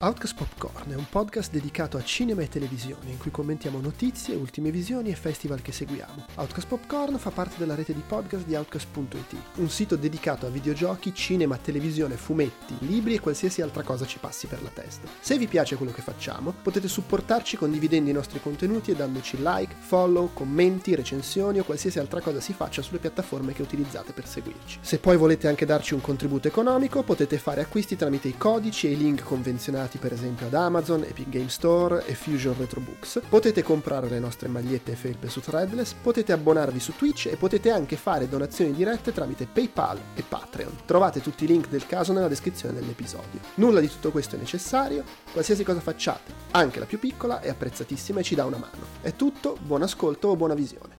Outcast Popcorn è un podcast dedicato a cinema e televisione in cui commentiamo notizie, ultime visioni e festival che seguiamo. Outcast Popcorn fa parte della rete di podcast di Outcast.it, un sito dedicato a videogiochi, cinema, televisione, fumetti, libri e qualsiasi altra cosa ci passi per la testa. Se vi piace quello che facciamo, potete supportarci condividendo i nostri contenuti e dandoci like, follow, commenti, recensioni o qualsiasi altra cosa si faccia sulle piattaforme che utilizzate per seguirci. Se poi volete anche darci un contributo economico, potete fare acquisti tramite i codici e i link convenzionati per esempio ad Amazon, Epic Game Store e Fusion Retro Books. Potete comprare le nostre magliette e felpe su Threadless, potete abbonarvi su Twitch e potete anche fare donazioni dirette tramite PayPal e Patreon. Trovate tutti i link del caso nella descrizione dell'episodio. Nulla di tutto questo è necessario, qualsiasi cosa facciate, anche la più piccola, è apprezzatissima e ci dà una mano. È tutto, buon ascolto o buona visione.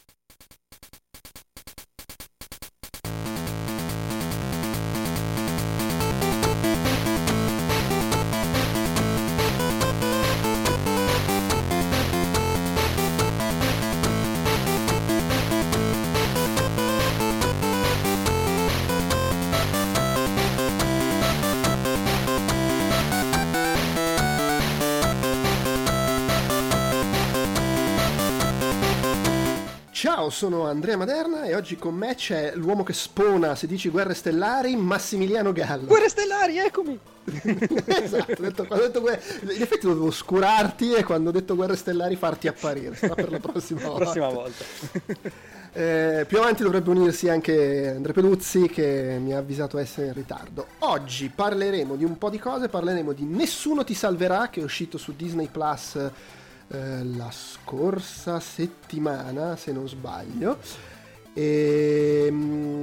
Ciao, sono Andrea Maderna e oggi con me c'è l'uomo che spona, se dici Guerre Stellari, Massimiliano Gallo. Guerre Stellari, eccomi! Esatto, quando ho detto in effetti dovevo oscurarti e quando ho detto Guerre Stellari farti apparire, sarà per la prossima volta. Più avanti dovrebbe unirsi anche Andrea Peduzzi che mi ha avvisato essere in ritardo. Oggi parleremo di un po' di cose, parleremo di Nessuno ti salverà, che è uscito su Disney Plus la scorsa settimana, se non sbaglio, e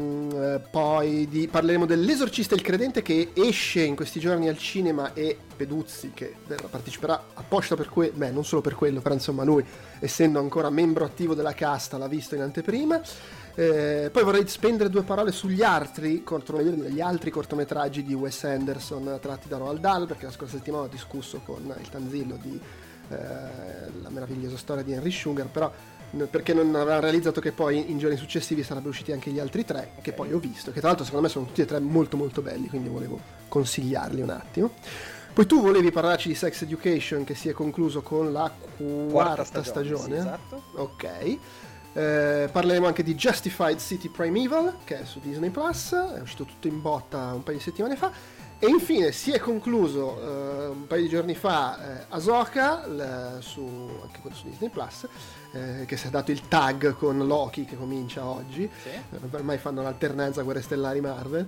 poi parleremo dell'Esorcista il Credente, che esce in questi giorni al cinema, e Peduzzi che parteciperà apposta per non solo per quello, però insomma lui, essendo ancora membro attivo della casta, l'ha visto in anteprima. Poi vorrei spendere due parole sugli altri cortometraggi di Wes Anderson tratti da Roald Dahl, perché la scorsa settimana ho discusso con il Tanzillo di La meravigliosa storia di Henry Sugar, però perché non aveva realizzato che poi in giorni successivi sarebbero usciti anche gli altri tre, che poi ho visto, che tra l'altro secondo me sono tutti e tre molto molto belli, quindi volevo consigliarli un attimo. Poi tu volevi parlarci di Sex Education, che si è concluso con la quarta stagione. Sì, esatto. Ok. Parleremo anche di Justified City Primeval, che è su Disney Plus, è uscito tutto in botta un paio di settimane fa. E infine si è concluso un paio di giorni fa Ahsoka, anche quello su Disney Plus, che si è dato il tag con Loki, che comincia oggi. Sì. Ormai fanno l'alternanza Guerre Stellari Marvel,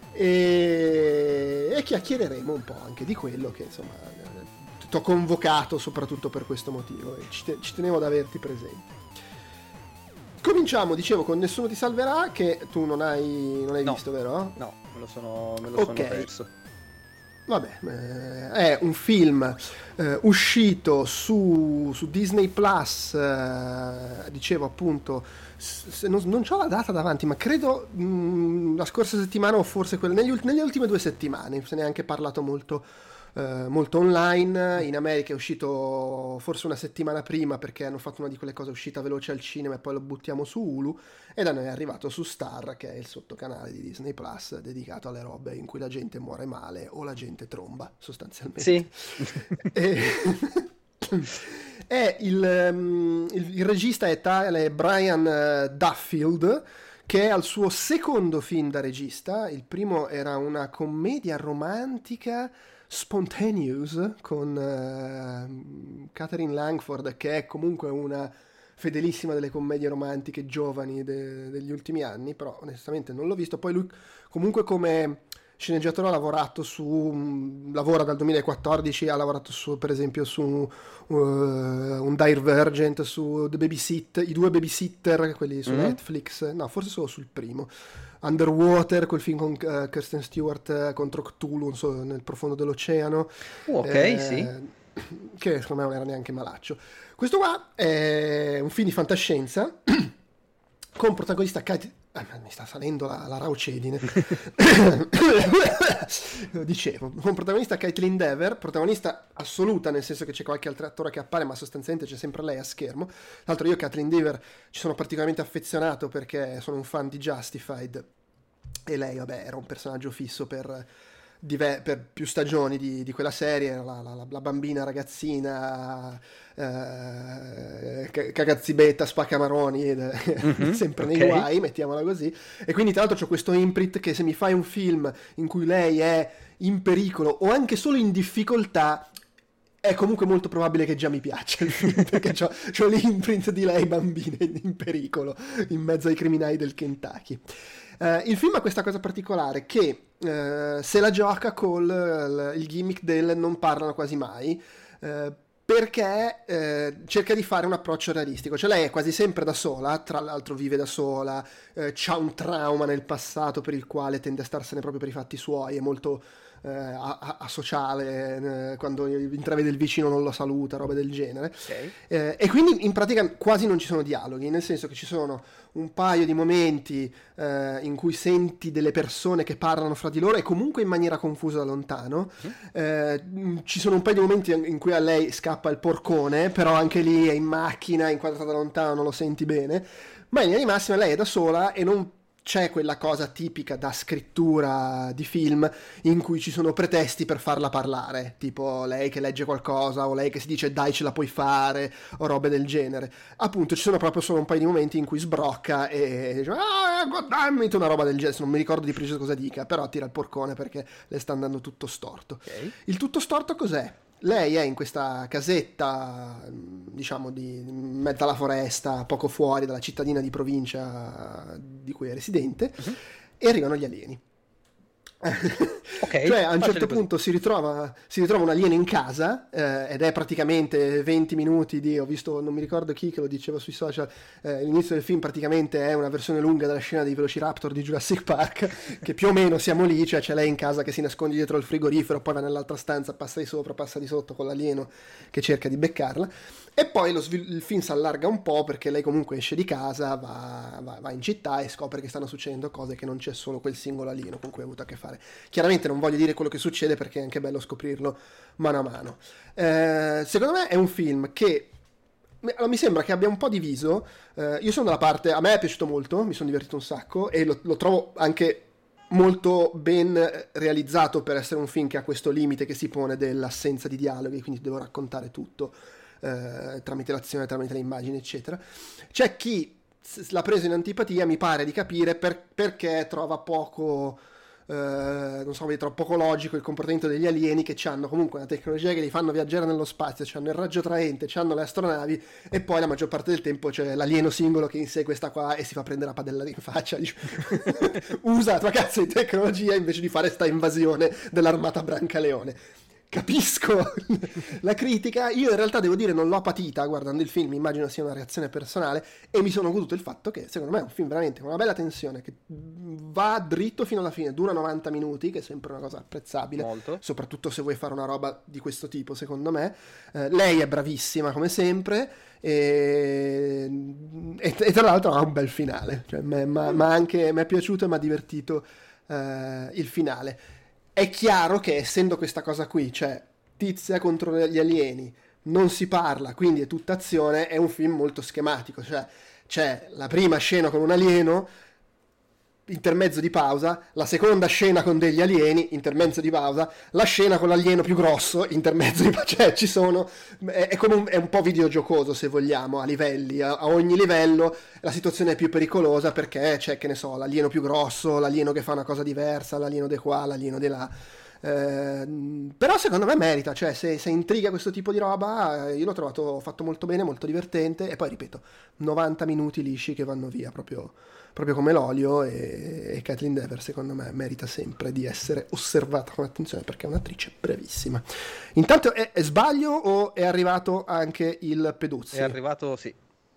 e chiacchiereremo un po' anche di quello, che insomma ti ho convocato soprattutto per questo motivo e ci tenevo ad averti presente. Cominciamo, dicevo, con Nessuno ti salverà, che tu non hai visto, vero? No, me lo sono perso. Vabbè, è un film uscito su Disney Plus, dicevo appunto, non c'ho la data davanti, ma credo la scorsa settimana o forse nelle ultime 2 settimane, se ne è anche parlato molto online. In America è uscito forse una settimana prima, perché hanno fatto una di quelle cose, uscita veloce al cinema e poi lo buttiamo su Hulu, e da noi è arrivato su Star, che è il sottocanale di Disney Plus dedicato alle robe in cui la gente muore male o la gente tromba, sostanzialmente. Sì. È il regista è tale Brian Duffield, che è al suo secondo film da regista. Il primo era una commedia romantica Spontaneous con Catherine Langford, che è comunque una fedelissima delle commedie romantiche giovani degli ultimi anni, però onestamente non l'ho visto. Poi lui comunque come sceneggiatore ha lavorato lavora dal 2014, ha lavorato per esempio su un Divergent, su i 2 Babysitter, quelli su Netflix, no, forse solo sul primo. Underwater, quel film con Kristen Stewart contro Cthulhu, nel profondo dell'oceano. Sì. Che secondo me non era neanche malaccio. Questo qua è un film di fantascienza con protagonista mi sta salendo la raucedine. Dicevo, con protagonista Kaitlyn Dever, protagonista assoluta, nel senso che c'è qualche altro attore che appare, ma sostanzialmente c'è sempre lei a schermo. Tra l'altro io Kaitlyn Dever ci sono particolarmente affezionato perché sono un fan di Justified, e lei, vabbè, era un personaggio fisso per per più stagioni di quella serie, la bambina ragazzina cagazzibetta spaccamaroni sempre nei guai, mettiamola così, e quindi tra l'altro c'ho questo imprint che se mi fai un film in cui lei è in pericolo o anche solo in difficoltà, è comunque molto probabile che già mi piaccia il film, perché c'ho l'imprint di lei bambina in pericolo in mezzo ai criminali del Kentucky. Il film ha questa cosa particolare che se la gioca col il gimmick del non parlano quasi mai, perché cerca di fare un approccio realistico. Cioè lei è quasi sempre da sola, tra l'altro vive da sola, c'ha un trauma nel passato per il quale tende a starsene proprio per i fatti suoi, è molto asociale, quando intravede il vicino non lo saluta, robe del genere. Okay. E quindi in pratica quasi non ci sono dialoghi, nel senso che ci sono un paio di momenti in cui senti delle persone che parlano fra di loro e comunque in maniera confusa da lontano. Ci sono un paio di momenti in cui a lei scappa il porcone, però anche lì è in macchina, inquadrata da lontano, non lo senti bene, ma in linea di massima lei è da sola e non c'è quella cosa tipica da scrittura di film in cui ci sono pretesti per farla parlare, tipo lei che legge qualcosa o lei che si dice dai ce la puoi fare o robe del genere. Appunto ci sono proprio solo un paio di momenti in cui sbrocca e dice goddammit, una roba del genere, non mi ricordo di preciso cosa dica, però tira il porcone perché le sta andando tutto storto. Okay. Il tutto storto cos'è? Lei è in questa casetta, diciamo, in mezzo alla foresta, poco fuori dalla cittadina di provincia di cui è residente, e arrivano gli alieni. Okay, cioè a un certo punto si ritrova un alieno in casa, ed è praticamente 20 minuti di, ho visto, non mi ricordo chi che lo diceva sui social, l'inizio del film praticamente è una versione lunga della scena dei Velociraptor di Jurassic Park, che più o meno siamo lì, cioè c'è lei in casa che si nasconde dietro il frigorifero, poi va nell'altra stanza, passa di sopra, passa di sotto con l'alieno che cerca di beccarla. E poi il film si allarga un po' perché lei comunque esce di casa, va in città e scopre che stanno succedendo cose, che non c'è solo quel singolo alieno con cui ha avuto a che fare. Chiaramente non voglio dire quello che succede perché è anche bello scoprirlo mano a mano. Secondo me è un film che mi sembra che abbia un po' diviso. Io sono dalla parte, a me è piaciuto molto, mi sono divertito un sacco e lo trovo anche molto ben realizzato per essere un film che ha questo limite che si pone dell'assenza di dialoghi, quindi devo raccontare tutto tramite l'azione, tramite le immagini, eccetera. C'è chi l'ha preso in antipatia, mi pare di capire, perché trova poco non so, trovo poco logico il comportamento degli alieni, che hanno comunque una tecnologia che li fanno viaggiare nello spazio, hanno il raggio traente, hanno le astronavi, e poi la maggior parte del tempo c'è l'alieno singolo che insegue questa qua e si fa prendere a padellare in faccia, dice, usa la tua cazzo di tecnologia invece di fare sta invasione dell'armata Brancaleone. Capisco la critica, io in realtà devo dire non l'ho patita guardando il film, immagino sia una reazione personale, e mi sono goduto il fatto che secondo me è un film veramente con una bella tensione, che va dritto fino alla fine, dura 90 minuti, che è sempre una cosa apprezzabile. Molto. Soprattutto se vuoi fare una roba di questo tipo, secondo me. Lei è bravissima come sempre e tra l'altro ha un bel finale, cioè, ma anche mi è piaciuto e mi ha divertito il finale. È chiaro che essendo questa cosa qui, cioè tizia contro gli alieni, non si parla, quindi è tutta azione, è un film molto schematico, cioè c'è la prima scena con un alieno, intermezzo di pausa, la seconda scena con degli alieni, intermezzo di pausa, la scena con l'alieno più grosso, intermezzo di pausa, cioè ci sono, è un po' videogiocoso se vogliamo, a livelli, a ogni livello la situazione è più pericolosa perché c'è, che ne so, l'alieno più grosso, l'alieno che fa una cosa diversa, l'alieno di qua, l'alieno di là. Però secondo me merita, cioè se intriga questo tipo di roba, io l'ho trovato fatto molto bene, molto divertente, e poi ripeto 90 minuti lisci che vanno via proprio come l'olio, e Kaitlyn Dever secondo me merita sempre di essere osservata con attenzione perché è un'attrice bravissima. Intanto è sbaglio o è arrivato anche il Peduzzi? È arrivato, sì,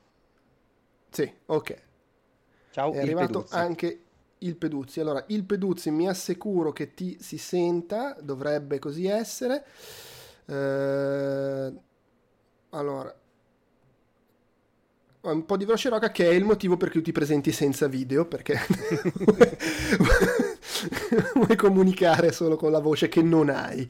ok, ciao, è arrivato Peduzzi. Anche il Peduzzi. Allora, il Peduzzi, mi assicuro che ti si senta, dovrebbe così essere. Allora, un po' di veloce roca, che è il motivo per cui ti presenti senza video, perché vuoi comunicare solo con la voce che non hai.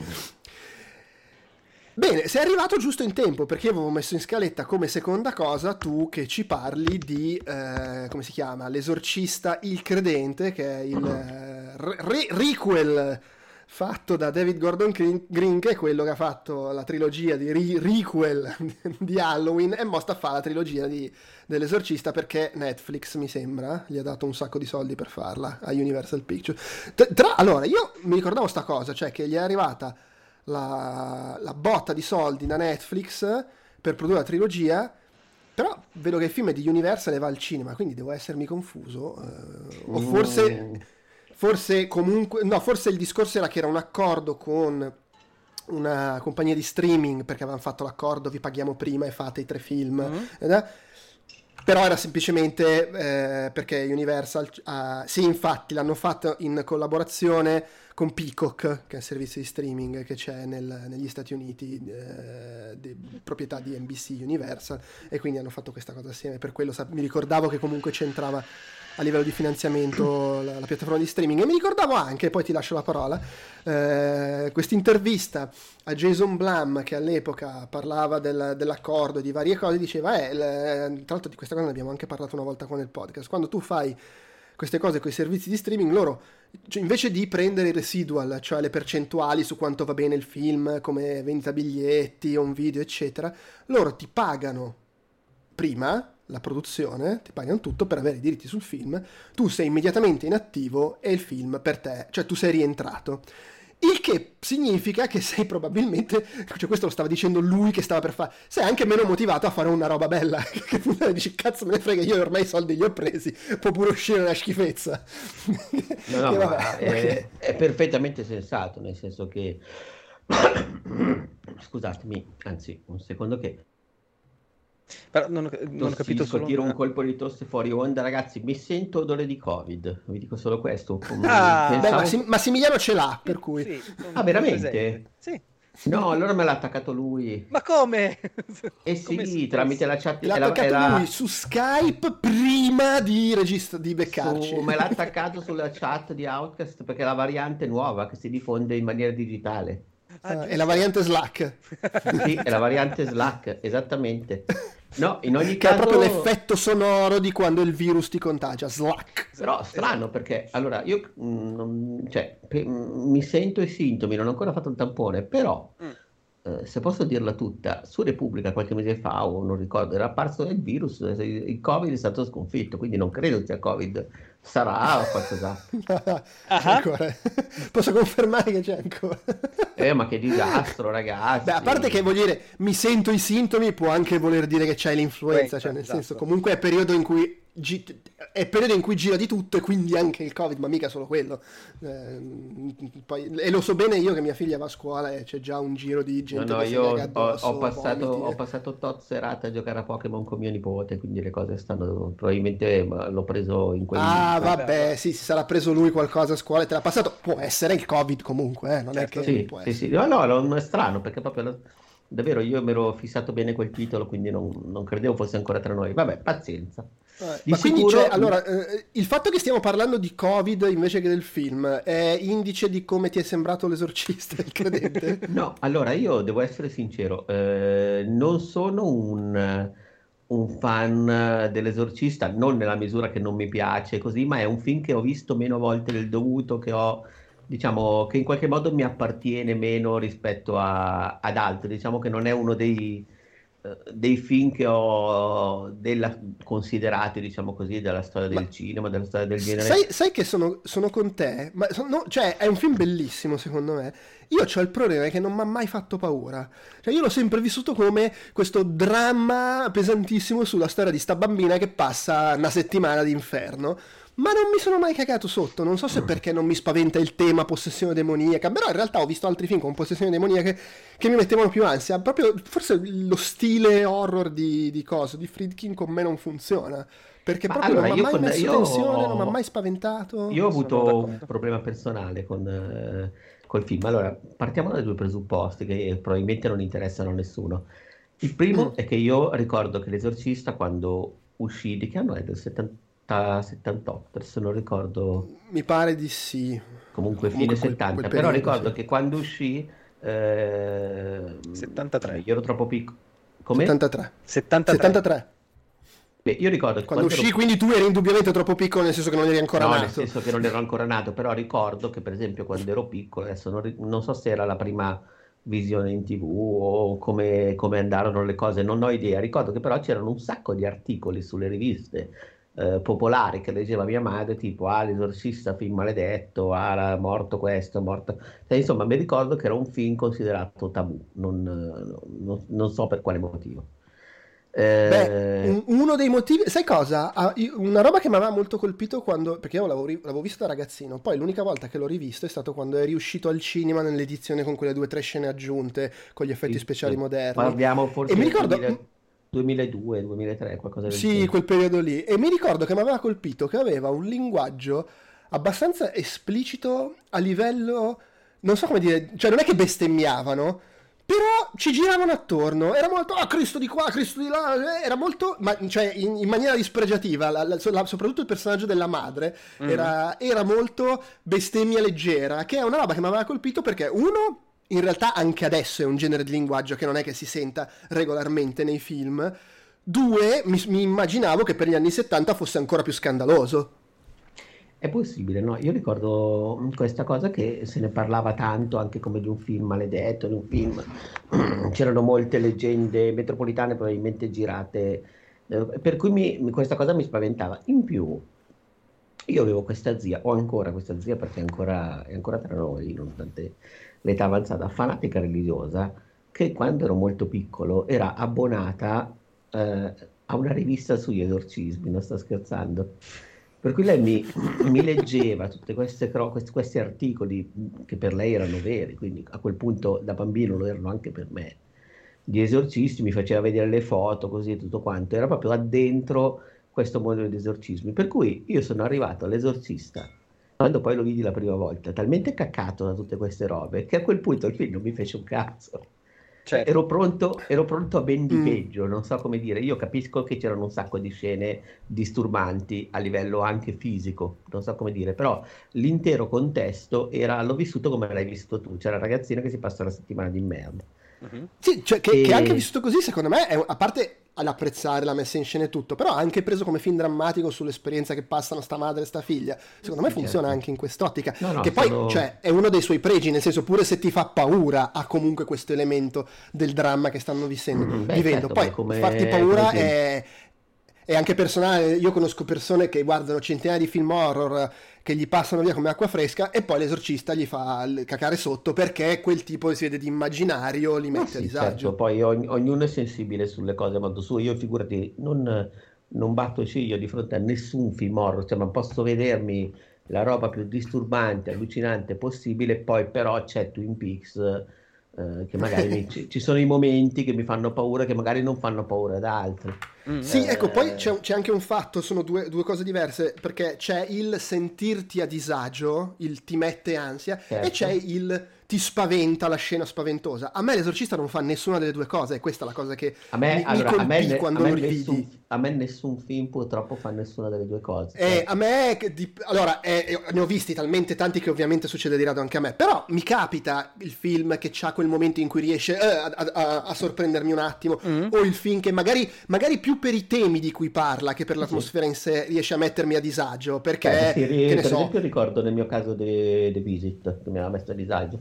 Bene, sei arrivato giusto in tempo, perché avevo messo in scaletta come seconda cosa tu che ci parli di, come si chiama, L'esorcista il credente, che è il requel fatto da David Gordon Green, che è quello che ha fatto la trilogia di requel di Halloween, e mo sta a fare la trilogia dell'Esorcista, perché Netflix, mi sembra, gli ha dato un sacco di soldi per farla a Universal Pictures. Allora, io mi ricordavo sta cosa, cioè che gli è arrivata la botta di soldi da Netflix per produrre la trilogia, però vedo che il film è di Universal e va al cinema, quindi devo essermi confuso, o forse comunque, no, forse il discorso era che era un accordo con una compagnia di streaming, perché avevano fatto l'accordo, vi paghiamo prima e fate i 3 film, però era semplicemente perché Universal sì, infatti l'hanno fatto in collaborazione con Peacock, che è il servizio di streaming che c'è negli Stati Uniti, di proprietà di NBC Universal, e quindi hanno fatto questa cosa assieme. Per quello mi ricordavo che comunque c'entrava a livello di finanziamento la piattaforma di streaming. E mi ricordavo anche, poi ti lascio la parola, questa intervista a Jason Blum, che all'epoca parlava dell'accordo, di varie cose, diceva tra l'altro di questa cosa ne abbiamo anche parlato una volta qua nel podcast: quando tu fai queste cose con i servizi di streaming, loro, cioè, invece di prendere i residual, cioè le percentuali su quanto va bene il film, come vendita biglietti o un video eccetera, loro ti pagano prima la produzione, ti pagano tutto per avere i diritti sul film, tu sei immediatamente in attivo e il film per te, cioè tu sei rientrato. Il che significa che sei probabilmente, cioè questo lo stava dicendo lui che stava per fare, sei anche meno motivato a fare una roba bella, che tu dici cazzo me ne frega, io ormai i soldi li ho presi, può pure uscire una schifezza. No, vabbè, è perfettamente sensato, nel senso che scusatemi, anzi un secondo che però non ho capito solo tiro un colpo di tosse fuori onda, ragazzi, mi sento odore di Covid, vi dico solo questo. Massimiliano ce l'ha, per cui sì, veramente? Sì. No, allora me l'ha attaccato lui. Ma come? Sì, tramite la chat. L'ha attaccato lui su Skype prima di beccarci. Me l'ha attaccato sulla chat di Outcast, perché è la variante nuova che si diffonde in maniera digitale. È la variante Slack. Sì, è la variante Slack, esattamente. No, in ogni che caso... è proprio l'effetto sonoro di quando il virus ti contagia, Slack. Però strano, perché allora io mi sento i sintomi, non ho ancora fatto il tampone, però se posso dirla tutta, su Repubblica qualche mese fa, o non ricordo, era apparso il virus, il Covid è stato sconfitto, quindi non credo sia Covid, sarà o qualcos'altro. Ancora. Posso confermare che c'è ancora. Ma che disastro, ragazzi. Beh, a parte che vuol dire mi sento i sintomi, può anche voler dire che c'hai l'influenza, cioè nel senso comunque è periodo in cui gira di tutto, e quindi anche il Covid, ma mica solo quello. Poi, e lo so bene io che mia figlia va a scuola e c'è già un giro di gente che si lega addosso, ho passato tot serate a giocare a Pokémon con mio nipote, quindi le cose stanno, probabilmente l'ho preso in quel vabbè, sì, si sarà preso lui qualcosa a scuola e te l'ha passato, può essere il Covid comunque, non è che sì, può sì, no, è strano, perché proprio davvero io mi ero fissato bene quel titolo, quindi non credevo fosse ancora tra noi. Vabbè, pazienza. Ma quindi il fatto che stiamo parlando di Covid invece che del film è indice di come ti è sembrato l'Esorcista, il credente? No, allora io devo essere sincero, non sono un fan dell'Esorcista, non nella misura che non mi piace così, ma è un film che ho visto meno volte del dovuto, che ho, diciamo, che in qualche modo mi appartiene meno rispetto ad altri, diciamo che non è uno dei film che ho considerati, diciamo così, della storia del cinema, della storia del genere. Sai che sono con te, cioè è un film bellissimo secondo me. Io c'ho il problema che non mi ha mai fatto paura, cioè io l'ho sempre vissuto come questo dramma pesantissimo sulla storia di sta bambina che passa una settimana d'inferno, ma non mi sono mai cagato sotto. Non so se perché non mi spaventa il tema possessione demoniaca, però in realtà ho visto altri film con possessione demoniaca che mi mettevano più ansia. Proprio forse lo stile horror di Friedkin con me non funziona, perché proprio non mi ha mai messo tensione, non mi ha mai spaventato. Io ho avuto un problema personale col film. Allora, partiamo dai due presupposti che probabilmente non interessano a nessuno. Il primo è che io ricordo che l'Esorcista, quando uscì, di che anno è? Del 78, adesso non ricordo. Mi pare di sì. Comunque fine 70, quel però ricordo che quando uscì 73. Io ero troppo piccolo. Come? 73. Beh, io ricordo che quando uscì, quindi tu eri indubbiamente troppo piccolo, nel senso che non eri ancora nato. nel senso che non ero ancora nato, però ricordo che per esempio quando ero piccolo, adesso non so se era la prima visione in TV o come andarono le cose, non ho idea. Ricordo che però c'erano un sacco di articoli sulle riviste popolari che leggeva mia madre, tipo l'esorcista, film maledetto, era morto questo, morto. Insomma, mi ricordo che era un film considerato tabù, non so per quale motivo. Uno dei motivi, sai cosa? Una roba che mi aveva molto colpito perché io l'avevo visto da ragazzino, poi l'unica volta che l'ho rivisto è stato quando è riuscito al cinema nell'edizione con quelle 2 o 3 scene aggiunte con gli effetti speciali moderni. Parliamo forse e mi ricordo 2002, 2003, qualcosa del genere. Sì, quel periodo lì. E mi ricordo che mi aveva colpito che aveva un linguaggio abbastanza esplicito a livello, non so come dire, cioè non è che bestemmiavano, però ci giravano attorno, era molto Cristo di qua, Cristo di là, era molto, cioè in maniera dispregiativa, soprattutto il personaggio della madre era molto bestemmia leggera, che è una roba che mi aveva colpito perché uno, in realtà anche adesso è un genere di linguaggio che non è che si senta regolarmente nei film, 2, mi immaginavo che per gli anni 70 fosse ancora più scandaloso. È possibile, no? Io ricordo questa cosa che se ne parlava tanto anche come di un film maledetto, di un film. C'erano molte leggende metropolitane probabilmente girate, per cui questa cosa mi spaventava. In più, io avevo questa zia, ho ancora questa zia perché è ancora tra noi, nonostante l'età avanzata, fanatica religiosa, che quando ero molto piccolo era abbonata a una rivista sugli esorcismi, non sto scherzando. Per cui lei mi leggeva tutti questi articoli che per lei erano veri, quindi a quel punto da bambino lo erano anche per me, di esorcisti, mi faceva vedere le foto, così tutto quanto, era proprio addentro questo mondo di esorcismi. Per cui io sono arrivato all'esorcista, quando poi lo vidi la prima volta, talmente caccato da tutte queste robe, che a quel punto il film non mi fece un cazzo. Certo. Ero pronto a ben di peggio, non so come dire. Io capisco che c'erano un sacco di scene disturbanti a livello anche fisico, non so come dire, però l'intero contesto l'ho vissuto come l'hai visto tu, c'era una ragazzina che si passa una settimana di merda. Sì, cioè che anche vissuto così, secondo me, a parte ad apprezzare la messa in scena e tutto, però anche preso come film drammatico sull'esperienza che passano sta madre e sta figlia, secondo me funziona anche in quest'ottica, che poi cioè, è uno dei suoi pregi, nel senso, pure se ti fa paura ha comunque questo elemento del dramma che stanno vivendo. Certo, poi farti paura è anche personale. Io conosco persone che guardano centinaia di film horror che gli passano via come acqua fresca e poi l'esorcista gli fa cacare sotto perché quel tipo si vede di immaginario li mette a disagio. Certo, poi ognuno è sensibile sulle cose a modo suo. Io figurati, non batto ciglio di fronte a nessun film horror, cioè, ma posso vedermi la roba più disturbante, allucinante possibile, poi però c'è Twin Peaks che magari ci sono i momenti che mi fanno paura, che magari non fanno paura ad altri. Sì, ecco, poi c'è anche un fatto, sono due cose diverse, perché c'è il sentirti a disagio, il ti mette ansia, certo. E c'è il ti spaventa, la scena spaventosa. A me l'esorcista non fa nessuna delle due cose, e questa è la cosa che mi colpì quando lo rividi. A me nessun film purtroppo fa nessuna delle due cose. A me, allora, ne ho visti talmente tanti che ovviamente succede di rado anche a me, però mi capita il film che c'ha quel momento in cui riesce a sorprendermi un attimo, o il film che magari più per i temi di cui parla che per l'atmosfera in sé riesce a mettermi a disagio, perché per esempio ricordo nel mio caso The Visit che mi aveva messo a disagio,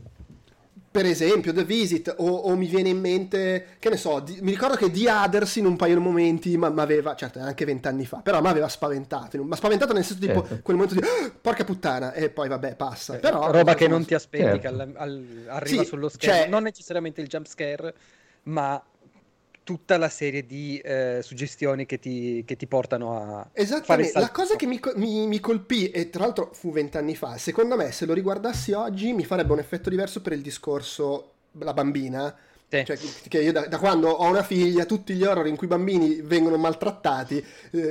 per esempio The Visit, o mi viene in mente, che ne so, mi ricordo che The Others in un paio di momenti mi aveva, certo anche 20 anni fa, però mi aveva spaventato, ma spaventato nel senso tipo quel momento di porca puttana, e poi vabbè passa, però roba che non ti aspetti, che arriva sullo schermo, non necessariamente il jump scare, ma tutta la serie di suggestioni che ti portano a esattamente la cosa che mi colpì, e tra l'altro fu 20 anni fa, secondo me se lo riguardassi oggi mi farebbe un effetto diverso per il discorso la bambina, cioè che io da quando ho una figlia, tutti gli horror in cui i bambini vengono maltrattati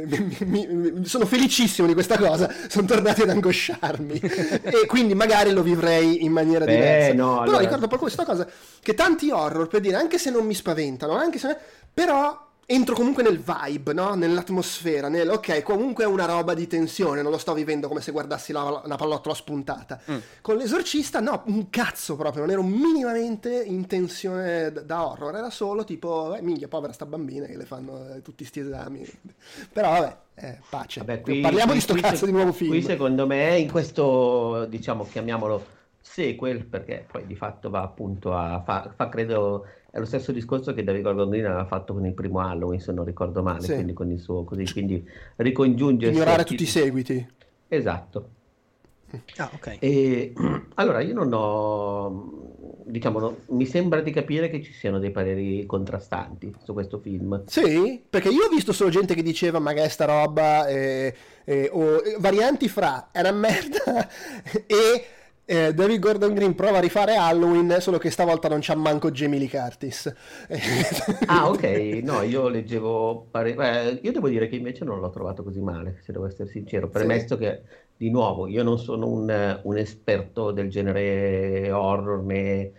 sono felicissimo di questa cosa, sono tornati ad angosciarmi e quindi magari lo vivrei in maniera diversa, però allora ricordo proprio questa cosa, che tanti horror, per dire, anche se non mi spaventano, però entro comunque nel vibe, no? Nell'atmosfera, ok, comunque è una roba di tensione, non lo sto vivendo come se guardassi una pallottola spuntata. Con L'Esorcista no, un cazzo proprio, non ero minimamente in tensione da horror, era solo tipo, minchia, povera sta bambina che le fanno tutti sti esami. Però vabbè, pace. Vabbè, parliamo di sto cazzo di nuovo film. Qui secondo me in questo, diciamo, chiamiamolo sequel, perché poi di fatto va appunto fa credo, è lo stesso discorso che David Gordon Green aveva fatto con il primo Halloween, se non ricordo male, sì. Quindi con il suo così, quindi ricongiungere ignorare tutti i seguiti. Esatto. Ok. E allora io non ho, diciamo, mi sembra di capire che ci siano dei pareri contrastanti su questo film. Sì, perché io ho visto solo gente che diceva magari sta roba o varianti fra è una merda e David Gordon Green prova a rifare Halloween, solo che stavolta non c'ha manco Jamie Lee Curtis. Ah, ok, no, io leggevo io devo dire che invece non l'ho trovato così male, se devo essere sincero, premesso che di nuovo io non sono un esperto del genere horror né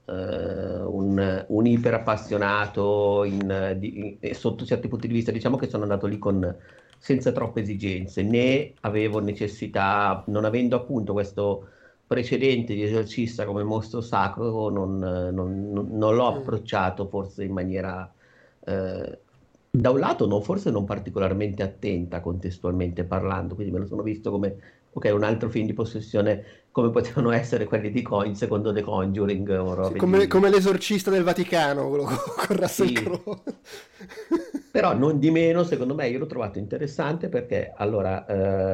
un iper appassionato sotto certi punti di vista. Diciamo che sono andato lì senza troppe esigenze, né avevo necessità, non avendo appunto questo precedente di Esorcista come mostro sacro, non l'ho approcciato forse in maniera da un lato forse non particolarmente attenta contestualmente parlando, quindi me lo sono visto come ok, un altro film di possessione come potevano essere quelli di Coin secondo The Conjuring o come L'Esorcista del Vaticano, quello con Russell Crowe. Però non di meno, secondo me io l'ho trovato interessante perché allora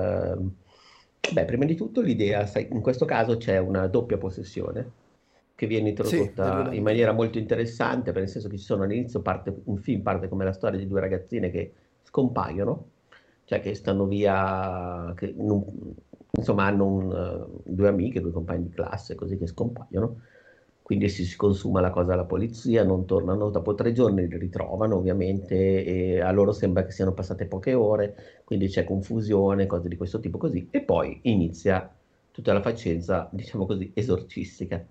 prima di tutto l'idea, in questo caso c'è una doppia possessione che viene introdotta in maniera molto interessante, nel senso che ci sono all'inizio un film parte come la storia di due ragazzine che scompaiono, cioè che stanno via, che insomma hanno due amiche, due compagni di classe, così che scompaiono, quindi si consuma la cosa alla polizia, non tornano, dopo 3 giorni li ritrovano ovviamente e a loro sembra che siano passate poche ore, quindi c'è confusione, cose di questo tipo così, e poi inizia tutta la faccenda, diciamo così, esorcistica.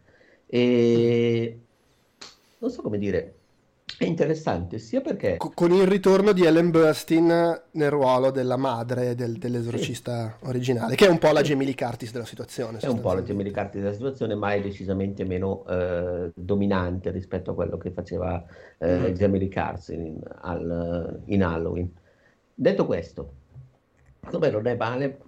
E non so come dire, è interessante sia perché con il ritorno di Ellen Burstyn nel ruolo della madre dell'esorcista originale, che è un po' la Jamie Lee Curtis della situazione. È un po' la Jamie Lee Curtis della situazione, ma è decisamente meno dominante rispetto a quello che faceva Jamie Lee Curtis in Halloween. Detto questo, secondo me non è male.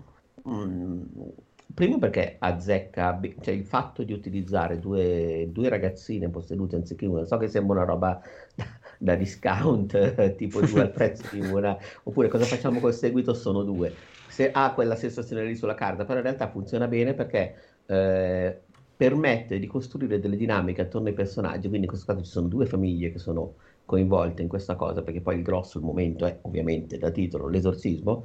Primo perché azzecca, cioè il fatto di utilizzare due ragazzine possedute anziché una, so che sembra una roba da discount, tipo 2 al prezzo di una, oppure cosa facciamo col seguito, sono 2. Se ha quella sensazione lì sulla carta, però in realtà funziona bene perché permette di costruire delle dinamiche attorno ai personaggi, quindi in questo caso ci sono 2 famiglie che sono coinvolte in questa cosa, perché poi il grosso, il momento è ovviamente da titolo l'esorcismo,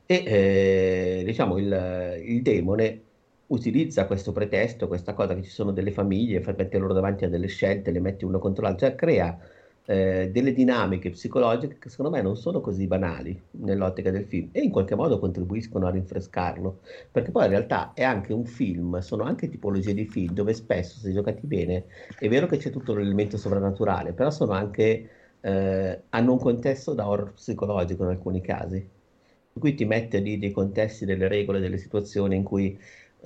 e diciamo il demone utilizza questo pretesto, questa cosa che ci sono delle famiglie, mette loro davanti a delle scelte, le mette uno contro l'altro, cioè crea delle dinamiche psicologiche che secondo me non sono così banali nell'ottica del film e in qualche modo contribuiscono a rinfrescarlo, perché poi in realtà è anche un film, sono anche tipologie di film dove spesso, se giocati bene, è vero che c'è tutto l'elemento sovrannaturale, però sono anche hanno un contesto da horror psicologico in alcuni casi. Qui ti mette lì dei contesti, delle regole, delle situazioni in cui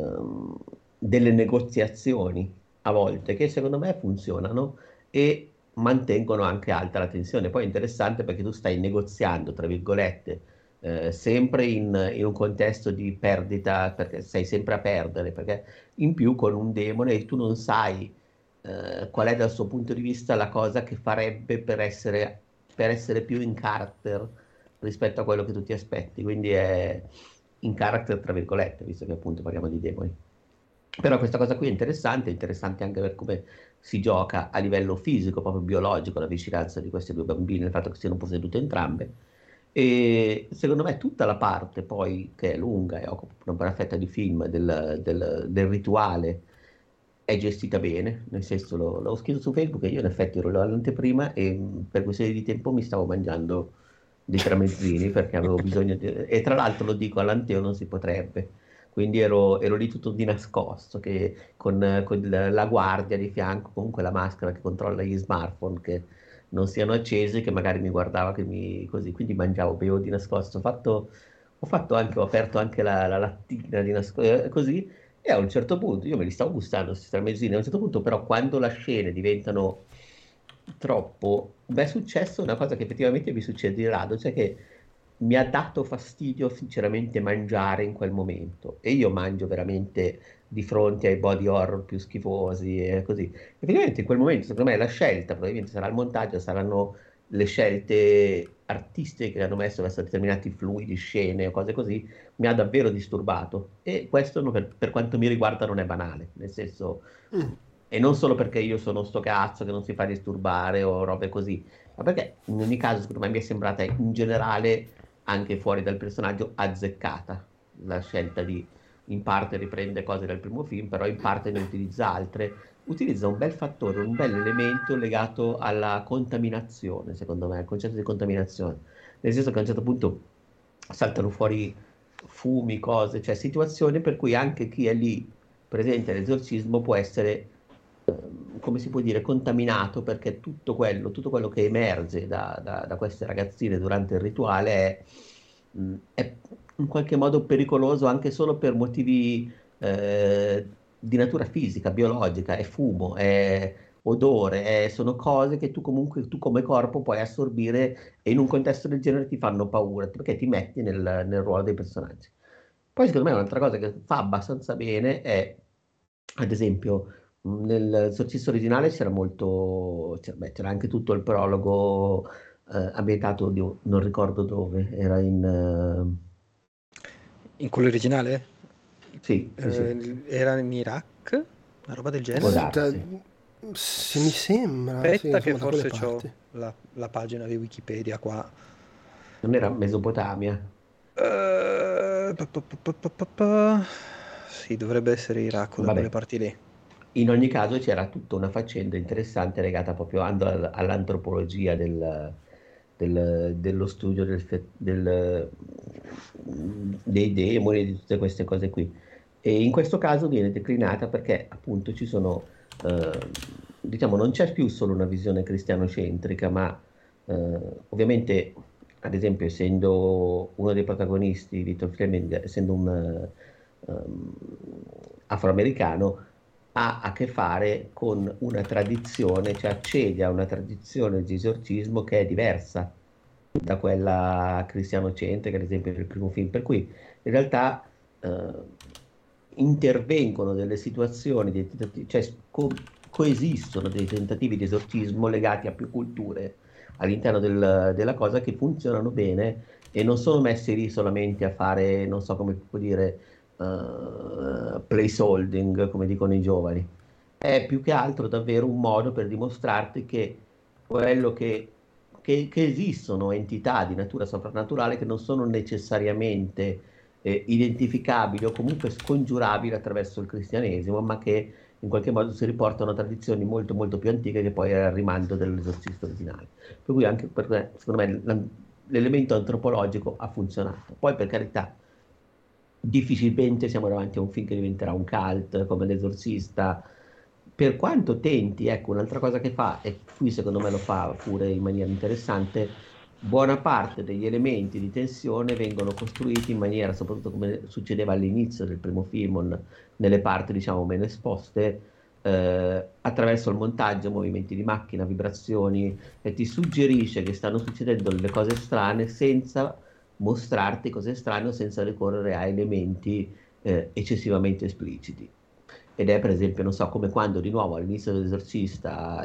delle negoziazioni a volte che secondo me funzionano e mantengono anche alta la tensione. Poi è interessante perché tu stai negoziando, tra virgolette, sempre in un contesto di perdita, perché sei sempre a perdere, perché in più con un demone tu non sai qual è dal suo punto di vista la cosa che farebbe per essere più in character rispetto a quello che tu ti aspetti, quindi è in character tra virgolette, visto che appunto parliamo di demoni. Però questa cosa qui è interessante anche per come si gioca a livello fisico, proprio biologico, la vicinanza di queste 2 bambine, il fatto che siano possedute entrambe. E secondo me tutta la parte poi, che è lunga e occupa una buona fetta di film, del rituale, è gestita bene, nel senso l'ho scritto su Facebook e io in effetti ero all'anteprima e per questione di tempo mi stavo mangiando dei tramezzini perché avevo bisogno e tra l'altro lo dico, all'Anteo non si potrebbe, quindi ero lì tutto di nascosto con la guardia di fianco, comunque la maschera che controlla gli smartphone che non siano accesi, che magari mi guardava così, quindi mangiavo, bevo di nascosto. Ho aperto anche la lattina di nascosto, così, e a un certo punto, io me li stavo gustando questi tramezzini, a un certo punto però quando le scene diventano troppo, mi è successo una cosa che effettivamente mi succede di rado, cioè che mi ha dato fastidio sinceramente mangiare in quel momento, e io mangio veramente di fronte ai body horror più schifosi e così. Effettivamente in quel momento, secondo me, la scelta, probabilmente sarà il montaggio, saranno le scelte artistiche che hanno messo verso determinati fluidi, scene o cose così, mi ha davvero disturbato. E questo per quanto mi riguarda non è banale, nel senso, e non solo perché io sono sto cazzo che non si fa disturbare o robe così, ma perché in ogni caso secondo me mi è sembrata in generale, anche fuori dal personaggio, azzeccata la scelta di in parte riprende cose dal primo film, però in parte ne utilizza altre. Utilizza un bel fattore, un bel elemento legato alla contaminazione, secondo me, al concetto di contaminazione. Nel senso che a un certo punto saltano fuori fumi, cose, cioè situazioni per cui anche chi è lì presente all'esorcismo può essere, come si può dire, contaminato, perché tutto quello che emerge da queste ragazzine durante il rituale è in qualche modo pericoloso anche solo per motivi di natura fisica, biologica, è fumo, è odore, sono cose che tu comunque tu come corpo puoi assorbire e in un contesto del genere ti fanno paura, perché ti metti nel ruolo dei personaggi. Poi secondo me un'altra cosa che fa abbastanza bene è, ad esempio, nel Esorcista originale c'era anche tutto il prologo ambientato non ricordo dove, era in quello originale? Sì, sì. Era in Iraq? Una roba del Può genere? darsi. Se mi sembra, Aspetta, sì, che insomma, da quelle forse ho parti. la pagina di Wikipedia qua. Non era Mesopotamia? Sì, dovrebbe essere Iraq, da quelle Vabbè. parti lì. In ogni caso c'era tutta una faccenda interessante legata proprio all'antropologia dello studio dei demoni e di tutte queste cose qui. E in questo caso viene declinata perché appunto ci sono, diciamo, non c'è più solo una visione cristianocentrica, ma ovviamente, ad esempio, essendo uno dei protagonisti, Victor Fleming, essendo un afroamericano, ha a che fare con una tradizione, cioè accede a una tradizione di esorcismo che è diversa da quella cristianocentrica, ad esempio del primo film, per cui in realtà intervengono delle situazioni, cioè coesistono dei tentativi di esorcismo legati a più culture all'interno della cosa, che funzionano bene e non sono messi lì solamente a fare, non so come può dire, placeholding, come dicono i giovani. È più che altro davvero un modo per dimostrarti che quello che esistono entità di natura soprannaturale che non sono necessariamente identificabili o comunque scongiurabili attraverso il cristianesimo, ma che in qualche modo si riportano a tradizioni molto molto più antiche, che poi era il rimando dell'esorcista originale. Per cui anche per me, secondo me, l'elemento antropologico ha funzionato. Poi, per carità, difficilmente siamo davanti a un film che diventerà un cult come L'Esorcista. Per quanto tenti, ecco, un'altra cosa che fa, e qui secondo me lo fa pure in maniera interessante, buona parte degli elementi di tensione vengono costruiti in maniera, soprattutto come succedeva all'inizio del primo film, nelle parti diciamo meno esposte, attraverso il montaggio, movimenti di macchina, vibrazioni, e ti suggerisce che stanno succedendo le cose strane senza mostrarti cose strane, senza ricorrere a elementi eccessivamente espliciti. Ed è per esempio, non so, come quando di nuovo all'inizio dell'esorcista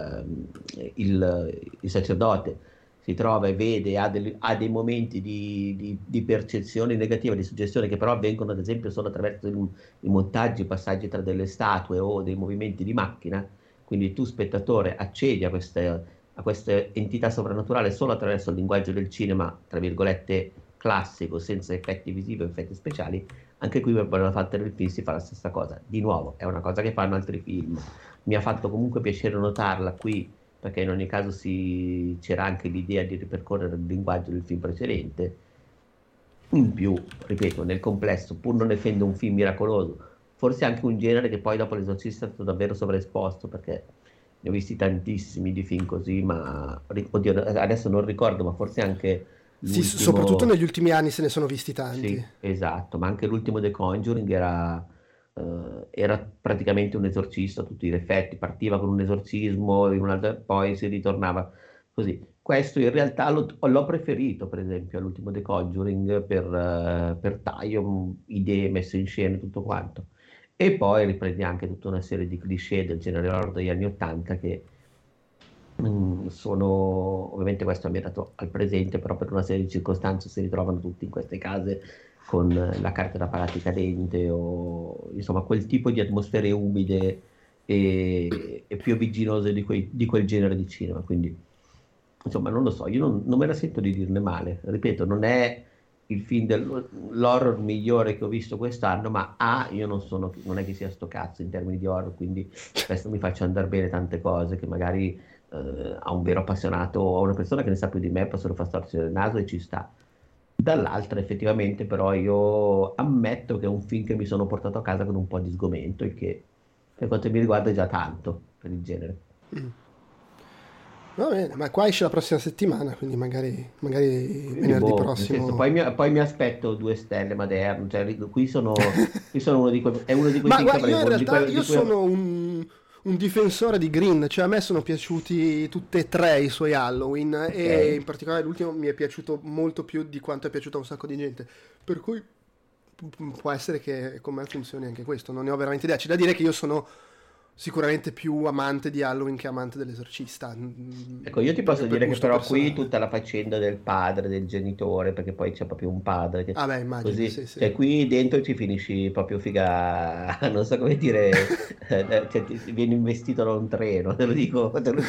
il sacerdote si trova e vede, ha dei momenti di percezione negativa, di suggestione, che però avvengono ad esempio solo attraverso i montaggi, i passaggi tra delle statue o dei movimenti di macchina. Quindi tu spettatore accedi a queste entità soprannaturali solo attraverso il linguaggio del cinema, tra virgolette, classico, senza effetti visivi o effetti speciali. Anche qui per la fatta del film si fa la stessa cosa. Di nuovo, è una cosa che fanno altri film. Mi ha fatto comunque piacere notarla qui, perché in ogni caso c'era anche l'idea di ripercorrere il linguaggio del film precedente. In più, ripeto, nel complesso, pur non essendo un film miracoloso, forse anche un genere che poi dopo L'Esorcista è stato davvero sovraesposto, perché ne ho visti tantissimi di film così, ma oddio, adesso non ricordo, ma forse anche sì, soprattutto negli ultimi anni se ne sono visti tanti. Sì, esatto, ma anche l'ultimo The Conjuring era praticamente un esorcista a tutti gli effetti, partiva con un esorcismo, poi si ritornava così. Questo in realtà l'ho preferito, per esempio, all'ultimo The Conjuring per taglio, idee messe in scena e tutto quanto. E poi riprendi anche tutta una serie di cliché del genere horror degli anni '80 che sono, ovviamente questo è ambientato al presente, però per una serie di circostanze si ritrovano tutti in queste case con la carta da parati cadente o insomma quel tipo di atmosfere umide e piovigginose di quel genere di cinema, quindi insomma non lo so, io non me la sento di dirne male, ripeto, non è il film dell'horror migliore che ho visto quest'anno, ma io non è che sia sto cazzo in termini di horror, quindi spesso mi faccio andare bene tante cose che magari a un vero appassionato o a una persona che ne sa più di me possono far storcere il naso e ci sta. Dall'altra effettivamente però io ammetto che è un film che mi sono portato a casa con un po' di sgomento, il che per quanto mi riguarda è già tanto per il genere. Va bene, ma qua esce la prossima settimana, quindi magari venerdì prossimo. Senso, poi mi aspetto 2 stelle Maderno, cioè qui sono uno di quei, è uno di quei ma film guarda, io in realtà io sono un difensore di Green, cioè a me sono piaciuti tutte e 3 i suoi Halloween, okay. E in particolare l'ultimo mi è piaciuto molto più di quanto è piaciuto a un sacco di gente, per cui può essere che con me funzioni anche questo, non ne ho veramente idea. C'è da dire che io sono sicuramente più amante di Halloween che amante dell'Esorcista. Ecco, io ti posso dire che però qui tutta la faccenda del padre, del genitore, perché poi c'è proprio un padre che immagino, così, sì. cioè qui dentro ci finisci proprio figa, non so come dire, cioè, vieni investito da un treno, te lo dico.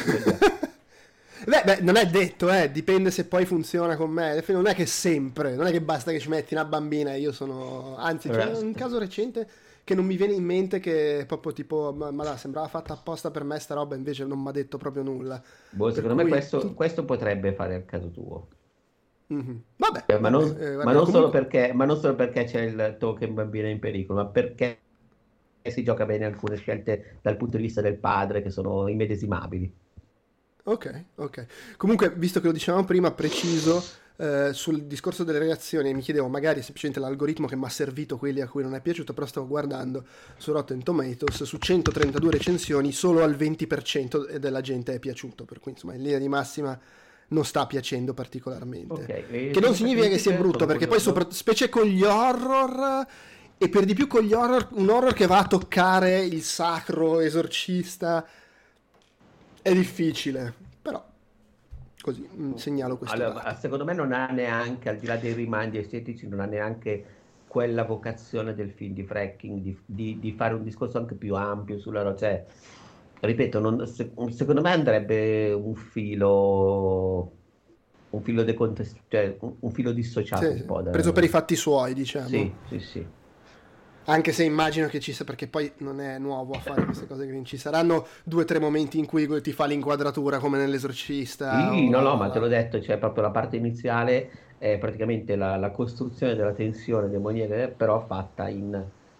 Beh, non è detto, dipende se poi funziona con me. Non è che sempre, non è che basta che ci metti una bambina e io sono... Anzi, c'è un caso recente che non mi viene in mente, che proprio tipo, ma sembrava fatta apposta per me sta roba, invece non mi ha detto proprio nulla. Secondo me questo potrebbe fare il caso tuo. Mm-hmm. Vabbè, ma non solo perché c'è il token bambina in pericolo, ma perché si gioca bene alcune scelte dal punto di vista del padre che sono immedesimabili. Ok. Comunque, visto che lo dicevamo prima, preciso sul discorso delle reazioni, mi chiedevo magari semplicemente l'algoritmo che mi ha servito quelli a cui non è piaciuto, però stavo guardando su Rotten Tomatoes, su 132 recensioni solo al 20% della gente è piaciuto, per cui insomma in linea di massima non sta piacendo particolarmente, che non significa che sia brutto, perché poi specie con gli horror, e per di più con gli horror, un horror che va a toccare il sacro esorcista è difficile, però così segnalo questo. Allora, secondo me non ha neanche, al di là dei rimandi estetici, non ha neanche quella vocazione del film di Fracking di fare un discorso anche più ampio sulla, cioè, ripeto, secondo me andrebbe un filo cioè un filo dissociato, sì, un po' preso per i fatti suoi, diciamo. Sì. Anche se immagino che ci sia, perché poi non è nuovo a fare queste cose, che ci saranno 2 o 3 momenti in cui ti fa l'inquadratura come nell'Esorcista. Sì, ma te l'ho detto, cioè proprio la parte iniziale è praticamente la costruzione della tensione demoniaca, però fatta in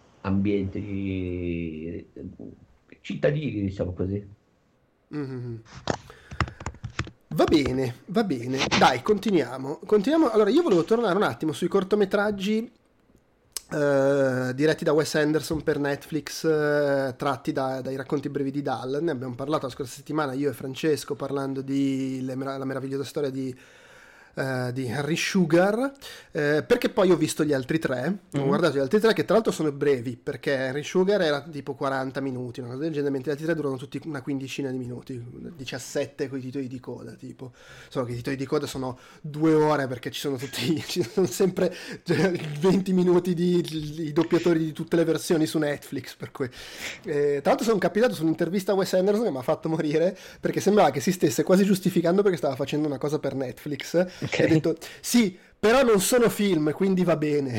ambienti cittadini, diciamo così. Mm-hmm. Va bene. Dai, continuiamo. Allora, io volevo tornare un attimo sui cortometraggi diretti da Wes Anderson per Netflix, tratti dai racconti brevi di Dahl. Ne abbiamo parlato la scorsa settimana io e Francesco, parlando di la meravigliosa storia di Harry Sugar, perché poi ho visto gli altri 3, ho guardato gli altri 3 che tra l'altro sono brevi, perché Harry Sugar era tipo 40 minuti, una cosa del genere, mentre gli altri 3 durano tutti una quindicina di minuti, 17 con i titoli di coda, tipo, solo che i titoli di coda sono 2 ore, perché ci sono sempre 20 minuti di doppiatori di tutte le versioni su Netflix, per cui tra l'altro sono capitato su un'intervista a Wes Anderson che mi ha fatto morire, perché sembrava che si stesse quasi giustificando perché stava facendo una cosa per Netflix. Okay. E ha detto sì, però non sono film, quindi va bene.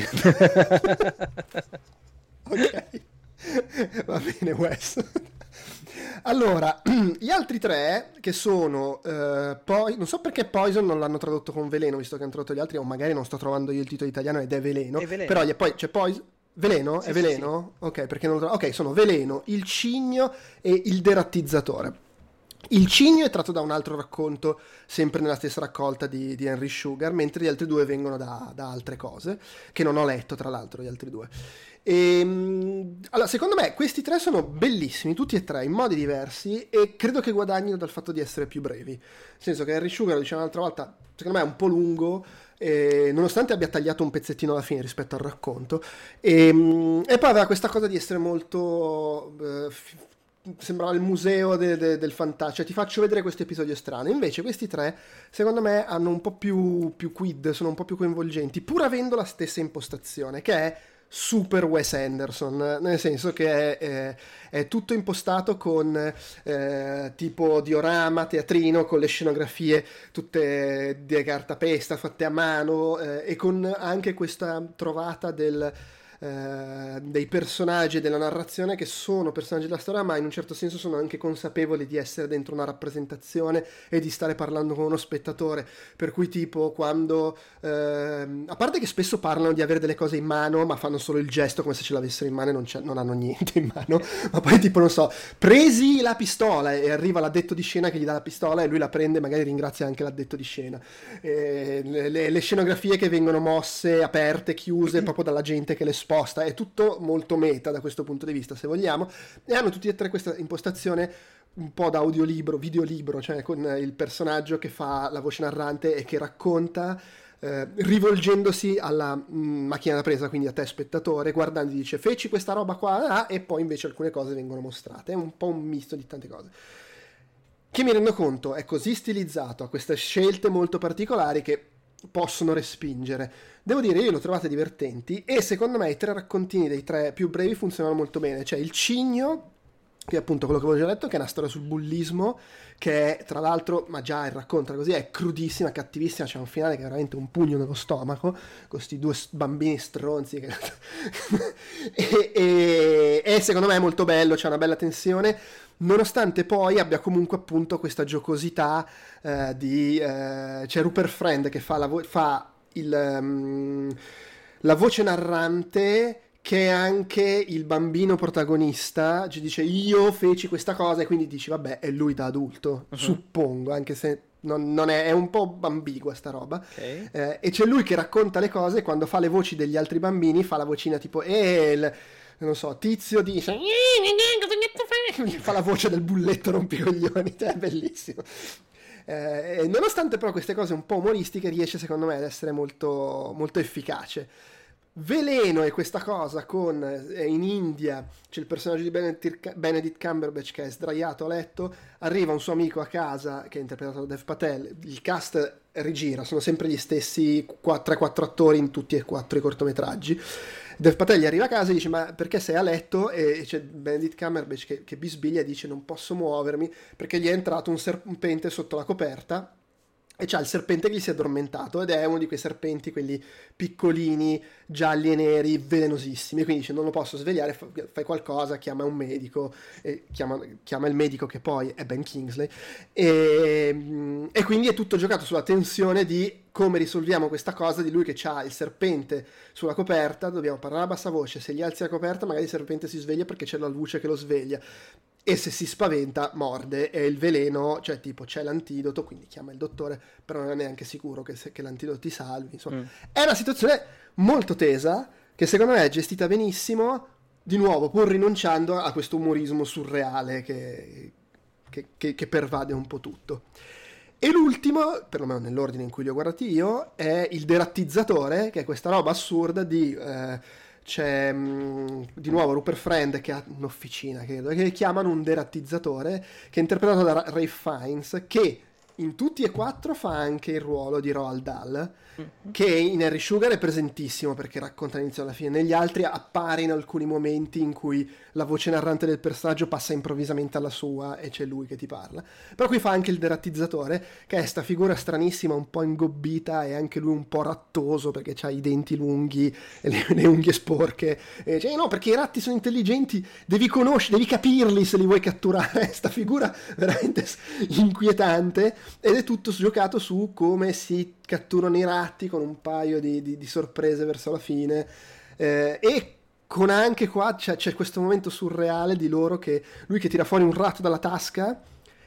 Ok, va bene Wes. Allora, gli altri 3 che sono poi non so perché Poison non l'hanno tradotto con Veleno, visto che hanno tradotto gli altri, o magari non sto trovando io il titolo italiano ed è Veleno. Però poi c'è Poison. Veleno? Sì, è Veleno? Sì. Ok, perché non lo trovo. Ok, sono Veleno, Il Cigno e Il Derattizzatore. Il cigno è tratto da un altro racconto, sempre nella stessa raccolta di Henry Sugar, mentre gli altri due vengono da altre cose, che non ho letto tra l'altro, gli altri due. Allora, secondo me questi tre sono bellissimi, tutti e tre, in modi diversi, e credo che guadagnino dal fatto di essere più brevi. Nel senso che Henry Sugar, lo diciamo l'altra volta, secondo me è un po' lungo, nonostante abbia tagliato un pezzettino alla fine rispetto al racconto, e poi aveva questa cosa di essere molto... sembrava il museo del fantasma, cioè ti faccio vedere questo episodio strano. Invece questi tre secondo me hanno un po' più quid, sono un po' più coinvolgenti, pur avendo la stessa impostazione, che è super Wes Anderson, nel senso che è tutto impostato con tipo diorama, teatrino, con le scenografie tutte di cartapesta fatte a mano, e con anche questa trovata dei personaggi della narrazione che sono personaggi della storia, ma in un certo senso sono anche consapevoli di essere dentro una rappresentazione e di stare parlando con uno spettatore, per cui tipo quando a parte che spesso parlano di avere delle cose in mano ma fanno solo il gesto come se ce l'avessero in mano e non hanno niente in mano, ma poi tipo non so, presi la pistola e arriva l'addetto di scena che gli dà la pistola e lui la prende e magari ringrazia anche l'addetto di scena, le scenografie che vengono mosse, aperte, chiuse proprio dalla gente che le sposta, è tutto molto meta da questo punto di vista, se vogliamo, e hanno tutti e tre questa impostazione un po' da audiolibro, videolibro, cioè con il personaggio che fa la voce narrante e che racconta rivolgendosi alla macchina da presa, quindi a te spettatore, guardando e dice feci questa roba qua, e poi invece alcune cose vengono mostrate, è un po' un misto di tante cose che mi rendo conto è così stilizzato, a queste scelte molto particolari che possono respingere. Devo dire, io le ho trovate divertenti e secondo me i tre raccontini dei tre più brevi funzionano molto bene. Cioè il cigno, che è appunto quello che avevo già detto, che è una storia sul bullismo, che è tra l'altro, ma già il racconto così, è crudissima, cattivissima, c'è un finale che è veramente un pugno nello stomaco, con questi due bambini stronzi che... e secondo me è molto bello, c'è una bella tensione, nonostante poi abbia comunque appunto questa giocosità c'è Rupert Friend che fa la voce narrante, che è anche il bambino protagonista, ci dice io feci questa cosa e quindi dici vabbè è lui da adulto, suppongo, anche se non è un po' ambigua sta roba, okay. E c'è lui che racconta le cose, quando fa le voci degli altri bambini fa la vocina tipo non so, Tizio dice fa la voce del bulletto rompicoglioni, è bellissimo. Nonostante però queste cose un po' umoristiche riesce secondo me ad essere molto, molto efficace. Veleno è questa cosa con in India c'è il personaggio di Benedict Cumberbatch che è sdraiato a letto, arriva un suo amico a casa che è interpretato da Dev Patel, il cast rigira, sono sempre gli stessi 3-4 attori in tutti e 4 i cortometraggi. Dev Patel gli arriva a casa e dice ma perché sei a letto, e c'è Benedict Cumberbatch che bisbiglia e dice non posso muovermi perché gli è entrato un serpente sotto la coperta e c'ha il serpente che gli si è addormentato ed è uno di quei serpenti, quelli piccolini, gialli e neri, velenosissimi, quindi dice non lo posso svegliare, fai qualcosa, chiama un medico, e chiama il medico che poi è Ben Kingsley, e quindi è tutto giocato sulla tensione di come risolviamo questa cosa di lui che c'ha il serpente sulla coperta, dobbiamo parlare a bassa voce, se gli alzi la coperta magari il serpente si sveglia perché c'è la luce che lo sveglia, e se si spaventa morde, e il veleno, cioè tipo c'è l'antidoto, quindi chiama il dottore, però non è neanche sicuro che l'antidoto ti salvi, insomma. È una situazione molto tesa, che secondo me è gestita benissimo, di nuovo pur rinunciando a questo umorismo surreale che pervade un po' tutto. E l'ultimo, perlomeno nell'ordine in cui li ho guardati io, è il derattizzatore, che è questa roba assurda di... c'è di nuovo Rupert Friend che ha un'officina, credo, che chiamano un derattizzatore, che è interpretato da Ralph Fiennes, che in tutti e 4 fa anche il ruolo di Roald Dahl, che in Henry Sugar è presentissimo perché racconta l'inizio alla fine, negli altri appare in alcuni momenti in cui la voce narrante del personaggio passa improvvisamente alla sua e c'è lui che ti parla, però qui fa anche il derattizzatore, che è sta figura stranissima, un po' ingobbita e anche lui un po' rattoso perché ha i denti lunghi e le unghie sporche, e dice no perché i ratti sono intelligenti, devi capirli se li vuoi catturare. Sta figura veramente inquietante, ed è tutto giocato su come si catturano i ratti, con un paio di sorprese verso la fine, e con anche qua c'è questo momento surreale di loro, che lui che tira fuori un ratto dalla tasca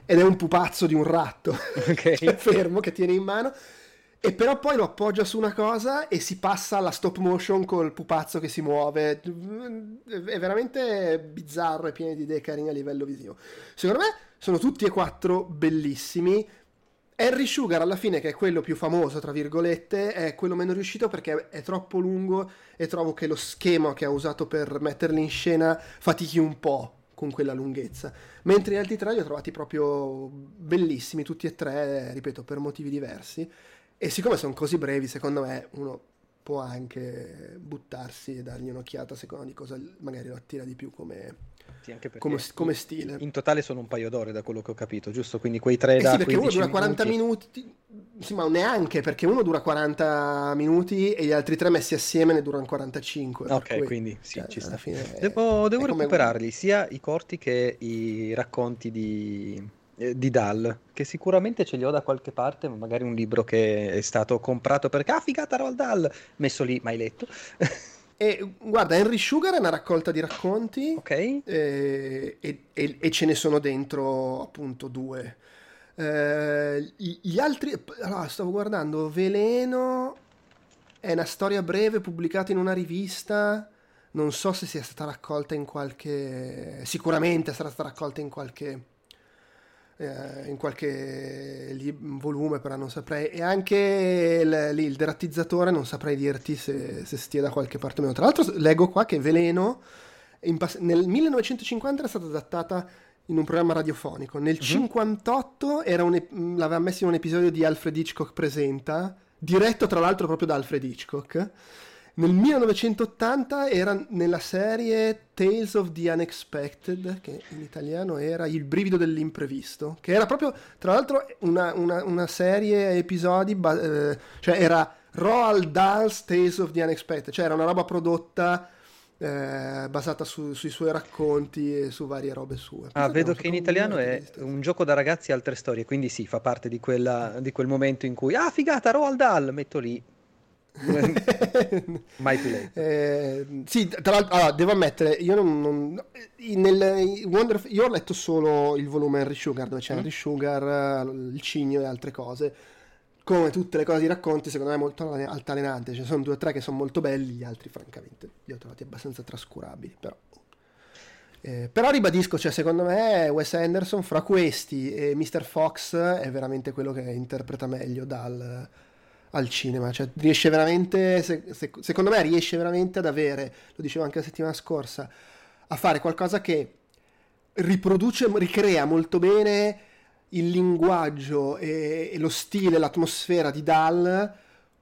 ed è un pupazzo di un ratto, okay. cioè, fermo, che tiene in mano, e però poi lo appoggia su una cosa e si passa alla stop motion col pupazzo che si muove. È veramente bizzarro e pieno di idee carine a livello visivo. Secondo me sono tutti e quattro bellissimi. Henry Sugar alla fine, che è quello più famoso tra virgolette, è quello meno riuscito perché è troppo lungo e trovo che lo schema che ha usato per metterli in scena fatichi un po' con quella lunghezza, mentre gli altri tre li ho trovati proprio bellissimi tutti e tre, ripeto, per motivi diversi. E siccome sono così brevi, secondo me uno può anche buttarsi e dargli un'occhiata a seconda di cosa magari lo attira di più come, sì, anche come stile. In totale sono un paio d'ore da quello che ho capito, giusto? Quindi quei tre da sì, perché 15 uno dura 40 minuti. sì, ma neanche, perché uno dura 40 minuti e gli altri tre messi assieme ne durano 45. Ok, quindi sì, cioè, ci sta. Alla fine Devo recuperarli, sia i corti che i racconti di Dahl, che sicuramente ce li ho da qualche parte, ma magari un libro che è stato comprato perché figata Roald Dahl, messo lì, mai letto. E guarda, Henry Sugar è una raccolta di racconti, Ok. E ce ne sono dentro appunto 2. Gli altri, allora, stavo guardando, Veleno è una storia breve pubblicata in una rivista, non so se sia stata raccolta in qualche, sicuramente sarà stata raccolta in qualche volume, però non saprei. E anche lì il derattizzatore non saprei dirti se stia da qualche parte o meno. Tra l'altro leggo qua che Veleno nel 1950 era stata adattata in un programma radiofonico, nel 58 l'aveva messo in un episodio di Alfred Hitchcock Presenta, diretto tra l'altro proprio da Alfred Hitchcock. Nel 1980 era nella serie Tales of the Unexpected, che in italiano era Il brivido dell'imprevisto, che era proprio, tra l'altro, una serie a episodi, cioè era Roald Dahl's Tales of the Unexpected, cioè era una roba prodotta basata sui suoi racconti e su varie robe sue. Vedo che in italiano è Un gioco da ragazzi e altre storie, quindi sì, fa parte di quel momento in cui figata, Roald Dahl, metto lì. Mai più letto. Sì, tra l'altro, allora, devo ammettere, io io ho letto solo il volume Henry Sugar, dove c'è Henry Sugar, il cigno e altre cose. Come tutte le cose di racconti, secondo me è molto altalenante. Ce ne sono 2 o 3 che sono molto belli, gli altri francamente li ho trovati abbastanza trascurabili, però ribadisco, cioè, secondo me Wes Anderson fra questi e Mr. Fox è veramente quello che interpreta meglio al cinema, cioè riesce veramente, secondo me riesce veramente ad avere, lo dicevo anche la settimana scorsa, a fare qualcosa che ricrea molto bene il linguaggio e lo stile, l'atmosfera di Dahl,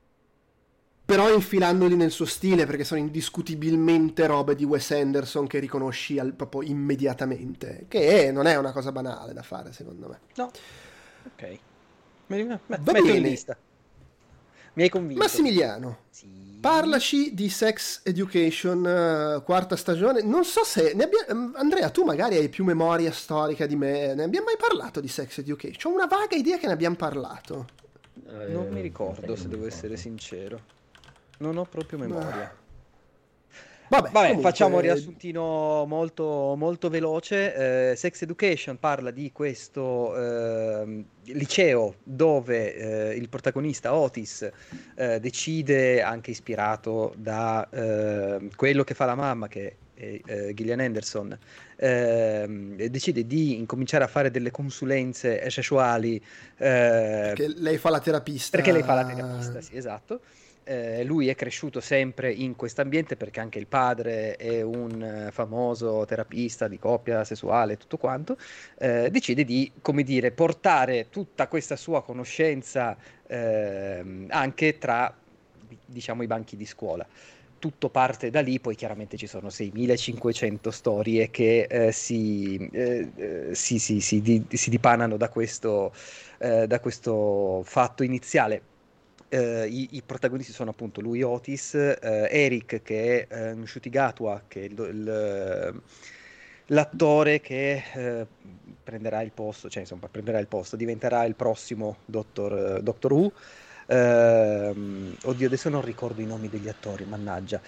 però infilandoli nel suo stile, perché sono indiscutibilmente robe di Wes Anderson che riconosci proprio immediatamente, che non è una cosa banale da fare, secondo me. No. Ok. Va bene. In lista. Mi hai convinto. Massimiliano, sì. Parlaci di Sex Education, 4ª stagione. Non so se Andrea, tu magari hai più memoria storica di me. Ne abbiamo mai parlato di Sex Education? Ho una vaga idea che ne abbiamo parlato. Non mi ricordo, se devo essere sincero. Non ho proprio memoria. Vabbè, comunque, facciamo un riassuntino molto, molto veloce. Sex Education parla di questo liceo dove il protagonista Otis decide, anche ispirato da quello che fa la mamma, che è Gillian Anderson, decide di incominciare a fare delle consulenze sessuali. Perché lei fa la terapista. Perché lei fa la terapista, sì, esatto. Lui è cresciuto sempre in quest'ambiente perché anche il padre è un famoso terapista di coppia sessuale e tutto quanto. Decide di, come dire, portare tutta questa sua conoscenza anche tra, diciamo, i banchi di scuola. Tutto parte da lì, poi chiaramente ci sono 6.500 storie che si dipanano da questo fatto iniziale. I protagonisti sono appunto lui Otis, Eric che è Ncuti che è l'attore che prenderà il posto, cioè insomma prenderà il posto, diventerà il prossimo Doctor Who. Oddio, adesso non ricordo i nomi degli attori, mannaggia,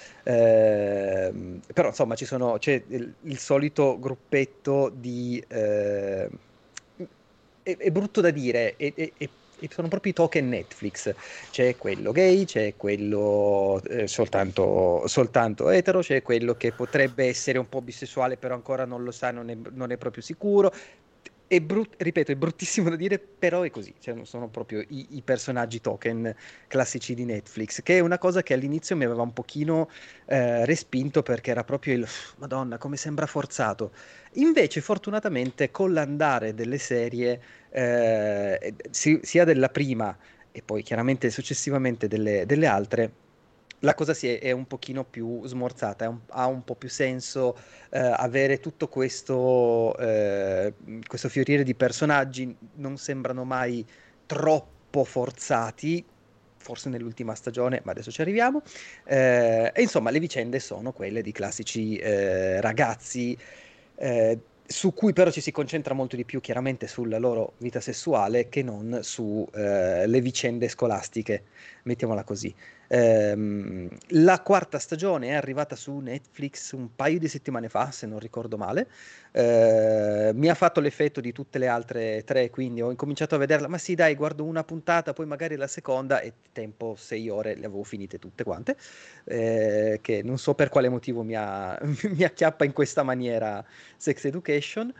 però insomma c'è il solito gruppetto di è brutto da dire, sono proprio i token Netflix. C'è quello gay, c'è quello soltanto etero, c'è quello che potrebbe essere un po' bisessuale però ancora non lo sa, non è proprio sicuro. Ripeto, è bruttissimo da dire, però è così, cioè, sono proprio i personaggi token classici di Netflix, che è una cosa che all'inizio mi aveva un pochino respinto, perché era proprio Madonna, come sembra forzato. Invece, fortunatamente, con l'andare delle serie, sia della prima e poi chiaramente successivamente delle altre, la cosa è un pochino più smorzata, ha un po' più senso avere tutto questo fiorire di personaggi, non sembrano mai troppo forzati, forse nell'ultima stagione, ma adesso ci arriviamo. E insomma, le vicende sono quelle di classici ragazzi, su cui però ci si concentra molto di più chiaramente sulla loro vita sessuale che non su le vicende scolastiche, mettiamola così. La quarta stagione è arrivata su Netflix un paio di settimane fa, se non ricordo male. Mi ha fatto l'effetto di tutte le altre tre, quindi ho incominciato a vederla, ma sì dai, guardo una puntata, poi magari la seconda, e tempo 6 ore le avevo finite tutte quante, che non so per quale motivo mi acchiappa in questa maniera Sex Education.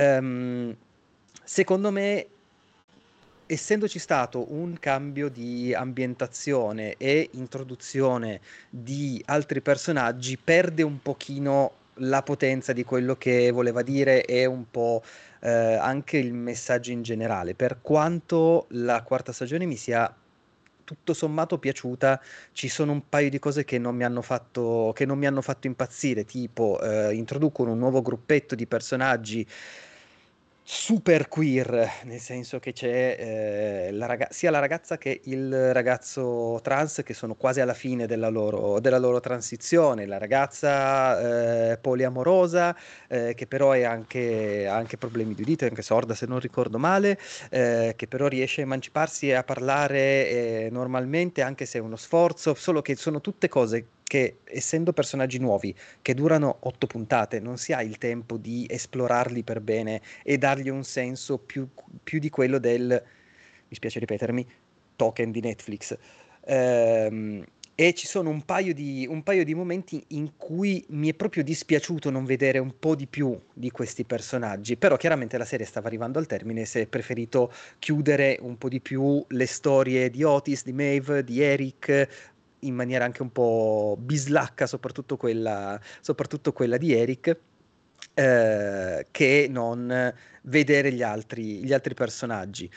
Secondo me, essendoci stato un cambio di ambientazione e introduzione di altri personaggi, perde un pochino la potenza di quello che voleva dire e un po' anche il messaggio in generale. Per quanto la quarta stagione mi sia tutto sommato piaciuta, ci sono un paio di cose che non mi hanno fatto impazzire, tipo introducono un nuovo gruppetto di personaggi super queer, nel senso che c'è sia la ragazza che il ragazzo trans, che sono quasi alla fine della loro transizione, la ragazza poliamorosa, che però ha anche problemi di udito, è anche sorda se non ricordo male, che però riesce a emanciparsi e a parlare normalmente, anche se è uno sforzo, solo che sono tutte cose che, essendo personaggi nuovi che durano 8 puntate, non si ha il tempo di esplorarli per bene e dargli un senso più di quello mi spiace ripetermi, token di Netflix. E ci sono un paio di momenti in cui mi è proprio dispiaciuto non vedere un po' di più di questi personaggi, però chiaramente la serie stava arrivando al termine e si è preferito chiudere un po' di più le storie di Otis, di Maeve, di Eric, in maniera anche un po' bislacca, soprattutto quella di Eric, che non vedere gli altri personaggi.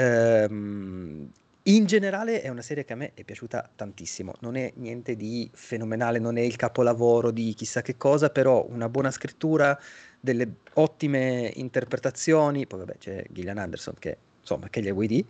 In generale è una serie che a me è piaciuta tantissimo, non è niente di fenomenale, non è il capolavoro di chissà che cosa, però una buona scrittura, delle ottime interpretazioni, poi vabbè c'è Gillian Anderson che insomma che gli vuoi dire,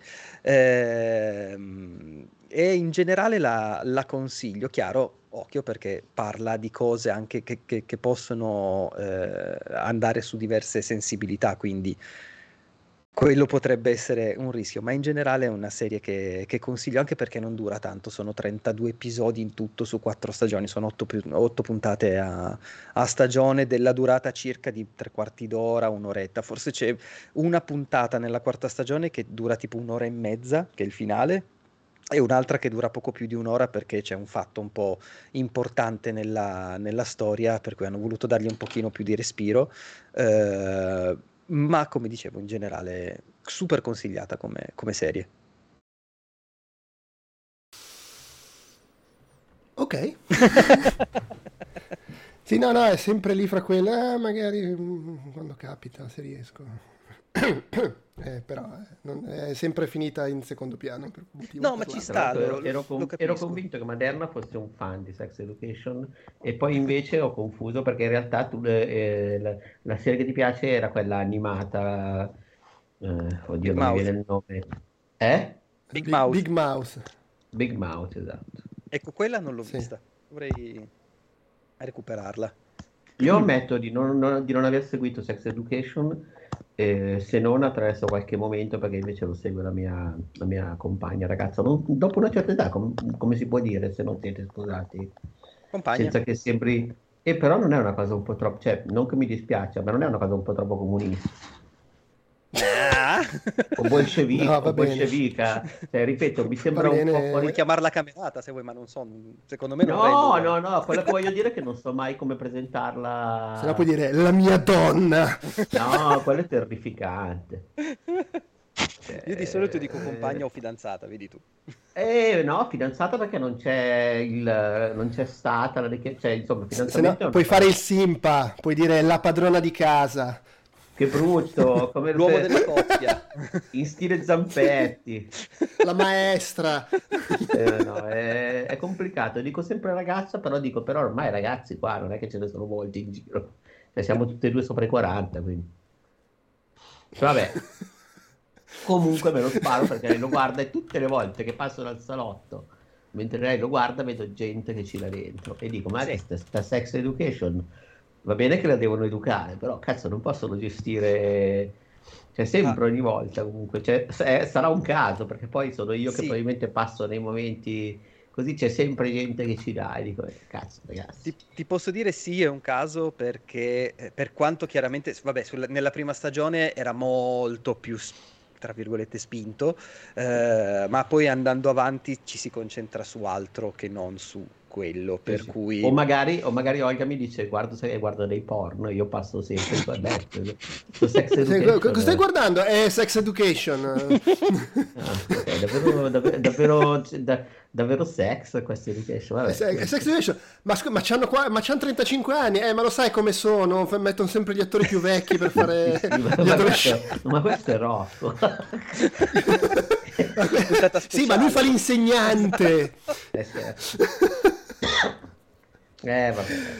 e in generale la consiglio, chiaro, occhio perché parla di cose anche che possono andare su diverse sensibilità, quindi quello potrebbe essere un rischio, ma in generale è una serie che consiglio, anche perché non dura tanto, sono 32 episodi in tutto su 4 stagioni, sono 8 puntate a stagione, della durata circa di 3/4 d'ora, un'oretta, forse c'è una puntata nella quarta stagione che dura tipo 1 ora e mezza, che è il finale, e un'altra che dura poco più di 1 ora perché c'è un fatto un po' importante nella storia, per cui hanno voluto dargli un pochino più di respiro. Ma come dicevo, in generale super consigliata come serie. Ok. Sì, no, è sempre lì fra quelle, magari quando capita, se riesco. Però è sempre finita in secondo piano. No, ma ci sta. Ero convinto che Maderna fosse un fan di Sex Education e poi invece ho confuso, perché in realtà la serie che ti piace era quella animata. Oddio, Big non mi Mouth. viene il nome. Big Mouth. Big Mouth. Big Mouth, esatto. Ecco, quella non l'ho vista. Dovrei recuperarla. Io ammetto di non aver seguito Sex Education, se non attraverso qualche momento, perché invece lo segue la mia compagna, ragazza. Dopo una certa età, come si può dire, se non siete sposati? Compagna. Senza che sembri. E però non è una cosa un po' troppo. Cioè, non che mi dispiace, ma non è una cosa un po' troppo comunista. O bolscevica, o bolscevica. Cioè, ripeto, mi sembra un po' Puoi chiamarla camerata se vuoi, ma non so, secondo me non no, quello che voglio dire è che non so mai come presentarla. Se la puoi dire, la mia donna. No, quello è terrificante. Io di solito dico compagna o fidanzata, vedi tu. No, fidanzata perché non c'è stata la cioè, insomma, fidanzamento puoi fare il simpa, puoi dire la padrona di casa. Che brutto, come l'uomo della coppia. In stile Zampetti. La maestra. No, è complicato. Dico sempre ragazza, però ormai ragazzi qua non è che ce ne sono molti in giro. Cioè, siamo tutti e due sopra i 40, quindi. Vabbè. Comunque me lo sparo perché lei lo guarda e tutte le volte che passo dal salotto, mentre lei lo guarda, vedo gente che ci va dentro e dico, ma sta sex education va bene che la devono educare, però cazzo non possono gestire, cioè sempre ogni volta comunque, cioè, sarà un caso perché poi sono io che probabilmente passo nei momenti così, c'è sempre gente che ci dà e dico cazzo ragazzi. Ti posso dire sì, è un caso perché per quanto chiaramente, vabbè, nella prima stagione era molto più tra virgolette spinto, ma poi andando avanti ci si concentra su altro che non su quello, per cui... O magari Olga mi dice guarda dei porno, io passo sempre su sex education. Cosa stai guardando? È Sex Education. Davvero sex questa education. Vabbè. Sex Education. Ma c'hanno 35 anni, ma lo sai come sono? Mettono sempre gli attori più vecchi per fare gli adolescenti. Ma questo è Rocco. Sì, ma lui fa l'insegnante. Vabbè.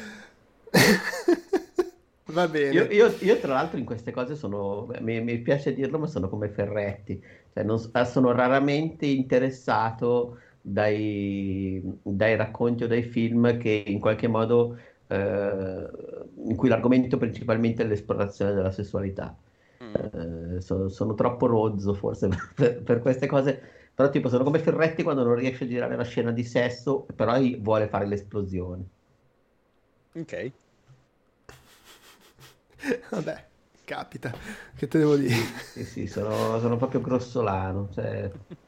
Va bene. Io tra l'altro in queste cose mi piace dirlo, ma sono come Ferretti, cioè sono raramente interessato dai racconti o dai film che in qualche modo in cui l'argomento principalmente è l'esplorazione della sessualità. Sono troppo rozzo forse per queste cose, però tipo sono come Ferretti quando non riesce a girare la scena di sesso, però vuole fare l'esplosione. Ok. Vabbè, capita, che te devo dire? Sì, sono proprio grossolano, cioè...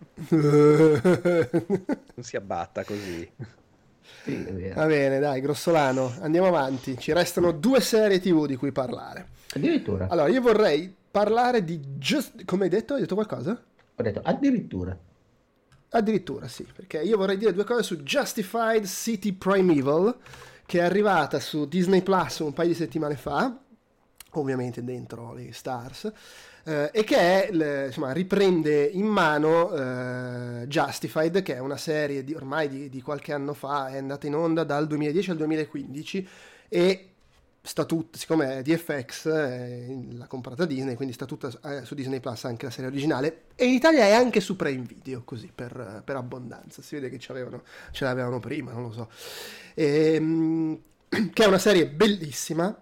Non si abbatta così. Sì, è vero. Va bene, dai, grossolano, andiamo avanti. Ci restano 2 serie TV di cui parlare. Addirittura? Allora, io vorrei parlare di come hai detto? Hai detto qualcosa? Ho detto addirittura. Addirittura, sì, perché io vorrei dire 2 cose su Justified City Primeval, che è arrivata su Disney Plus un paio di settimane fa, ovviamente dentro le Stars, e che insomma, riprende in mano Justified, che è una serie ormai di qualche anno fa, è andata in onda dal 2010 al 2015 e sta tutta, siccome è di FX, l'ha comprata Disney, quindi sta tutta su Disney Plus anche la serie originale, e in Italia è anche su Prime Video, così per abbondanza, si vede che ce l'avevano prima, non lo so, che è una serie bellissima,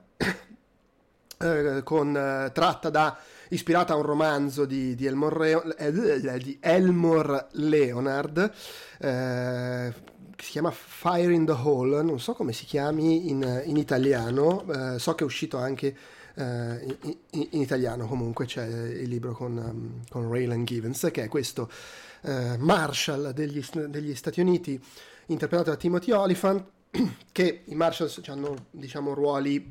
ispirata a un romanzo di Elmore Leonard, che si chiama Fire in the Hole, non so come si chiami in italiano, so che è uscito anche in italiano, comunque c'è il libro con Raylan Givens, che è questo Marshal degli Stati Uniti, interpretato da Timothy Olyphant, che i Marshals hanno, diciamo, ruoli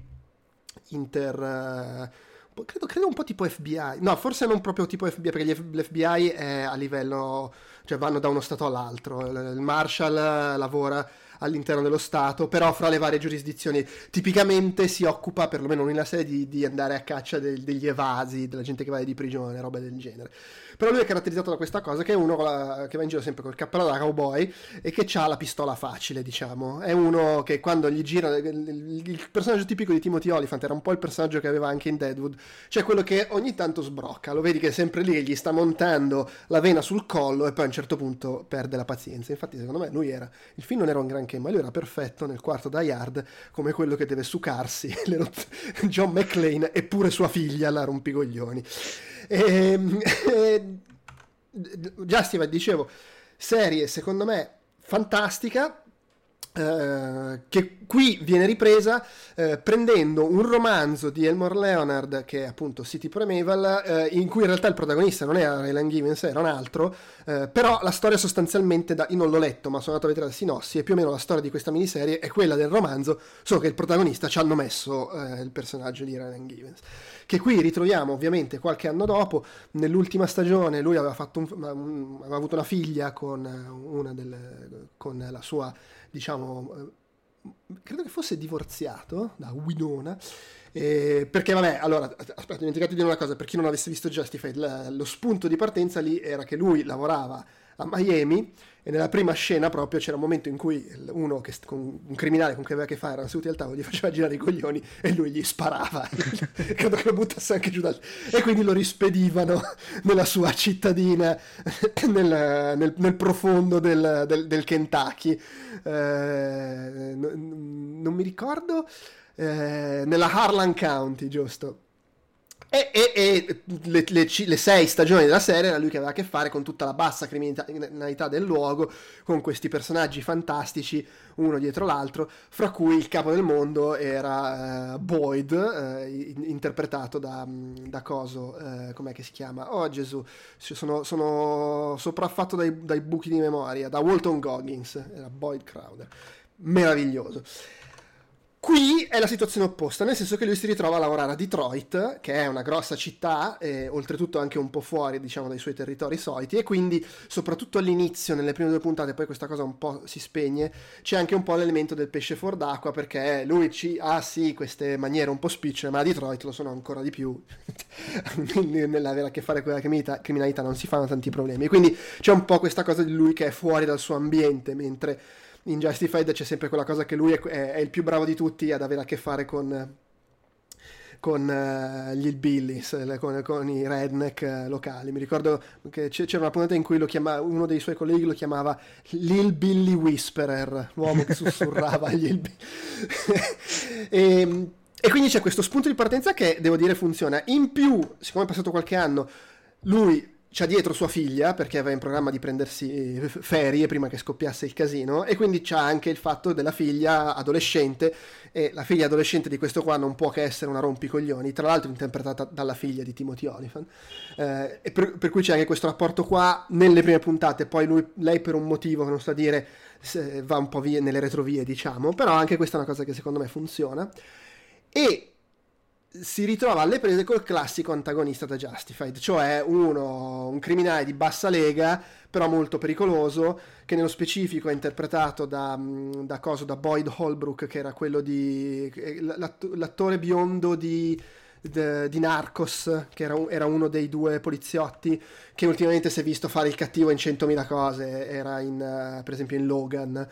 credo un po' tipo FBI, no, forse non proprio tipo FBI, perché l'FBI è a livello, cioè vanno da uno stato all'altro, il Marshal lavora all'interno dello stato, però fra le varie giurisdizioni tipicamente si occupa, perlomeno nella serie, di andare a caccia degli evasi, della gente che va di prigione, roba del genere. Però lui è caratterizzato da questa cosa, che è uno che va in giro sempre col cappello da cowboy e che ha la pistola facile, diciamo. È uno che quando gli gira, il personaggio tipico di Timothy Olyphant era un po' il personaggio che aveva anche in Deadwood, cioè quello che ogni tanto sbrocca, lo vedi che è sempre lì, gli sta montando la vena sul collo e poi a un certo punto perde la pazienza. Infatti secondo me il film non era un granché, ma lui era perfetto nel quarto Die Hard come quello che deve sucarsi John McClane e pure sua figlia la rompicoglioni. Justified, dicevo, serie secondo me fantastica, che qui viene ripresa prendendo un romanzo di Elmore Leonard, che è appunto City Primeval, in cui in realtà il protagonista non era Raylan Givens, era un altro, però la storia sostanzialmente, io non l'ho letto ma sono andato a vedere la sinossi, e più o meno la storia di questa miniserie è quella del romanzo, solo che il protagonista ci hanno messo il personaggio di Raylan Givens, che qui ritroviamo ovviamente qualche anno dopo. Nell'ultima stagione lui aveva avuto una figlia con la sua, diciamo, credo che fosse divorziato da Winona, perché vabbè, allora aspetta, ho dimenticato di dire una cosa, per chi non avesse visto Justified, lo spunto di partenza lì era che lui lavorava a Miami, e nella prima scena proprio c'era un momento in cui un criminale con cui aveva a che fare, erano seduti al tavolo, gli faceva girare i coglioni e lui gli sparava credo che lo buttasse anche giù e quindi lo rispedivano nella sua cittadina nel profondo del Kentucky, non mi ricordo, nella Harlan County, giusto? E le 6 stagioni della serie era lui che aveva a che fare con tutta la bassa criminalità del luogo, con questi personaggi fantastici uno dietro l'altro, fra cui il capo del mondo era Boyd, interpretato da coso, com'è che si chiama? Oh Gesù, sono sopraffatto dai buchi di memoria, da Walton Goggins, era Boyd Crowder, meraviglioso. Qui è la situazione opposta, nel senso che lui si ritrova a lavorare a Detroit, che è una grossa città, e oltretutto anche un po' fuori, diciamo, dai suoi territori soliti, e quindi, soprattutto all'inizio, nelle prime 2 puntate, poi questa cosa un po' si spegne, c'è anche un po' l'elemento del pesce fuor d'acqua, perché lui ha sì queste maniere un po' spicciole, ma a Detroit lo sono ancora di più, nell'avere a che fare con la criminalità non si fanno tanti problemi, quindi c'è un po' questa cosa di lui che è fuori dal suo ambiente, mentre in Justified c'è sempre quella cosa che lui è il più bravo di tutti ad avere a che fare con gli hillbillies, con i redneck locali. Mi ricordo che c'era una puntata in cui uno dei suoi colleghi lo chiamava l'Hillbilly Whisperer, l'uomo che sussurrava agli hillbilly. E quindi c'è questo spunto di partenza che, devo dire, funziona. In più, siccome è passato qualche anno, lui c'ha dietro sua figlia, perché aveva in programma di prendersi ferie prima che scoppiasse il casino, e quindi c'ha anche il fatto della figlia adolescente, e la figlia adolescente di questo qua non può che essere una rompicoglioni, tra l'altro interpretata dalla figlia di Timothy Olyphant, e per cui c'è anche questo rapporto qua nelle prime puntate. Poi lei per un motivo che non sto a dire va un po' via nelle retrovie, diciamo, però anche questa è una cosa che secondo me funziona, e si ritrova alle prese col classico antagonista da Justified, cioè un criminale di bassa lega, però molto pericoloso, che nello specifico è interpretato da Boyd Holbrook, che era quello l'attore biondo di Narcos, che era uno dei 2 poliziotti che ultimamente si è visto fare il cattivo in 100.000 cose, era per esempio in Logan,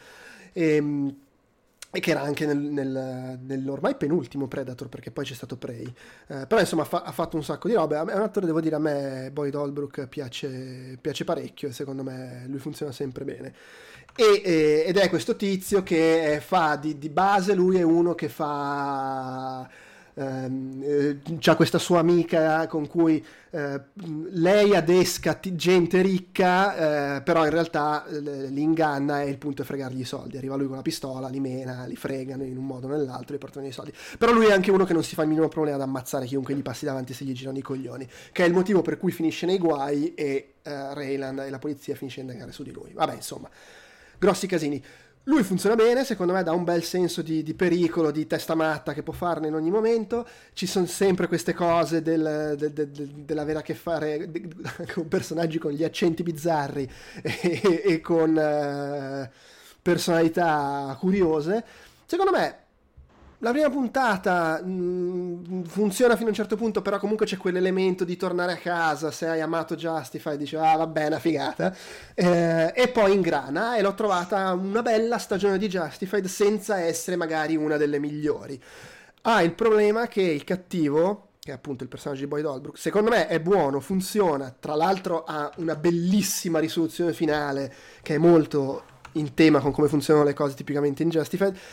e che era anche nell'ormai penultimo Predator, perché poi c'è stato Prey, però insomma ha fatto un sacco di robe. È un attore, devo dire, a me Boyd Holbrook piace parecchio, e secondo me lui funziona sempre bene, ed è questo tizio che fa di base, lui è uno che fa c'ha questa sua amica con cui lei adesca gente ricca, però in realtà li inganna, e il punto è fregargli i soldi. Arriva lui con la pistola, li mena, li fregano in un modo o nell'altro, e portano i soldi. Però lui è anche uno che non si fa il minimo problema ad ammazzare chiunque gli passi davanti se gli girano i coglioni, che è il motivo per cui finisce nei guai, e Raylan e la polizia finisce a indagare su di lui. Vabbè, insomma, grossi casini. Lui funziona bene, secondo me, dà un bel senso di pericolo, di testa matta che può farne in ogni momento. Ci sono sempre queste cose dell'avere a che fare con personaggi con gli accenti bizzarri e con personalità curiose. Secondo me la prima puntata funziona fino a un certo punto, però comunque c'è quell'elemento di tornare a casa se hai amato Justified, dici vabbè, una figata, e poi ingrana, e l'ho trovata una bella stagione di Justified senza essere magari una delle migliori. Il problema che il cattivo, che è appunto il personaggio di Boyd Holbrook, secondo me è buono, funziona, tra l'altro ha una bellissima risoluzione finale che è molto in tema con come funzionano le cose tipicamente in Justified.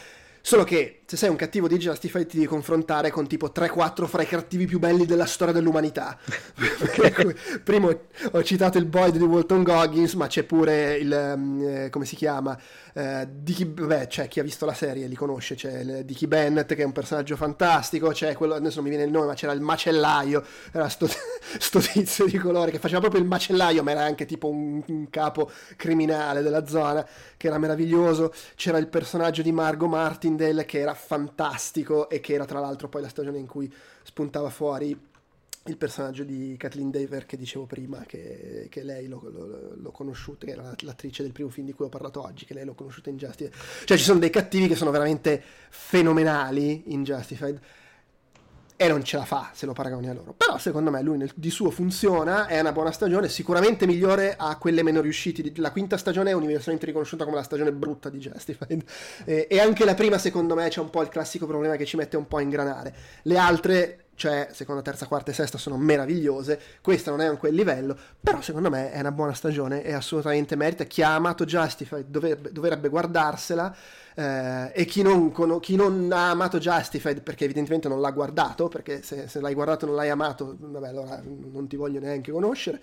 Solo che se sei un cattivo di Justified ti devi confrontare con tipo 3-4 fra i cattivi più belli della storia dell'umanità. Primo ho citato il Boyd di Walton Goggins, ma c'è pure il come si chiama, c'è chi ha visto la serie li conosce, c'è Dickie Bennett che è un personaggio fantastico, c'è quello, adesso non mi viene il nome, ma c'era il macellaio, era sto tizio di colore che faceva proprio il macellaio, ma era anche tipo un capo criminale della zona, che era meraviglioso. C'era il personaggio di Margot Martindale che era fantastico e che era tra l'altro poi la stagione in cui spuntava fuori il personaggio di Kathleen Dever che dicevo prima, che lei l'ho conosciuta, che era l'attrice del primo film di cui ho parlato oggi, che lei l'ho conosciuta in Justified. Cioè ci sono dei cattivi che sono veramente fenomenali in Justified e non ce la fa se lo paragoni a loro, però secondo me lui di suo funziona, è una buona stagione, sicuramente migliore a quelle meno riuscite. La quinta stagione è universalmente riconosciuta come la stagione brutta di Justified, e anche la prima secondo me c'è un po' il classico problema che ci mette un po' a ingranare. Le altre, cioè seconda, terza, quarta e sesta, sono meravigliose, questa non è a quel livello, però secondo me è una buona stagione e assolutamente merita. Chi ha amato Justified dovrebbe guardarsela, e chi non ha amato Justified perché evidentemente non l'ha guardato, perché se l'hai guardato e non l'hai amato, vabbè, allora non ti voglio neanche conoscere.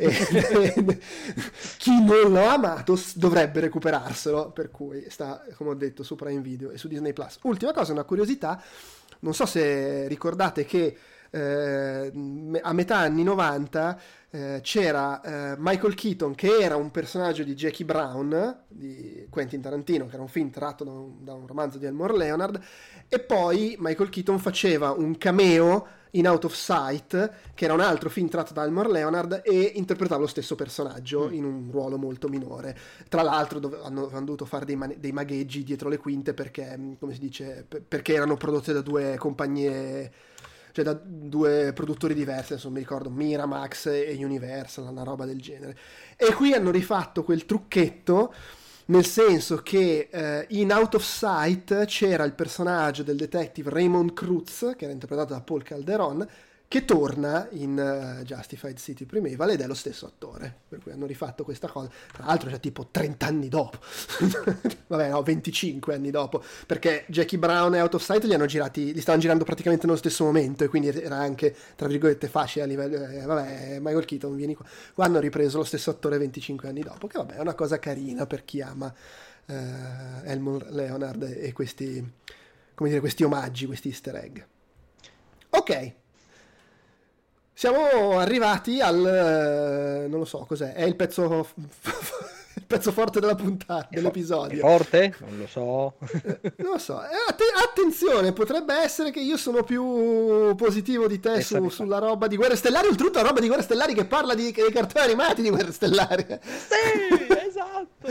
Chi non l'ha amato dovrebbe recuperarselo, per cui sta, come ho detto, su Prime Video e su Disney Plus. Ultima cosa, una curiosità, non so se ricordate che a metà anni 90 c'era Michael Keaton, che era un personaggio di Jackie Brown di Quentin Tarantino, che era un film tratto da un romanzo di Elmore Leonard, e poi Michael Keaton faceva un cameo in Out of Sight, che era un altro film tratto da Elmore Leonard, e interpretava lo stesso personaggio in un ruolo molto minore. Tra l'altro hanno dovuto fare dei magheggi dietro le quinte perché, come si dice, perché erano prodotte da due compagnie, cioè da due produttori diversi, adesso non mi ricordo, Miramax e Universal, una roba del genere. E qui hanno rifatto quel trucchetto, nel senso che in Out of Sight c'era il personaggio del detective Raymond Cruz, che era interpretato da Paul Calderon, che torna in Justified City Primeval ed è lo stesso attore, per cui hanno rifatto questa cosa, tra l'altro c'è tipo 30 anni dopo vabbè no, 25 anni dopo, perché Jackie Brown e Out of Sight li stavano girando praticamente nello stesso momento, e quindi era anche tra virgolette facile a livello, vabbè, Michael Keaton vieni qua hanno ripreso lo stesso attore 25 anni dopo, che vabbè è una cosa carina per chi ama Elmore Leonard e questi, come dire, questi omaggi, questi easter egg. Ok, siamo arrivati al non lo so cos'è, è il pezzo il pezzo forte della puntata, dell'episodio. È forte? Non lo so. Non lo so. Attenzione, potrebbe essere che io sono più positivo di te sulla roba di Guerre Stellari, oltretutto la roba di Guerre Stellari che parla dei cartoni animati di Guerre Stellari. Sì, esatto.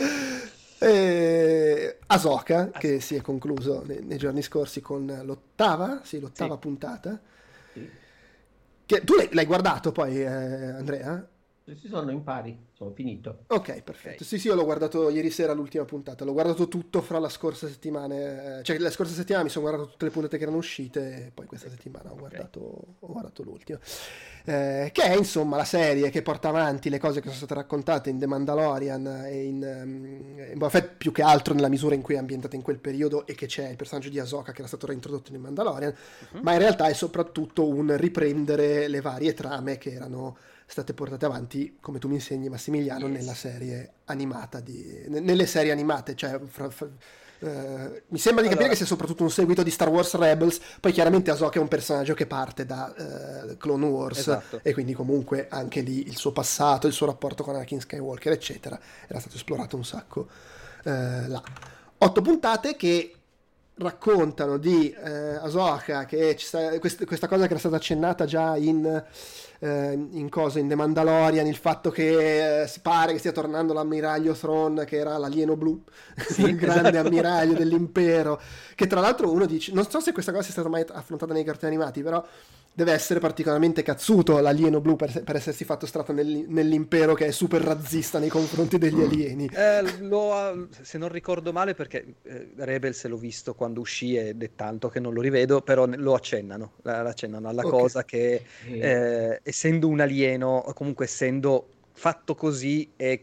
Ahsoka, che si è concluso nei giorni scorsi con l'ottava puntata. Che tu l'hai guardato poi, Andrea? Sì, sono in pari, sono finito. Ok, perfetto. Sì, io l'ho guardato ieri sera, l'ultima puntata. L'ho guardato tutto fra la scorsa settimana. Cioè, la scorsa settimana mi sono guardato tutte le puntate che erano uscite, e poi questa settimana ho guardato l'ultima. Che è, insomma, la serie che porta avanti le cose che sono state raccontate in The Mandalorian e in Boba Fett, più che altro nella misura in cui è ambientata in quel periodo e che c'è il personaggio di Ahsoka che era stato reintrodotto in Mandalorian, ma in realtà è soprattutto un riprendere le varie trame che erano state portate avanti, come tu mi insegni, Massimiliano, nella serie animata nelle serie animate, cioè mi sembra di capire che sia soprattutto un seguito di Star Wars Rebels, poi chiaramente Ahsoka è un personaggio che parte da Clone Wars, esatto. E quindi comunque anche lì il suo passato, il suo rapporto con Anakin Skywalker eccetera era stato esplorato un sacco là. 8 puntate che raccontano di Ahsoka, che questa cosa che era stata accennata già in The Mandalorian, il fatto che pare che stia tornando l'ammiraglio Thrawn, che era l'alieno blu, sì, il grande esatto. ammiraglio dell'impero, che tra l'altro uno dice, non so se questa cosa sia stata mai affrontata nei cartoni animati, però deve essere particolarmente cazzuto l'alieno blu per essersi fatto strada nell'impero, che è super razzista nei confronti degli alieni. Se non ricordo male, perché Rebels l'ho visto quando uscì ed è tanto che non lo rivedo, però lo accennano alla cosa che essendo un alieno, o comunque essendo fatto così, è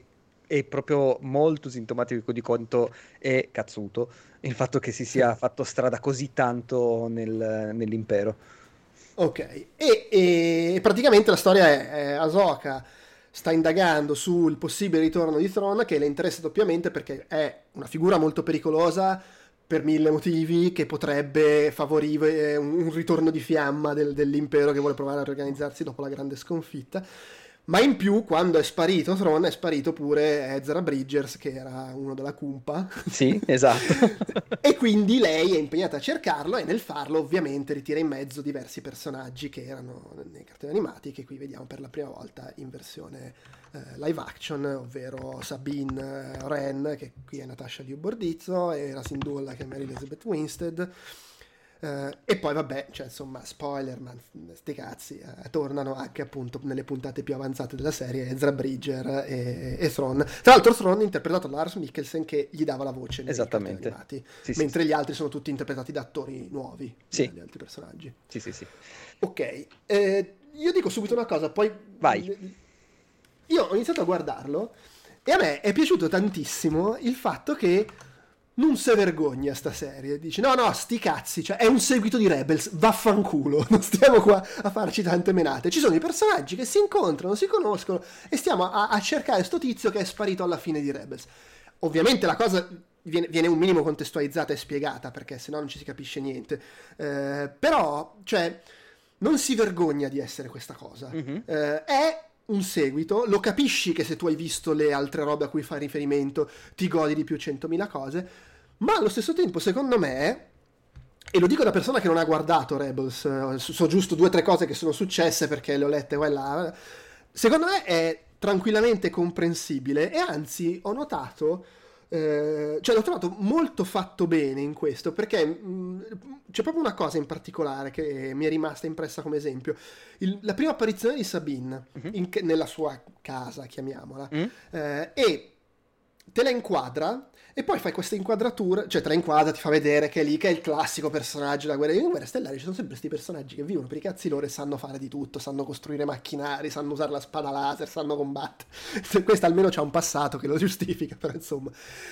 è proprio molto sintomatico di quanto è cazzuto il fatto che si sia fatto strada così tanto nell'impero. Ok, e praticamente la storia è Ahsoka sta indagando sul possibile ritorno di Thrawn, che le interessa doppiamente perché è una figura molto pericolosa per 1000 motivi, che potrebbe favorire un ritorno di fiamma dell'impero che vuole provare a riorganizzarsi dopo la grande sconfitta. Ma in più, quando è sparito Thrawn, è sparito pure Ezra Bridgers, che era uno della cumpa. Sì, esatto. E quindi lei è impegnata a cercarlo, e nel farlo ovviamente ritira in mezzo diversi personaggi che erano nei cartoni animati, che qui vediamo per la prima volta in versione live action, ovvero Sabine Wren, che qui è Natasha Liu Bordizzo, e la Syndulla, che è Mary Elizabeth Winstead. E poi vabbè, cioè insomma, spoiler, ma sti cazzi, tornano anche appunto nelle puntate più avanzate della serie Ezra Bridger e Thrawn. Tra l'altro Thrawn interpretato da Lars Mikkelsen, che gli dava la voce nei cartoni animati, mentre gli altri sono tutti interpretati da attori nuovi, gli altri personaggi. Sì. Ok, io dico subito una cosa, poi vai. Io ho iniziato a guardarlo e a me è piaciuto tantissimo il fatto che non si vergogna sta serie, dici no sti cazzi, cioè è un seguito di Rebels, vaffanculo, non stiamo qua a farci tante menate, ci sono i personaggi che si incontrano, si conoscono e stiamo a cercare sto tizio che è sparito alla fine di Rebels. Ovviamente la cosa viene un minimo contestualizzata e spiegata, perché sennò non ci si capisce niente, però cioè non si vergogna di essere questa cosa. È un seguito, lo capisci che se tu hai visto le altre robe a cui fa riferimento ti godi di più 100.000 cose, ma allo stesso tempo secondo me, e lo dico da persona che non ha guardato Rebels, so giusto 2 o 3 cose che sono successe perché le ho lette qua e là, secondo me è tranquillamente comprensibile, e anzi ho notato, cioè l'ho trovato molto fatto bene in questo, perché c'è proprio una cosa in particolare che mi è rimasta impressa come esempio. La prima apparizione di Sabine nella sua casa, chiamiamola, e te la inquadra e poi fai queste inquadrature, cioè te la inquadra, ti fa vedere che è lì, che è il classico personaggio della guerra. In Guerre Stellari ci sono sempre questi personaggi che vivono per i cazzi loro e sanno fare di tutto, sanno costruire macchinari, sanno usare la spada laser, sanno combattere. Questo almeno c'ha un passato che lo giustifica, però insomma.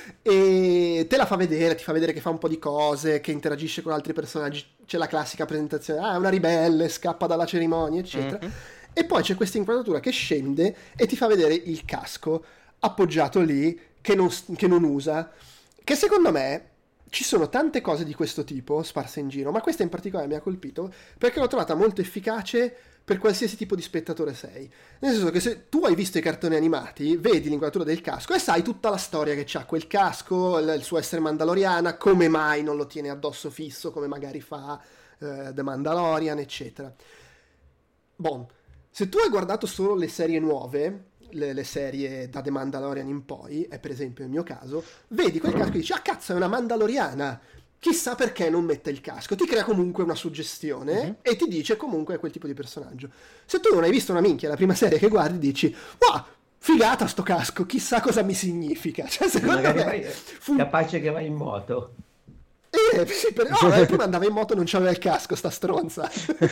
E te la fa vedere, ti fa vedere che fa un po' di cose, che interagisce con altri personaggi. C'è la classica presentazione, è una ribelle, scappa dalla cerimonia, eccetera. E poi c'è questa inquadratura che scende e ti fa vedere il casco appoggiato lì, che non usa, che secondo me ci sono tante cose di questo tipo sparse in giro, ma questa in particolare mi ha colpito perché l'ho trovata molto efficace per qualsiasi tipo di spettatore sei, nel senso che se tu hai visto i cartoni animati vedi l'inquadratura del casco e sai tutta la storia che c'ha quel casco, il suo essere mandaloriana, come mai non lo tiene addosso fisso come magari fa The Mandalorian, eccetera. Bon, se tu hai guardato solo le serie nuove, le serie da The Mandalorian in poi, è per esempio il mio caso, vedi quel casco e dici cazzo, è una mandaloriana, chissà perché non mette il casco, ti crea comunque una suggestione e ti dice comunque è quel tipo di personaggio. Se tu non hai visto una minchia la prima serie che guardi, dici wow, figata sto casco, chissà cosa mi significa, cioè secondo me capace che va in moto. Sì, prima andava in moto e non c'aveva il casco, sta stronza.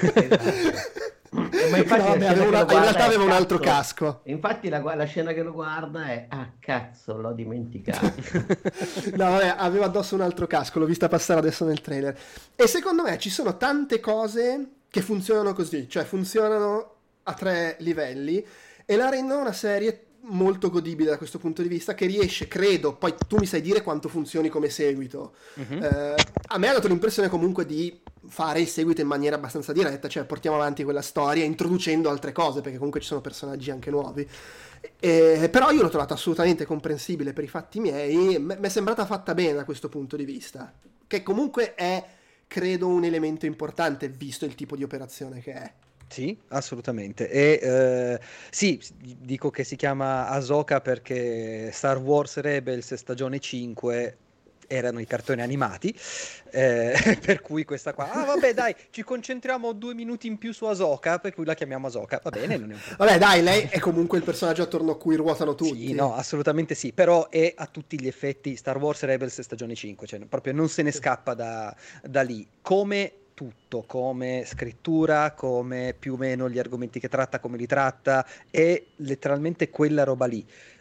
Ma infatti in realtà aveva un altro casco. Infatti la scena che lo guarda è cazzo, l'ho dimenticato. No, vabbè, aveva addosso un altro casco, l'ho vista passare adesso nel trailer. E secondo me ci sono tante cose che funzionano così, cioè funzionano a 3 livelli e la rendono una serie molto godibile da questo punto di vista, che riesce, credo, poi tu mi sai dire quanto funzioni come seguito. A me ha dato l'impressione comunque di fare il seguito in maniera abbastanza diretta, cioè portiamo avanti quella storia introducendo altre cose, perché comunque ci sono personaggi anche nuovi, però io l'ho trovata assolutamente comprensibile per i fatti miei, mi è sembrata fatta bene da questo punto di vista, che comunque è, credo, un elemento importante visto il tipo di operazione che è. Sì, assolutamente. E sì, dico che si chiama Ahsoka perché Star Wars Rebels stagione 5 erano i cartoni animati, per cui questa qua, vabbè dai, ci concentriamo 2 minuti in più su Ahsoka, per cui la chiamiamo Ahsoka, va bene, non è un problema. Vabbè dai, lei è comunque il personaggio attorno a cui ruotano tutti. Sì, no, assolutamente sì, però è a tutti gli effetti Star Wars Rebels stagione 5, cioè proprio non se ne scappa da lì, come tutto, come scrittura, come più o meno gli argomenti che tratta, come li tratta, è letteralmente quella roba lì.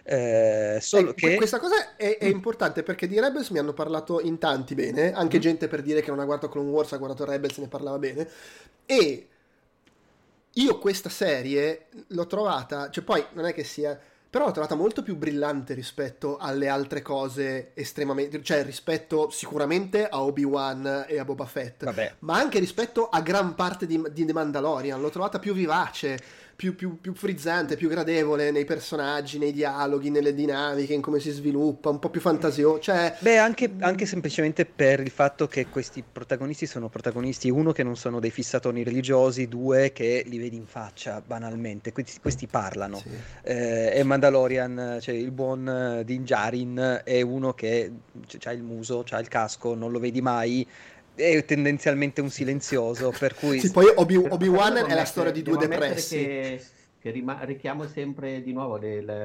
Solo che questa cosa è importante, perché di Rebels mi hanno parlato in tanti bene, anche gente per dire che non ha guardato Clone Wars, ha guardato Rebels e ne parlava bene, e io questa serie l'ho trovata, cioè poi non è che sia, però l'ho trovata molto più brillante rispetto alle altre cose estremamente, cioè rispetto sicuramente a Obi-Wan e a Boba Fett, vabbè, ma anche rispetto a gran parte di The Mandalorian. L'ho trovata più vivace, più frizzante, più gradevole nei personaggi, nei dialoghi, nelle dinamiche, in come si sviluppa, un po' più fantasioso, cioè... Beh, anche semplicemente per il fatto che questi protagonisti sono protagonisti, uno, che non sono dei fissatoni religiosi, due, che li vedi in faccia banalmente, questi parlano. Sì. E Mandalorian, cioè il buon Din Djarin, è uno che c'ha il muso, c'ha il casco, non lo vedi mai, è tendenzialmente un silenzioso, per cui... Sì, poi Obi-Wan è la storia di due depressi. Che richiamo sempre di nuovo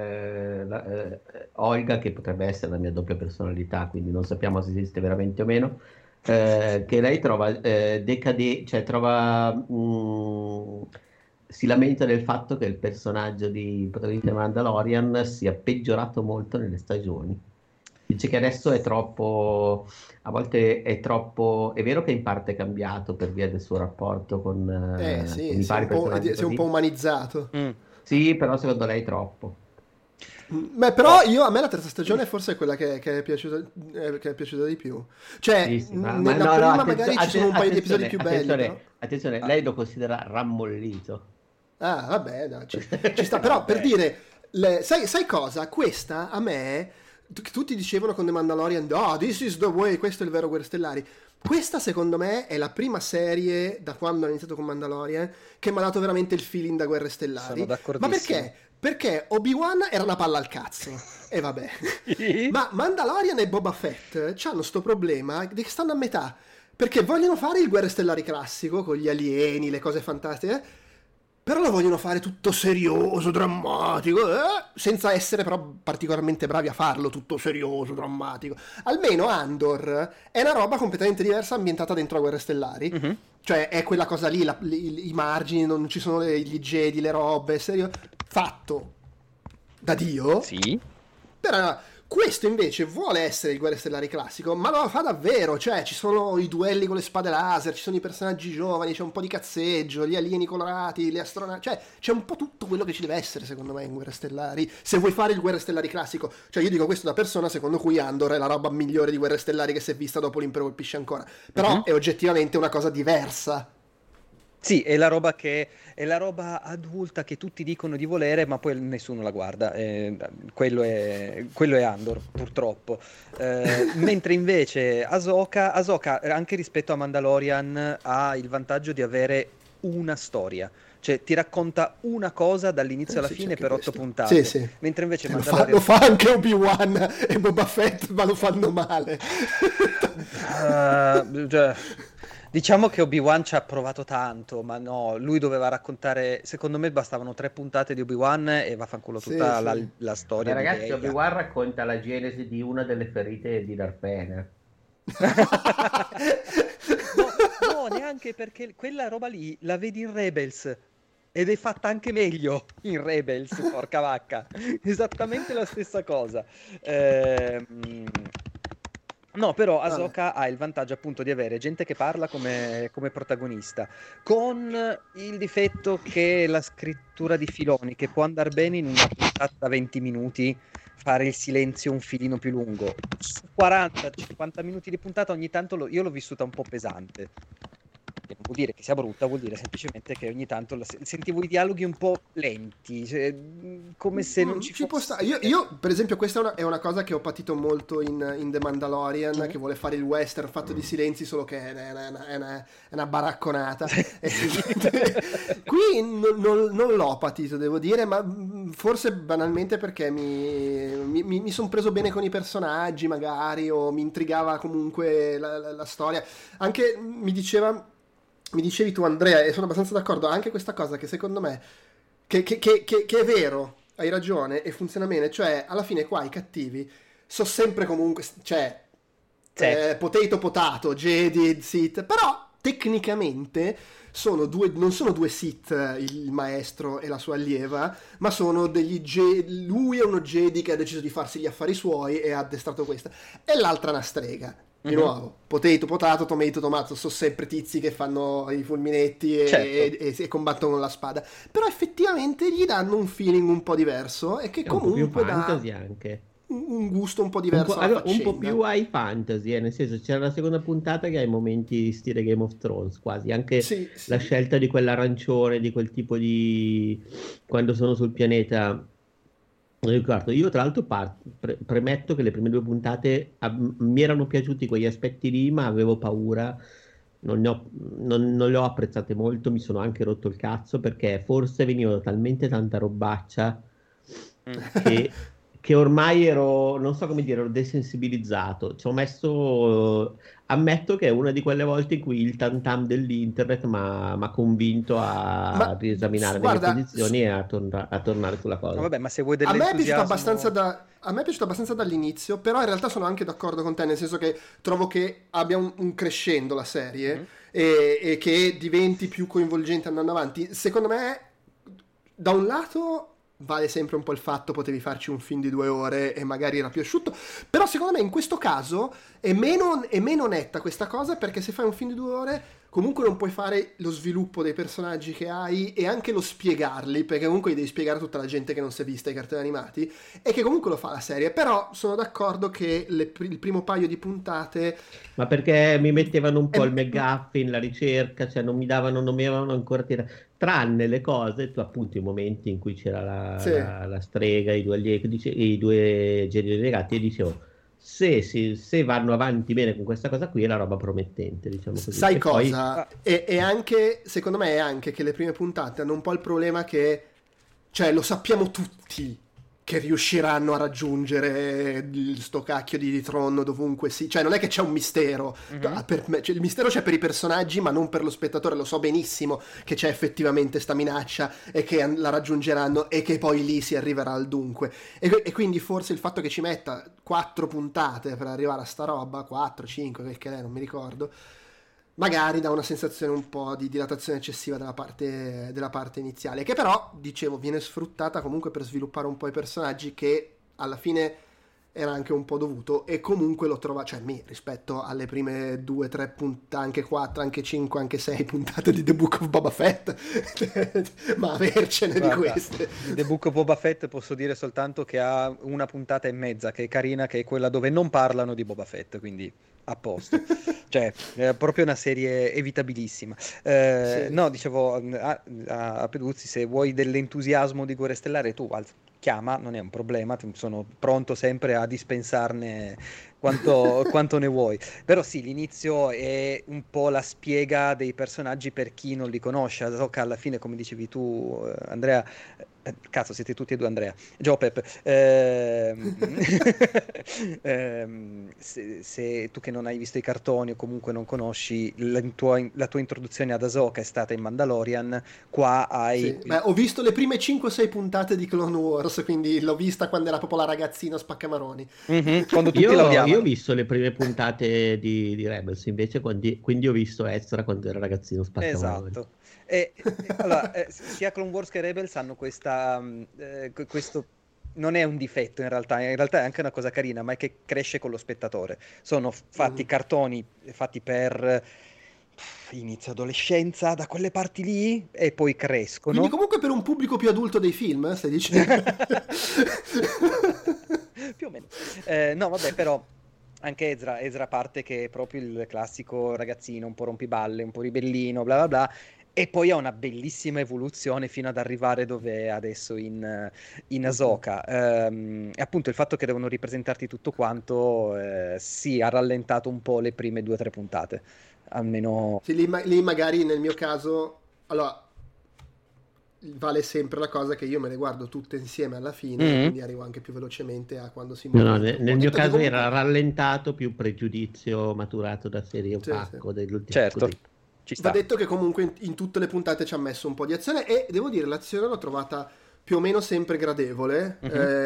Olga, che potrebbe essere la mia doppia personalità, quindi non sappiamo se esiste veramente o meno, che lei trova si lamenta del fatto che il personaggio di protagonista Mandalorian sia peggiorato molto nelle stagioni. Dice che adesso è troppo, a volte è troppo, è vero che in parte è cambiato per via del suo rapporto con i vari personaggi. Si è un po' umanizzato. Sì, però secondo lei troppo. Beh, però a me la terza stagione forse è quella che è piaciuta di più. Cioè, magari ci sono un paio di episodi più belli. Attenzione, lei lo considera rammollito. Ah, vabbè, no, ci sta. Però per dire, sai cosa? Questa a me... Tutti dicevano con The Mandalorian, this is the way, questo è il vero Guerre Stellari. Questa secondo me è la prima serie da quando hanno iniziato con Mandalorian che mi ha dato veramente il feeling da Guerre Stellari. Sono d'accordissimo. Ma perché? Perché Obi-Wan era una palla al cazzo, e vabbè. Ma Mandalorian e Boba Fett hanno sto problema che stanno a metà, perché vogliono fare il Guerre Stellari classico con gli alieni, le cose fantastiche, però lo vogliono fare tutto serioso, drammatico, senza essere però particolarmente bravi a farlo tutto serioso, drammatico. Almeno Andor è una roba completamente diversa, ambientata dentro a Guerre Stellari. Cioè è quella cosa lì, i margini, non ci sono gli Jedi, le robe, serio, fatto da Dio. Sì. Però questo invece vuole essere il Guerre Stellari classico, ma lo fa davvero, cioè ci sono i duelli con le spade laser, ci sono i personaggi giovani, c'è un po' di cazzeggio, gli alieni colorati, le astronavi, cioè c'è un po' tutto quello che ci deve essere secondo me in Guerre Stellari, se vuoi fare il Guerre Stellari classico. Cioè io dico questo da persona secondo cui Andor è la roba migliore di Guerre Stellari che si è vista dopo l'Impero colpisce ancora, però è oggettivamente una cosa diversa. Sì, è la roba adulta che tutti dicono di volere, ma poi nessuno la guarda. Quello è Andor, purtroppo. Mentre invece Ahsoka, anche rispetto a Mandalorian, ha il vantaggio di avere una storia. Cioè ti racconta una cosa dall'inizio alla fine per 8 puntate. Sì. Mentre invece Mandalorian... lo fa anche Obi-Wan e Boba Fett, ma lo fanno male. Diciamo che Obi-Wan ci ha provato tanto, ma no, lui doveva raccontare, secondo me bastavano 3 puntate di Obi-Wan e vaffanculo tutta la storia. Ma ragazzi, Obi-Wan racconta la genesi di una delle ferite di Darth Vader. No, neanche, perché quella roba lì la vedi in Rebels ed è fatta anche meglio in Rebels, porca vacca. Esattamente la stessa cosa. No, però Ahsoka ha il vantaggio appunto di avere gente che parla come protagonista, con il difetto che la scrittura di Filoni, che può andare bene in una puntata da 20 minuti, fare il silenzio un filino più lungo. Su 40-50 minuti di puntata ogni tanto io l'ho vissuta un po' pesante. Che non vuol dire che sia brutta, vuol dire semplicemente che ogni tanto sentivo i dialoghi un po' lenti, cioè, come se non ci fosse... Io per esempio questa è una cosa che ho patito molto in The Mandalorian, che vuole fare il western fatto di silenzi, solo che è una baracconata. Qui non l'ho patito, devo dire, ma forse banalmente perché mi sono preso bene con i personaggi magari, o mi intrigava comunque la storia. Anche mi dicevi tu Andrea, e sono abbastanza d'accordo, anche questa cosa che secondo me che è vero, hai ragione e funziona bene, cioè alla fine qua i cattivi sono sempre comunque, cioè potato, Jedi, Sith, però tecnicamente non sono due Sith, il maestro e la sua allieva, ma sono lui è uno Jedi che ha deciso di farsi gli affari suoi e ha addestrato questa, e l'altra una strega. Di nuovo, potato, tomato, sono sempre tizi che fanno i fulminetti e combattono con la spada, però effettivamente gli danno un feeling un po' diverso e che comunque dà fantasy anche un gusto un po' diverso un po' più high fantasy, nel senso c'è la seconda puntata che ha i momenti stile Game of Thrones quasi, anche la scelta di quell'arancione, di quel tipo di quando sono sul pianeta. Ricordo, io tra l'altro premetto che le prime 2 puntate mi erano piaciuti quegli aspetti lì, ma avevo paura, non le ho apprezzate molto, mi sono anche rotto il cazzo perché forse veniva talmente tanta robaccia che ormai ero, non so come dire, ero desensibilizzato. Ci ho messo, ammetto che è una di quelle volte in cui il tantam dell'internet mi ha convinto a riesaminare le mie posizioni e a tornare sulla cosa. Vabbè, ma se vuoi dell'entusiasmo... A me è piaciuto abbastanza dall'inizio, però in realtà sono anche d'accordo con te, nel senso che trovo che abbia un crescendo la serie e che diventi più coinvolgente andando avanti. Secondo me, da un lato... vale sempre un po' il fatto, potevi farci un film di 2 ore e magari era più asciutto, però secondo me in questo caso è meno netta questa cosa, perché se fai un film di 2 ore comunque non puoi fare lo sviluppo dei personaggi che hai e anche lo spiegarli, perché comunque li devi spiegare a tutta la gente che non si è vista i cartoni animati, e che comunque lo fa la serie. Però sono d'accordo che il primo paio di puntate, ma perché mi mettevano un po' il McGuffin, la ricerca, cioè non mi avevano ancora tirato, tranne le cose, tu appunto i momenti in cui c'era la strega, i due Jedi legati, e dicevo se vanno avanti bene con questa cosa qui è la roba promettente, diciamo così. Sai cosa? E anche, secondo me è anche che le prime puntate hanno un po' il problema che, cioè, lo sappiamo tutti che riusciranno a raggiungere sto cacchio di trono dovunque cioè non è che c'è un mistero, il mistero c'è per i personaggi ma non per lo spettatore. Lo so benissimo che c'è effettivamente sta minaccia e che la raggiungeranno e che poi lì si arriverà al dunque, e quindi forse il fatto che ci metta 4 puntate per arrivare a sta roba, 4, 5, quel che è, non mi ricordo, magari dà una sensazione un po' di dilatazione eccessiva della parte iniziale, che però, dicevo, viene sfruttata comunque per sviluppare un po' i personaggi, che alla fine era anche un po' dovuto, e comunque lo trova, cioè rispetto alle prime 2, 3 puntate, anche 4, anche 5, anche 6 puntate di The Book of Boba Fett, ma avercene di queste. The Book of Boba Fett posso dire soltanto che ha 1 puntata e mezza che è carina, che è quella dove non parlano di Boba Fett, quindi a posto. Cioè è proprio una serie evitabilissima. No, dicevo a Peduzzi, se vuoi dell'entusiasmo di Guerre Stellari, tu chiama, non è un problema, sono pronto sempre a dispensarne quanto ne vuoi. Però sì, l'inizio è un po' la spiega dei personaggi per chi non li conosce. Ahsoka alla fine, come dicevi tu, Andrea, cazzo, siete tutti e due Andrea, Giopep, se tu che non hai visto i cartoni o comunque non conosci, la tua introduzione ad Ahsoka è stata in Mandalorian, qua hai... Beh, ho visto le prime 5-6 puntate di Clone Wars, quindi l'ho vista quando era proprio la ragazzina spaccamaroni. Quando tutti l'odiavano. Io ho visto le prime puntate di Rebels, invece, quindi ho visto Ezra quando era ragazzino spaccamaroni. Esatto. Allora, sia Clone Wars che Rebels hanno questo, non è un difetto in realtà è anche una cosa carina, ma è che cresce con lo spettatore. Sono fatti cartoni fatti per inizio adolescenza, da quelle parti lì, e poi crescono. Quindi comunque per un pubblico più adulto dei film, stai dicendo? Più o meno. No, vabbè, però anche Ezra parte che è proprio il classico ragazzino, un po' rompiballe, un po' ribellino, bla bla bla, e poi ha una bellissima evoluzione fino ad arrivare dove è adesso in Ahsoka. E appunto il fatto che devono ripresentarti tutto quanto sì, ha rallentato un po' le prime 2 o 3 puntate, almeno. Sì, lì magari nel mio caso, allora vale sempre la cosa che io me le guardo tutte insieme alla fine, quindi arrivo anche più velocemente a quando si muove. No, nel mio caso comunque... era rallentato, più pregiudizio maturato da serie pacco dell'ultimo. Certo. Va detto che comunque in tutte le puntate ci ha messo un po' di azione, e devo dire l'azione l'ho trovata più o meno sempre gradevole,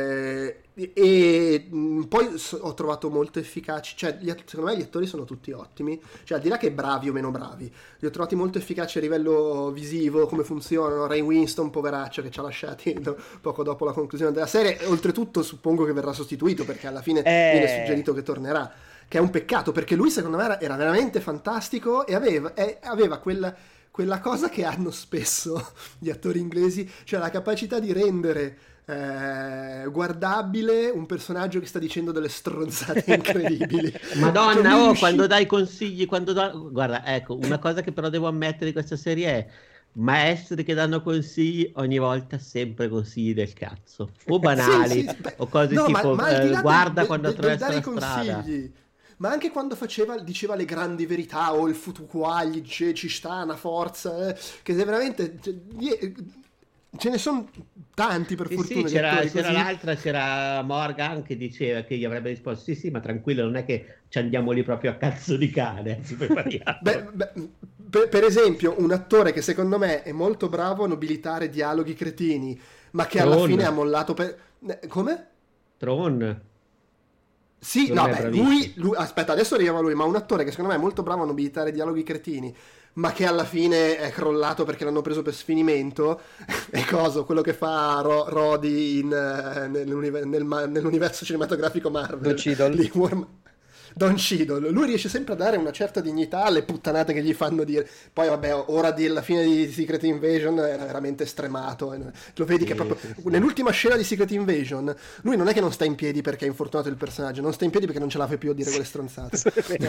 e poi ho trovato molto efficaci, cioè secondo me gli attori sono tutti ottimi, cioè al di là che bravi o meno bravi, li ho trovati molto efficaci a livello visivo, come funzionano. Ray Winston, poveraccio, che ci ha lasciati poco dopo la conclusione della serie, oltretutto suppongo che verrà sostituito, perché alla fine viene suggerito che tornerà, che è un peccato, perché lui secondo me era veramente fantastico e aveva quella cosa che hanno spesso gli attori inglesi, cioè la capacità di rendere guardabile un personaggio che sta dicendo delle stronzate incredibili. Madonna, cioè, quando dai consigli, guarda, ecco, una cosa che però devo ammettere di questa serie è maestri che danno consigli ogni volta sempre consigli del cazzo, o banali, o cose tipo ma guarda quando attraversa la strada. Ma anche quando diceva le grandi verità, o il futuquagli, ci sta una forza, che veramente ce ne sono tanti, per fortuna. Sì, c'era l'altra, c'era Morgan che diceva, che gli avrebbe risposto sì, ma tranquillo, non è che ci andiamo lì proprio a cazzo di cane, ci prepariamo. Per esempio, un attore che secondo me è molto bravo a nobilitare dialoghi cretini, ma che alla fine ha mollato per... Come? Tron. Sì, no, beh, lui, aspetta, adesso arriviamo a lui, ma un attore che secondo me è molto bravo a nobilitare dialoghi cretini, ma che alla fine è crollato perché l'hanno preso per sfinimento, è quello che fa Rhodey nell'universo cinematografico Marvel. Don Cheadle. Lui riesce sempre a dare una certa dignità alle puttanate che gli fanno dire. Poi vabbè, ora alla fine di Secret Invasion era veramente stremato. Lo vedi che proprio nell'ultima scena di Secret Invasion lui non è che non sta in piedi perché è infortunato il personaggio, non sta in piedi perché non ce la fa più a dire quelle stronzate.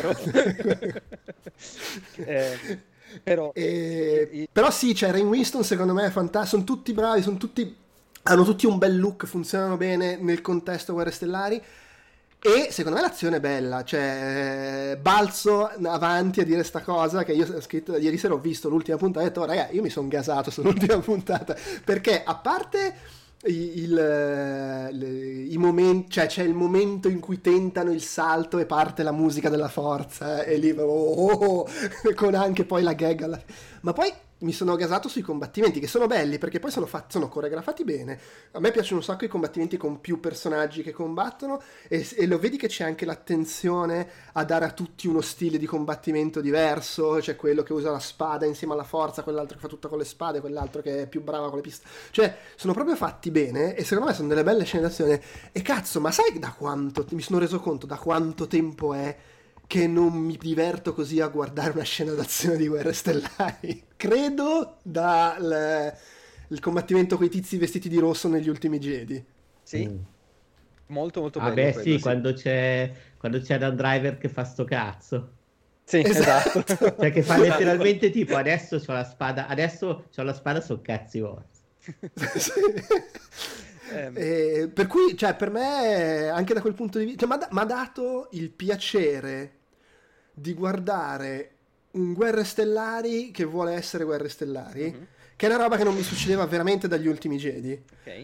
Però sì, cioè Rainn Winston secondo me è fantastico, sono tutti bravi, hanno tutti un bel look, funzionano bene nel contesto Guerre Stellari. E secondo me l'azione è bella, cioè balzo avanti a dire sta cosa che io ho scritto ieri sera, ho visto l'ultima puntata e ho detto raga, io mi sono gasato sull'ultima puntata, perché a parte i momenti, cioè c'è il momento in cui tentano il salto e parte la musica della forza e lì con anche poi la gag ma poi mi sono gasato sui combattimenti, che sono belli perché poi sono coreografati bene. A me piacciono un sacco i combattimenti con più personaggi che combattono e lo vedi che c'è anche l'attenzione a dare a tutti uno stile di combattimento diverso. C'è quello che usa la spada insieme alla forza, quell'altro che fa tutta con le spade, quell'altro che è più brava con le pistole. Cioè sono proprio fatti bene e secondo me sono delle belle scene d'azione. E cazzo, ma sai da quanto mi sono reso conto da quanto tempo è che non mi diverto così a guardare una scena d'azione di Guerre Stellari? Credo dal combattimento con i tizi vestiti di rosso negli ultimi Jedi. Sì, molto molto bello. Beh sì, quando c'è Dan Driver che fa sto cazzo. Sì, esatto. Cioè che fa letteralmente tipo adesso c'ho la spada so cazzi vostri. Per cui, cioè, per me anche da quel punto di vista, cioè, mi ha dato il piacere di guardare un Guerre Stellari che vuole essere Guerre Stellari, che è una roba che non mi succedeva veramente dagli ultimi Jedi.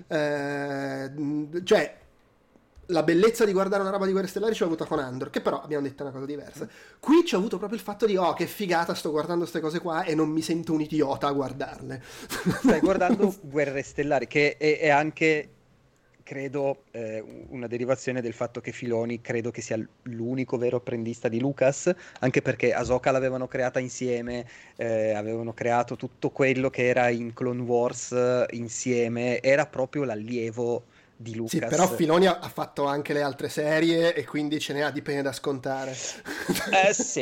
Cioè la bellezza di guardare una roba di Guerre Stellari ci ho avuta con Andor, che però abbiamo detto una cosa diversa. Qui ci ho avuto proprio il fatto di che figata, sto guardando queste cose qua e non mi sento un idiota a guardarle. Stai guardando Guerre Stellari, che è anche, credo, una derivazione del fatto che Filoni credo che sia l'unico vero apprendista di Lucas, anche perché Ahsoka l'avevano creata insieme, avevano creato tutto quello che era in Clone Wars insieme, era proprio l'allievo di Lucas. Sì, però Filoni ha fatto anche le altre serie e quindi ce ne ha di pene da scontare. Sì,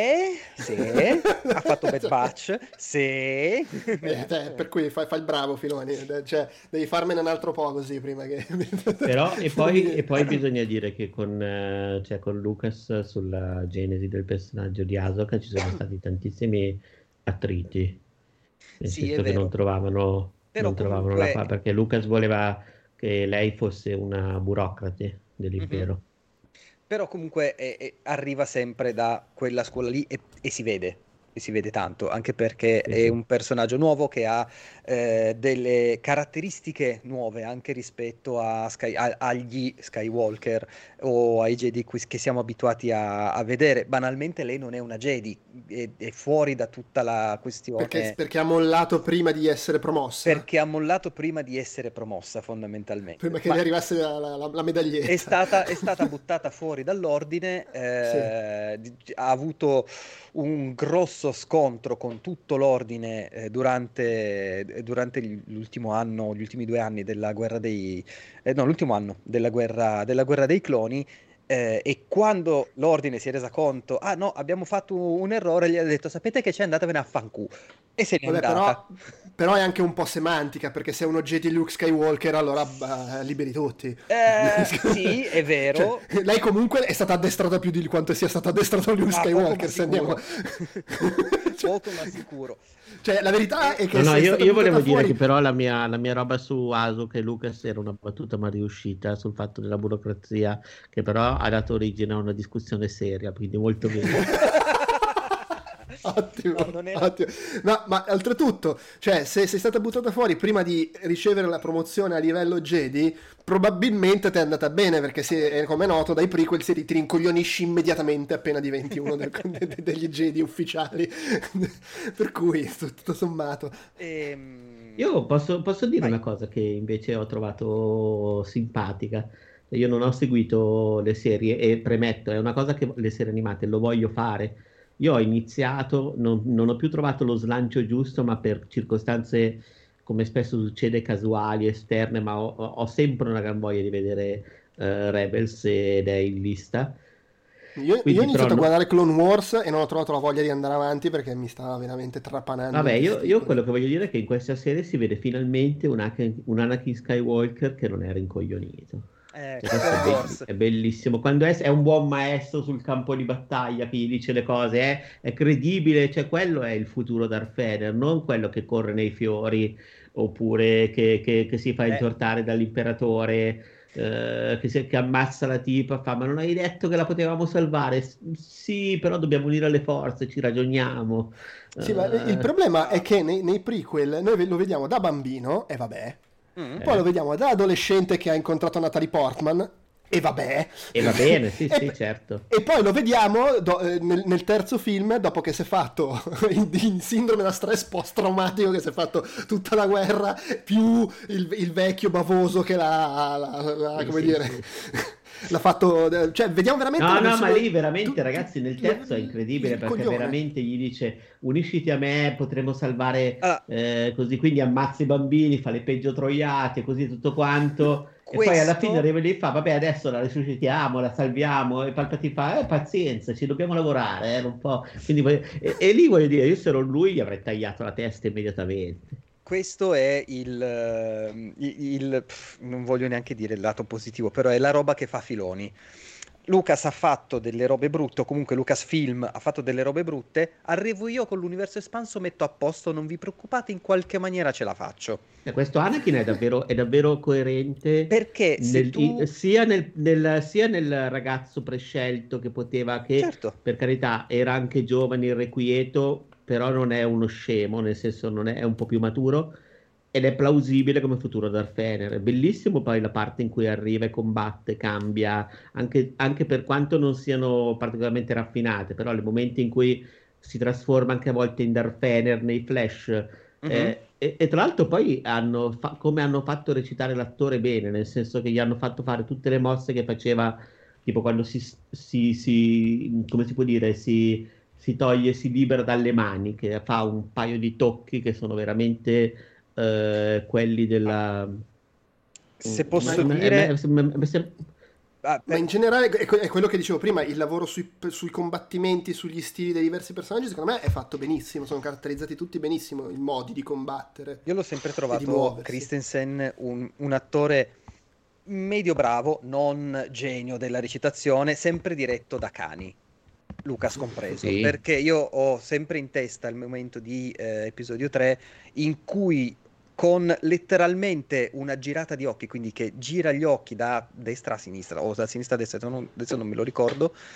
ha fatto Bad Batch, sì. Per cui fa il bravo Filoni, cioè devi farmene un altro po' così prima che... Però e poi bisogna dire che con Lucas sulla genesi del personaggio di Ahsoka ci sono stati tantissimi attriti, nel senso che non trovavano la fa, perché Lucas voleva che lei fosse una burocrate dell'impero. Però comunque arriva sempre da quella scuola lì e si vede si vede tanto, anche perché è un personaggio nuovo che ha delle caratteristiche nuove anche rispetto agli Skywalker o ai Jedi che siamo abituati a vedere. Banalmente lei non è una Jedi, è fuori da tutta la questione. Perché ha mollato prima di essere promossa? Perché ha mollato prima di essere promossa, fondamentalmente. Prima che le arrivasse la medaglietta. È stata buttata fuori dall'ordine, ha avuto un grosso scontro con tutto l'ordine durante l'ultimo anno, gli ultimi 2 anni della guerra l'ultimo anno della guerra dei cloni. E quando l'ordine si è resa conto, no, abbiamo fatto un errore, gli ha detto: sapete che c'è, andatevene a fanculo, e se n'è andata. Però è anche un po' semantica, perché se è uno Jedi Luke Skywalker allora liberi tutti. Sì, è vero. Cioè, lei comunque è stata addestrata più di quanto sia stato addestrato Luke Skywalker, se andiamo. Poco ma sicuro. Cioè, la verità è che io volevo dire che però la mia roba su Asuka e Lucas era una battuta ma riuscita sul fatto della burocrazia, che però ha dato origine a una discussione seria, quindi molto bene. Ottimo, ottimo. No, ma oltretutto, cioè, se sei stata buttata fuori prima di ricevere la promozione a livello Jedi, probabilmente ti è andata bene, perché come è noto dai prequel ti rincoglionisci immediatamente appena diventi uno degli Jedi ufficiali. Per cui, tutto sommato. Io posso dire una cosa che invece ho trovato simpatica. Io non ho seguito le serie e premetto, è una cosa che le serie animate lo voglio fare. Io ho iniziato, non ho più trovato lo slancio giusto, ma per circostanze, come spesso succede, casuali, esterne, ma ho sempre una gran voglia di vedere Rebels ed è in lista. Io ho iniziato a guardare Clone Wars e non ho trovato la voglia di andare avanti perché mi stava veramente trapanando. Vabbè, io quello che voglio dire è che in questa serie si vede finalmente un Anakin Skywalker che non è rincoglionito. È bellissimo quando è un buon maestro sul campo di battaglia, che gli dice le cose, è credibile, cioè quello è il futuro Darth Vader, non quello che corre nei fiori oppure che si fa intortare dall'imperatore, che ammazza la tipa, ma non hai detto che la potevamo salvare? Sì, però dobbiamo unire le forze, ci ragioniamo. Sì, ma il problema è che nei prequel noi lo vediamo da bambino e vabbè. Poi lo vediamo da adolescente che ha incontrato Natalie Portman e vabbè. E va bene, sì, certo. E poi lo vediamo nel terzo film, dopo che si è fatto in sindrome da stress post-traumatico, che si è fatto tutta la guerra, più il vecchio bavoso che come dire... Sì. L'ha fatto, cioè vediamo veramente ma lì veramente ragazzi nel terzo è incredibile, perché veramente gli dice unisciti a me, potremo salvare così, quindi ammazza i bambini, fa le peggio troiate, così tutto quanto. E poi alla fine arriva lì e fa vabbè adesso la risuscitiamo, la salviamo, e Palpatine fa pazienza, ci dobbiamo lavorare un po'. Quindi, e lì voglio dire, io se ero lui gli avrei tagliato la testa immediatamente. Questo è non voglio neanche dire il lato positivo, però è la roba che fa Filoni. Lucas ha fatto delle robe brutte, o comunque Lucasfilm ha fatto delle robe brutte, arrivo io con l'universo espanso, metto a posto, non vi preoccupate, in qualche maniera ce la faccio. Questo Anakin è davvero coerente, perché sia nel ragazzo prescelto che poteva, che certo, per carità era anche giovane, irrequieto, però non è uno scemo, nel senso è un po' più maturo ed è plausibile come futuro Darth Vader. È bellissimo poi la parte in cui arriva e combatte, cambia, anche per quanto non siano particolarmente raffinate, però nei momenti in cui si trasforma anche a volte in Darth Vader nei flash. E tra l'altro poi come hanno fatto recitare l'attore bene, nel senso che gli hanno fatto fare tutte le mosse che faceva, tipo quando come si può dire, si libera dalle mani, che fa un paio di tocchi che sono veramente quelli della... Se posso dire... Ma in generale è quello che dicevo prima, il lavoro sui combattimenti, sugli stili dei diversi personaggi, secondo me è fatto benissimo, sono caratterizzati tutti benissimo i modi di combattere. Io l'ho sempre trovato Christensen un attore medio bravo, non genio della recitazione, sempre diretto da cani, Lucas compreso, sì. Perché io ho sempre in testa il momento di episodio 3 in cui con letteralmente una girata di occhi, quindi che gira gli occhi da destra a sinistra o da sinistra a destra, adesso non me lo ricordo,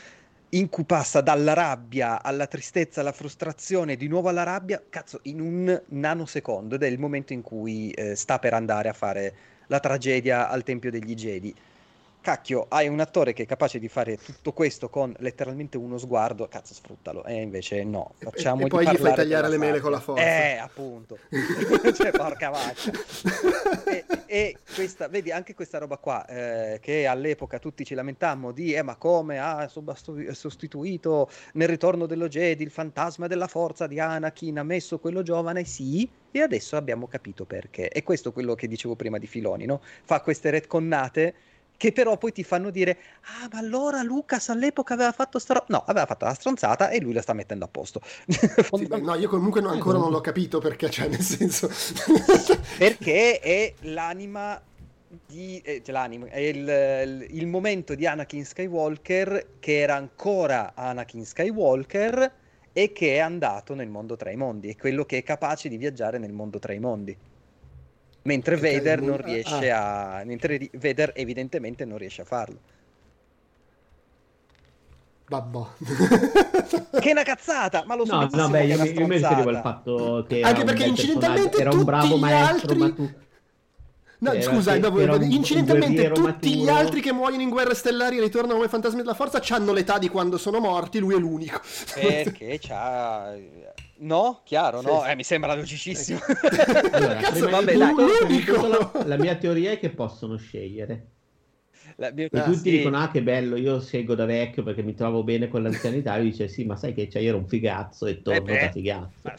passa dalla rabbia alla tristezza, alla frustrazione, di nuovo alla rabbia, cazzo, in un nanosecondo, ed è il momento in cui sta per andare a fare la tragedia al Tempio degli Jedi. Cacchio, hai un attore che è capace di fare tutto questo con letteralmente uno sguardo, cazzo, sfruttalo. E invece no, facciamogli parlare. E poi gli fai tagliare le mele sabbia. con la forza. Appunto. Cioè, porca vacca. E questa, vedi, anche questa roba qua, che all'epoca tutti ci lamentammo di, ma come ha sostituito nel Ritorno dello Jedi il fantasma della forza di Anakin, ha messo quello giovane, sì, e adesso abbiamo capito perché. E questo è quello che dicevo prima di Filoni, no? Fa queste retconnate che però poi ti fanno dire, ma allora Lucas all'epoca aveva fatto no, aveva fatto la stronzata e lui la sta mettendo a posto. Sì, no, io comunque ancora non l'ho capito perché, cioè, nel senso... perché è l'anima è il momento di Anakin Skywalker che era ancora Anakin Skywalker e che è andato nel mondo tra i mondi, è quello che è capace di viaggiare nel mondo tra i mondi. Mentre Vader non riesce mentre Vader evidentemente non riesce a farlo. Vabbè. Che è una cazzata, ma lo so. No, beh, io mi riferivo al fatto che anche perché incidentalmente era un bravo maestro, ma tu... No, scusa, incidentalmente tutti gli altri che muoiono in Guerre Stellari e ritornano come fantasmi della forza hanno l'età di quando sono morti, lui è l'unico. Perché c'ha... No? Chiaro, no? Mi sembra logicissimo. Allora, cazzo, vabbè, l'unico. La mia teoria è che possono scegliere. E tutti dicono, che bello, io scelgo da vecchio perché mi trovo bene con l'anzianità. E dice, sì, ma sai che io ero un figazzo e torno da figazzo.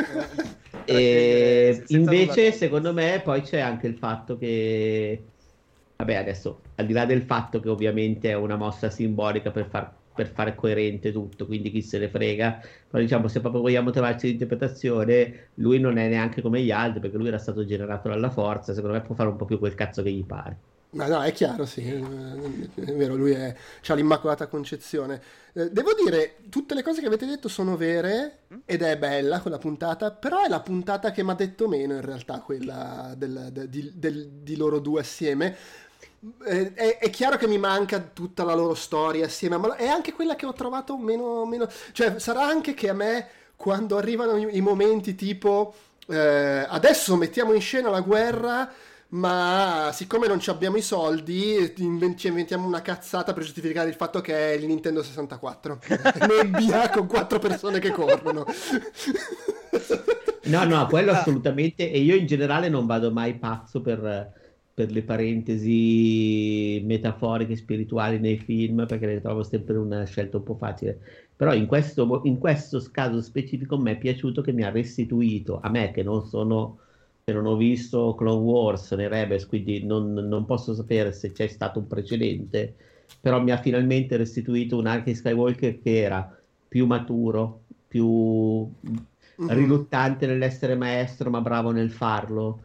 E invece, secondo me, poi c'è anche il fatto che... Vabbè, adesso, al di là del fatto che ovviamente è una mossa simbolica per fare coerente tutto, quindi chi se ne frega, però diciamo, se proprio vogliamo trovarci l'interpretazione, lui non è neanche come gli altri perché lui era stato generato dalla forza, secondo me può fare un po' più quel cazzo che gli pare. Ma no, è chiaro, sì, è vero, lui c'ha l'Immacolata Concezione. Devo dire, tutte le cose che avete detto sono vere ed è bella quella puntata, però è la puntata che mi ha detto meno in realtà, quella di loro due assieme. È chiaro che mi manca tutta la loro storia assieme, ma è anche quella che ho trovato meno... Cioè, sarà anche che a me, quando arrivano i momenti tipo adesso mettiamo in scena la guerra, ma siccome non ci abbiamo i soldi ci inventiamo una cazzata per giustificare il fatto che è il Nintendo 64 nebbia con 4 persone che corrono. No, quello assolutamente. E io in generale non vado mai pazzo per le parentesi metaforiche spirituali nei film, perché le trovo sempre una scelta un po' facile. Però in questo caso specifico mi è piaciuto che mi ha restituito, a me che non ho visto Clone Wars né Rebels, quindi non posso sapere se c'è stato un precedente, però mi ha finalmente restituito un Anakin Skywalker che era più maturo, più riluttante nell'essere maestro ma bravo nel farlo,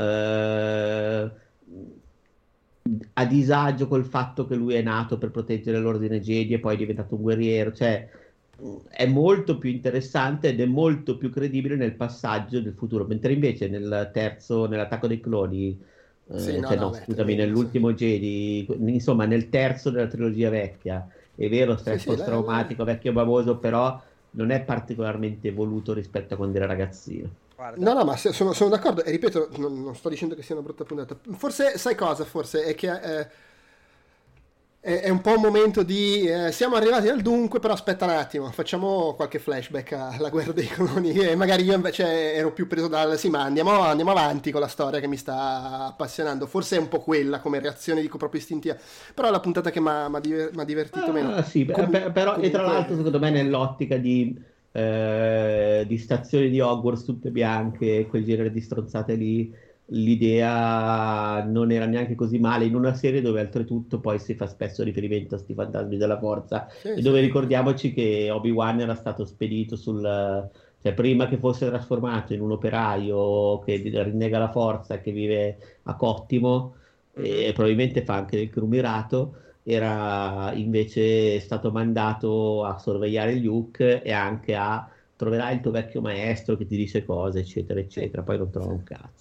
a disagio col fatto che lui è nato per proteggere l'ordine Jedi e poi è diventato un guerriero, cioè è molto più interessante ed è molto più credibile nel passaggio del futuro, mentre invece nell'attacco dei cloni nell'ultimo Jedi, insomma nel terzo della trilogia vecchia, è vero, stress post-traumatico, vecchio baboso, però non è particolarmente evoluto rispetto a quando era ragazzino. Guarda. No, ma sono d'accordo e ripeto, non sto dicendo che sia una brutta puntata, forse sai cosa, forse è che è un po' un momento di siamo arrivati al dunque, però aspetta un attimo, facciamo qualche flashback alla guerra dei cloni, e magari io invece ero più preso ma andiamo avanti con la storia che mi sta appassionando, forse è un po' quella come reazione, dico proprio istintiva, però è la puntata che mi ha divertito meno. Sì, però e tra l'altro secondo me nell'ottica di stazioni di Hogwarts tutte bianche, quel genere di stronzate lì, l'idea non era neanche così male in una serie dove oltretutto poi si fa spesso riferimento a sti fantasmi della forza, e dove ricordiamoci che Obi-Wan era stato spedito cioè prima che fosse trasformato in un operaio che rinnega la forza e che vive a Cottimo e probabilmente fa anche del crumirato, era invece stato mandato a sorvegliare Luke e anche a troverai il tuo vecchio maestro che ti dice cose eccetera eccetera, poi non trova un cazzo.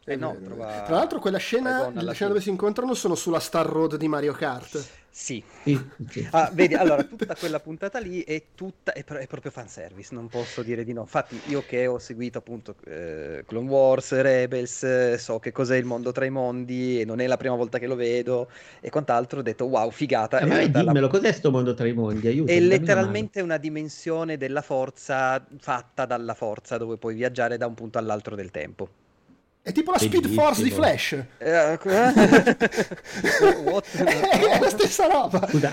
No, tra l'altro quella scena dove si incontrano sono sulla Star Road di Mario Kart. Sì. Vedi, allora tutta quella puntata lì è proprio fanservice, non posso dire di no. Infatti io che ho seguito appunto Clone Wars, Rebels, so che cos'è il mondo tra i mondi e non è la prima volta che lo vedo e quant'altro, ho detto wow, figata. Dimmelo, cos'è sto mondo tra i mondi? Aiuto, è letteralmente una dimensione della forza fatta dalla forza dove puoi viaggiare da un punto all'altro del tempo. È tipo la Speed Force di Flash. È la stessa roba. Scusa,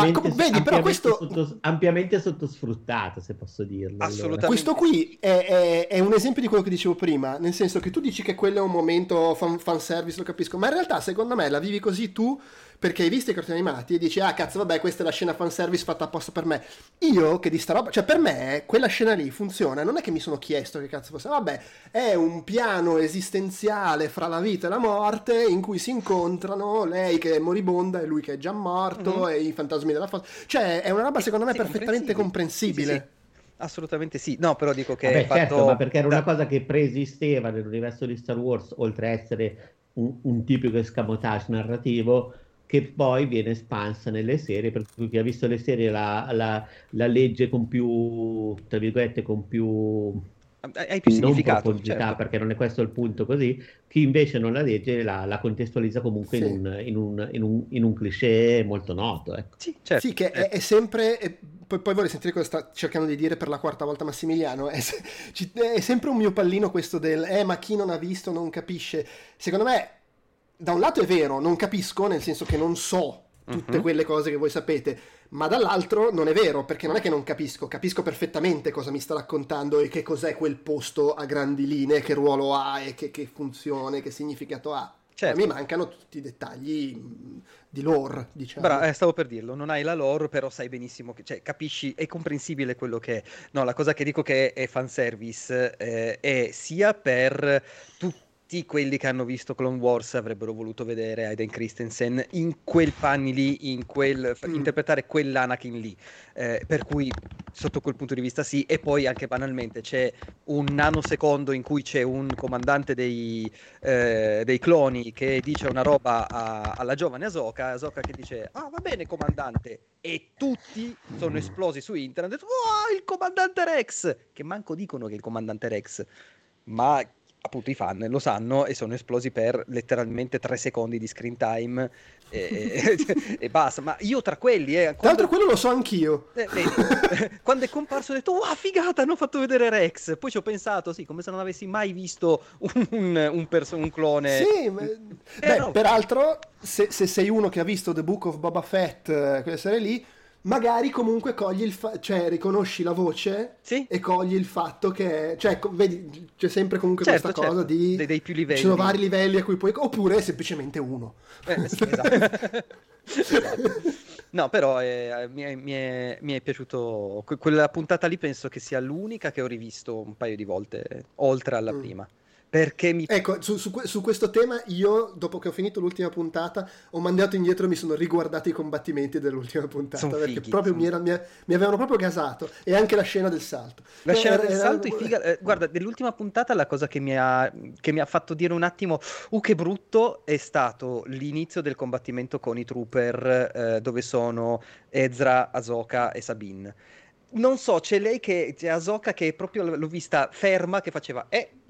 ampiamente sottosfruttato, se posso dirlo. Assolutamente. Allora. Questo qui è un esempio di quello che dicevo prima, nel senso che tu dici che quello è un momento fanservice, lo capisco, ma in realtà secondo me la vivi così tu perché hai visto i cartoni animati e dici cazzo vabbè, questa è la scena fanservice fatta apposta per me. Io che di sta roba, cioè per me quella scena lì funziona, non è che mi sono chiesto che cazzo fosse, vabbè, è un piano esistenziale fra la vita e la morte in cui si incontrano lei che è moribonda e lui che è già morto e i fantasmi della forza, cioè è una roba secondo me perfettamente comprensibile. Sì. Assolutamente sì, no, però dico che certo, ma perché era una cosa che preesisteva nell'universo di Star Wars, oltre a essere un tipico escamotage narrativo, che poi viene espansa nelle serie, per cui chi ha visto le serie la legge con più, tra virgolette, con più... Hai più significato, profondità, certo. perché non è questo il punto così. Chi invece non la legge la contestualizza comunque in un cliché molto noto. Ecco. Sì, certo. Sì, che è sempre... Poi vorrei sentire cosa sta cercando di dire per la quarta volta Massimiliano. È sempre un mio pallino questo del ma chi non ha visto non capisce. Secondo me, da un lato è vero, non capisco, nel senso che non so tutte quelle cose che voi sapete, ma dall'altro non è vero, perché non è che non capisco perfettamente cosa mi sta raccontando e che cos'è quel posto a grandi linee, che ruolo ha e che funzione, che significato ha. Certo. A me mancano tutti i dettagli di lore, diciamo. Stavo per dirlo, non hai la lore, però sai benissimo che, cioè, capisci, è comprensibile quello che è. No, la cosa che dico che è fanservice è sia per tutti quelli che hanno visto Clone Wars avrebbero voluto vedere Hayden Christensen in quel panni lì, interpretare quell'Anakin lì, per cui sotto quel punto di vista sì. E poi anche banalmente c'è un nanosecondo in cui c'è un comandante dei cloni che dice una roba alla giovane Ahsoka che dice va bene comandante, e tutti sono esplosi su internet, il comandante Rex, che manco dicono che è il comandante Rex, ma appunto i fan lo sanno e sono esplosi per letteralmente 3 secondi di screen time e basta. Ma io tra quelli tra l'altro quello lo so anch'io, quando è comparso ho detto figata, hanno fatto vedere Rex, poi ci ho pensato come se non avessi mai visto un clone. Sì, peraltro se sei uno che ha visto The Book of Boba Fett, quelle serie lì, magari comunque cogli cioè riconosci la voce e cogli il fatto che, cioè vedi, c'è sempre comunque questa cosa di dei più livelli, ci sono vari livelli a cui puoi, oppure è semplicemente uno. Sì, esatto. Esatto. No, però mi è piaciuto quella puntata lì, penso che sia l'unica che ho rivisto un paio di volte oltre alla prima. Perché Ecco, su questo tema io, dopo che ho finito l'ultima puntata, ho mandato indietro e mi sono riguardato i combattimenti dell'ultima puntata, perché proprio mi avevano proprio gasato, e anche la scena del salto. La scena del salto è figa. Guarda, dell'ultima puntata la cosa che mi ha fatto dire un attimo che brutto è stato l'inizio del combattimento con i trooper, dove sono Ezra, Ahsoka e Sabine. Non so, c'è Ahsoka che proprio l'ho vista ferma, che faceva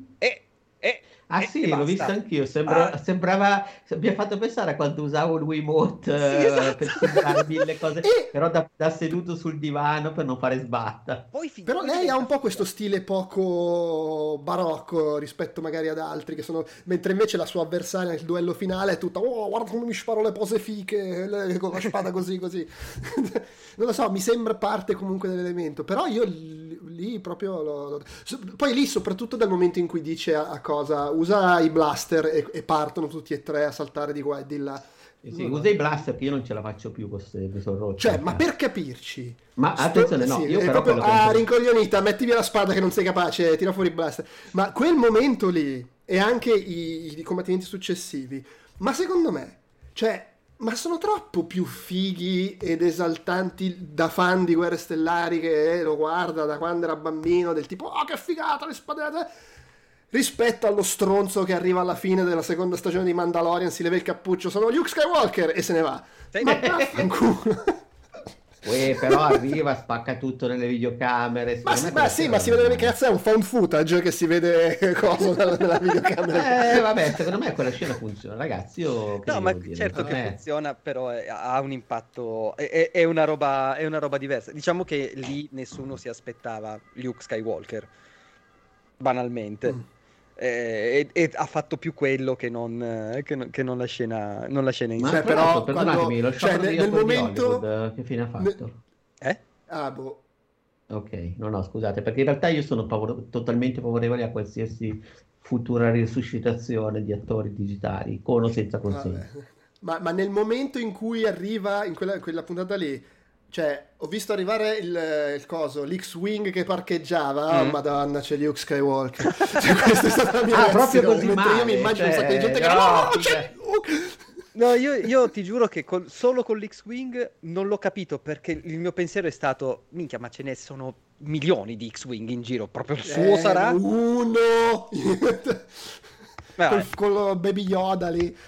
sì, l'ho visto anch'io, sembrava, mi ha fatto pensare a quando usavo il Wiimote per simulare 1000 cose, però da seduto sul divano per non fare sbatta. Però lei ha un po' questo stile poco barocco rispetto magari ad altri, mentre invece la sua avversaria nel duello finale è tutta guarda come mi sparo le pose fiche con la spada così non lo so, mi sembra parte comunque dell'elemento, però io lì proprio poi lì soprattutto dal momento in cui dice a cosa usa i blaster e partono tutti e tre a saltare di qua e di là. Sì, usa i blaster che io non ce la faccio più, mi sono rotto. Cioè, ma per capirci, ma attenzione, no, io è però proprio rincoglionita, metti via la spada che non sei capace, tira fuori il blaster. Ma quel momento lì e anche i combattimenti successivi, ma secondo me, cioè, ma sono troppo più fighi ed esaltanti da fan di Guerre Stellari che lo guarda da quando era bambino, del tipo che figata le spade. rispetto allo stronzo che arriva alla fine della seconda stagione di Mandalorian, si leva il cappuccio, sono Luke Skywalker e se ne va. Ma vaffanculo. Però arriva, spacca tutto nelle videocamere. Ma si vede che cazzo è un found footage che si vede cosa nella videocamera. Vabbè, secondo me quella scena funziona, ragazzi. Certo che funziona, però ha un impatto, è una roba diversa. Diciamo che lì nessuno si aspettava Luke Skywalker, banalmente. E ha fatto più quello che non la scena in sé. Però perdonatemi, lo nel momento che fine ha fatto? Ok, no, scusate, perché in realtà io sono totalmente favorevole a qualsiasi futura risuscitazione di attori digitali, con o senza consenso. Ma nel momento in cui arriva in quella puntata lì, cioè, ho visto arrivare l'X-Wing che parcheggiava, madonna, c'è Luke Skywalker. Cioè, questa è stata la mia reazione. Proprio così male, io mi immagino un sacco di gente che c'è Luke! No, io ti giuro che solo con l'X-Wing non l'ho capito, perché il mio pensiero è stato, minchia, ma ce ne sono milioni di X-Wing in giro, proprio il suo sarà? Uno! con lo Baby Yoda lì.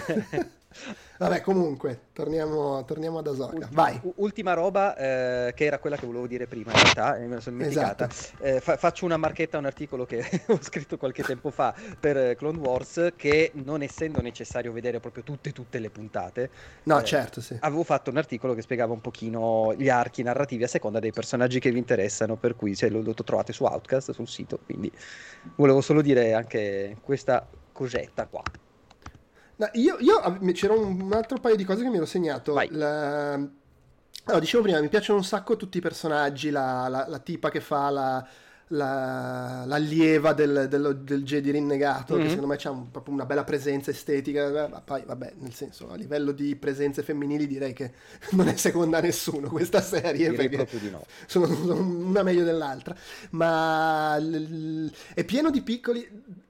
Vabbè, comunque, torniamo ad Ahsoka. Vai. Ultima roba, che era quella che volevo dire prima, in realtà, e me la sono dimenticata. Esatto. Faccio una marchetta a un articolo che ho scritto qualche tempo fa per Clone Wars, che non essendo necessario vedere proprio tutte le puntate, certo, sì. Avevo fatto un articolo che spiegava un pochino gli archi narrativi a seconda dei personaggi che vi interessano, per cui lo trovate su Outcast, sul sito, quindi volevo solo dire anche questa cosetta qua. No, io c'era un altro paio di cose che mi ero segnato. Dicevo prima, mi piacciono un sacco tutti i personaggi, la tipa che fa l'allieva del Jedi rinnegato, che secondo me c'ha proprio una bella presenza estetica. Ma poi vabbè, nel senso, a livello di presenze femminili direi che non è seconda a nessuno questa serie, direi perché proprio di no. sono una meglio dell'altra, ma è pieno di piccoli.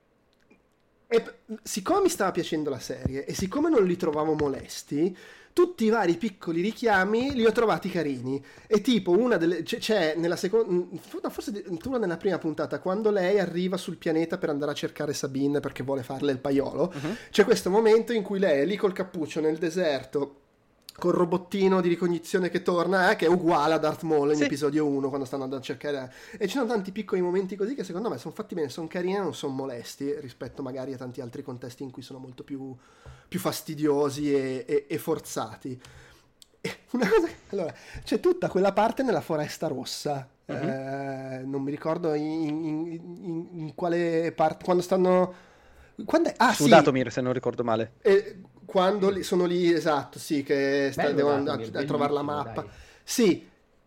E siccome mi stava piacendo la serie e siccome non li trovavo molesti, tutti i vari piccoli richiami li ho trovati carini. E tipo una delle c'è nella seconda, forse addirittura nella prima puntata, quando lei arriva sul pianeta per andare a cercare Sabine perché vuole farle il paiolo, c'è questo momento in cui lei è lì col cappuccio nel deserto col robottino di ricognizione che torna, che è uguale a Darth Maul in episodio 1 quando stanno andando a cercare, e ci sono tanti piccoli momenti così che secondo me sono fatti bene, sono carini e non sono molesti rispetto magari a tanti altri contesti in cui sono molto più fastidiosi e forzati. E una cosa, allora, c'è tutta quella parte nella Foresta Rossa, non mi ricordo in quale parte, quando stanno... Su Datomir, se non ricordo male. Quando sono lì, esatto, sì, che devono andare a trovare la mappa. Dai. Sì,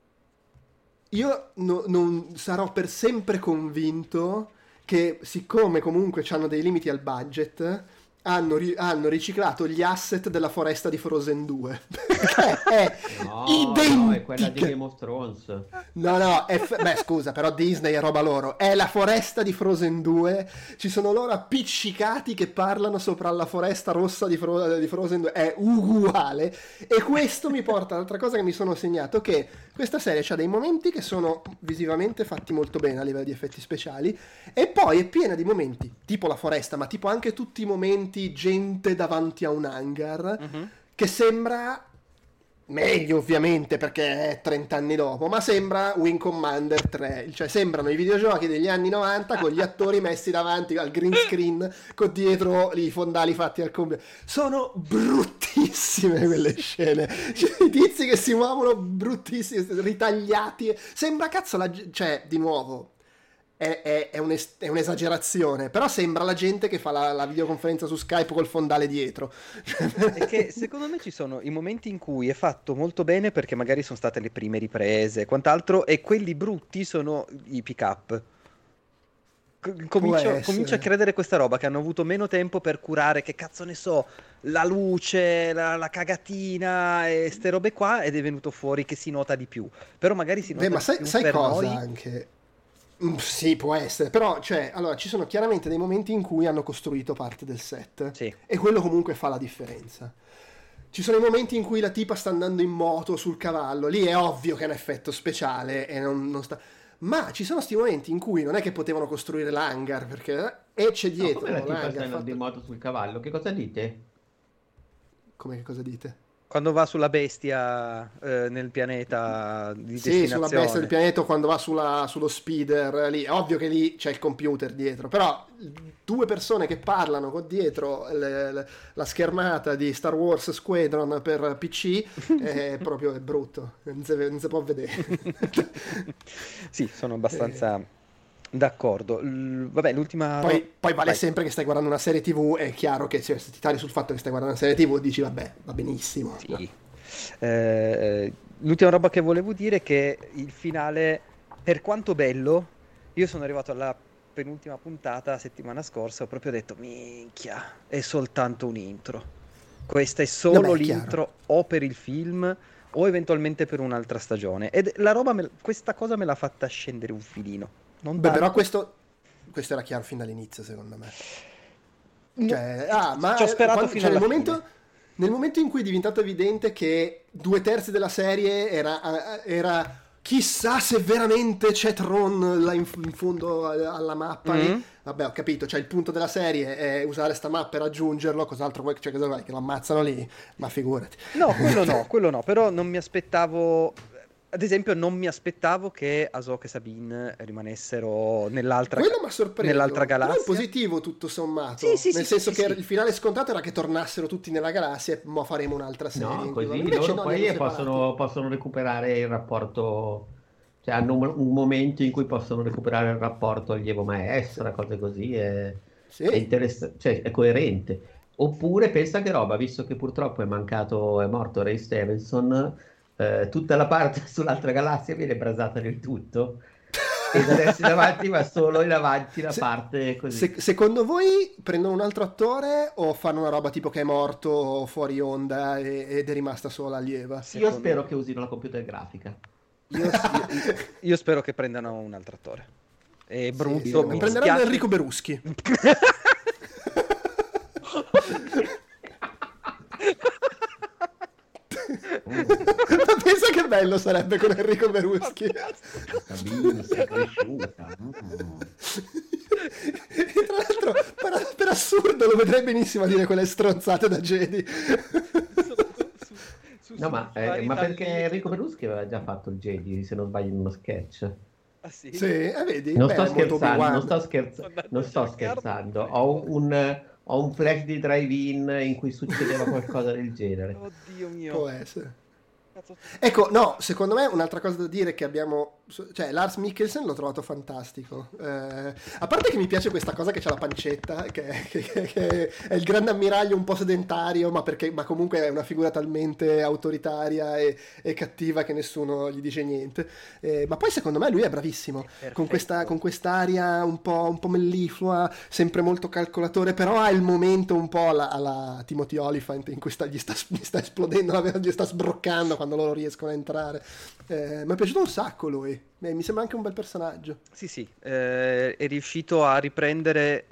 io non sarò per sempre convinto che, siccome comunque hanno dei limiti al budget, hanno riciclato gli asset della foresta di Frozen 2. È identica. No, è quella di Game of Thrones. No, beh, scusa, però Disney è roba loro. È la foresta di Frozen 2. Ci sono loro appiccicati che parlano sopra la foresta rossa di Frozen 2. È uguale. E questo mi porta all'altra cosa che mi sono segnato, che questa serie ha dei momenti che sono visivamente fatti molto bene a livello di effetti speciali, e poi è piena di momenti, tipo la foresta, ma tipo anche tutti i momenti gente davanti a un hangar, che sembra meglio ovviamente perché è 30 anni dopo, ma sembra Wing Commander 3, cioè sembrano i videogiochi degli anni 90 con gli attori messi davanti al green screen con dietro i fondali fatti al computer. Sono bruttissime quelle scene, cioè, i tizi che si muovono bruttissimi, ritagliati, sembra cioè di nuovo è un'esagerazione, però sembra la gente che fa la videoconferenza su Skype col fondale dietro. È che secondo me ci sono i momenti in cui è fatto molto bene perché magari sono state le prime riprese e quant'altro, e quelli brutti sono i pick up. Comincio a credere questa roba, che hanno avuto meno tempo per curare, che cazzo ne so, la luce, la cagatina e ste robe qua, ed è venuto fuori che si nota di più. Però magari si nota ma di più sai per cosa noi. Anche sì, può essere, però allora ci sono chiaramente dei momenti in cui hanno costruito parte del set, sì, e quello comunque fa la differenza. Ci sono i momenti in cui la tipa sta andando in moto sul cavallo, lì è ovvio che è un effetto speciale e non sta, ma ci sono sti momenti in cui non è che potevano costruire l'hangar, perché c'è dietro. Come la tipa sta di moto sul cavallo? Che cosa dite? Come che cosa dite? Quando va sulla bestia nel pianeta di destinazione. Sì, sulla bestia del pianeta, quando va sullo speeder, lì. È ovvio che lì c'è il computer dietro, però 2 persone che parlano con dietro la schermata di Star Wars Squadron per PC è brutto, non si può vedere. Sì, sono abbastanza... D'accordo. Vabbè, l'ultima... Poi vale sempre che stai guardando una serie TV, è chiaro che se ti tagli sul fatto che stai guardando una serie TV dici vabbè, va benissimo. Sì. No. L'ultima roba che volevo dire è che il finale, per quanto bello, io sono arrivato alla penultima puntata settimana scorsa, ho proprio detto minchia, è soltanto un intro. Questa è solo l'intro o per il film o eventualmente per un'altra stagione. Ed la roba, questa cosa me l'ha fatta scendere un filino. Però questo era chiaro fin dall'inizio, secondo me. Cioè, ci ho sperato fino alla fine. Nel momento in cui è diventato evidente che 2/3 della serie era chissà se veramente c'è Tron là in fondo alla mappa. Vabbè, ho capito, cioè il punto della serie è usare sta mappa e raggiungerlo, cos'altro vuoi, cioè, che lo ammazzano lì, ma figurati. No, quello no, però non mi aspettavo... Ad esempio, non mi aspettavo che Ahsoka e Sabine rimanessero nell'altra galassia. Però è positivo tutto sommato. Nel senso che il finale scontato era che tornassero tutti nella galassia e mo faremo un'altra serie. No, così loro poi possono recuperare il rapporto, cioè hanno un momento in cui possono recuperare il rapporto allievo-maestra, cose così, è interessante, cioè è coerente. Oppure pensa che roba, visto che purtroppo è morto Ray Stevenson, tutta la parte sull'altra galassia viene brasata del tutto e da adesso in avanti va solo in avanti la parte così. Secondo voi prendono un altro attore o fanno una roba tipo che è morto fuori onda ed è rimasta sola allieva? Io spero che usino la computer grafica. Io spero che prendano un altro attore. È brutto. Prenderanno Enrico Beruschi. Ma pensa che bello sarebbe con Enrico Beruschi. Sabine, sei cresciuta. E tra l'altro per assurdo lo vedrei benissimo a dire quelle stronzate da Jedi. No, ma perché Enrico Beruschi aveva già fatto il Jedi, se non sbaglio, in uno sketch. Ah, sì? Sì, vedi? Non sto scherzando. Ho un flash di drive-in in cui succedeva qualcosa del genere. Oddio mio. Può essere. Ecco, no, secondo me un'altra cosa da dire è che abbiamo... Cioè, Lars Mikkelsen l'ho trovato fantastico. A parte che mi piace questa cosa che c'ha la pancetta, che è il grande ammiraglio un po' sedentario, ma comunque è una figura talmente autoritaria e cattiva che nessuno gli dice niente. Ma poi secondo me lui è bravissimo. Con quest'aria un po' melliflua, sempre molto calcolatore, però ha il momento un po' alla Timothy Olyphant in cui gli sta esplodendo, gli sta sbroccando quando loro riescono a entrare. Mi è piaciuto un sacco lui. Mi sembra anche un bel personaggio. Sì, è riuscito a riprendere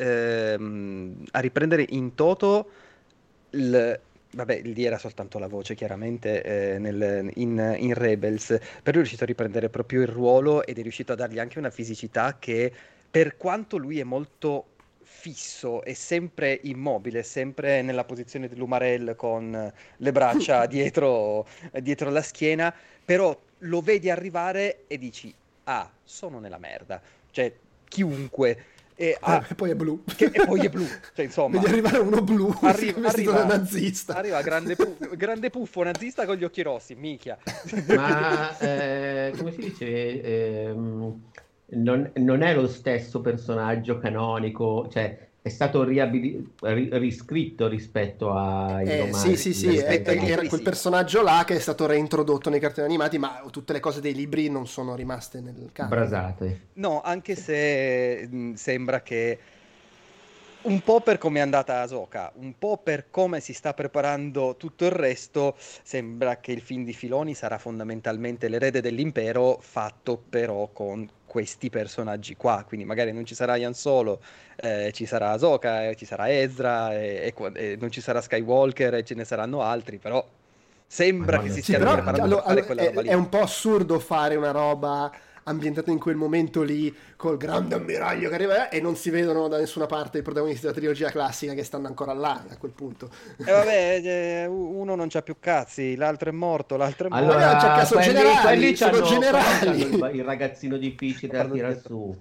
in toto vabbè, lì era soltanto la voce chiaramente in Rebels, però è riuscito a riprendere proprio il ruolo ed è riuscito a dargli anche una fisicità che, per quanto lui è molto fisso e sempre immobile, sempre nella posizione dell'umarell con le braccia dietro la schiena, però lo vedi arrivare e dici sono nella merda, cioè chiunque e poi è blu e poi è blu, cioè insomma vedi arrivare uno blu vestito da nazista, arriva grande puffo nazista con gli occhi rossi, minchia. Ma come si dice, non è lo stesso personaggio canonico, cioè è stato riscritto rispetto ai romani. Sì, era quel personaggio là che è stato reintrodotto nei cartoni animati, ma tutte le cose dei libri non sono rimaste nel canone. Brasate. No, anche se sembra che un po' per come è andata Ahsoka, un po' per come si sta preparando tutto il resto, sembra che il film di Filoni sarà fondamentalmente l'erede dell'impero, fatto però con questi personaggi qua, quindi magari non ci sarà Han Solo, ci sarà Ahsoka, ci sarà Ezra e non ci sarà Skywalker e ce ne saranno altri, però sembra che si stiano preparando per fare quella roba lì. È un po' assurdo fare una roba ambientato in quel momento lì col grande ammiraglio che arriva e non si vedono da nessuna parte i protagonisti della trilogia classica che stanno ancora là a quel punto. E vabbè, uno non c'ha più cazzi, l'altro è morto, allora, c'è caso generali, sono generali. Il ragazzino difficile da tirare su.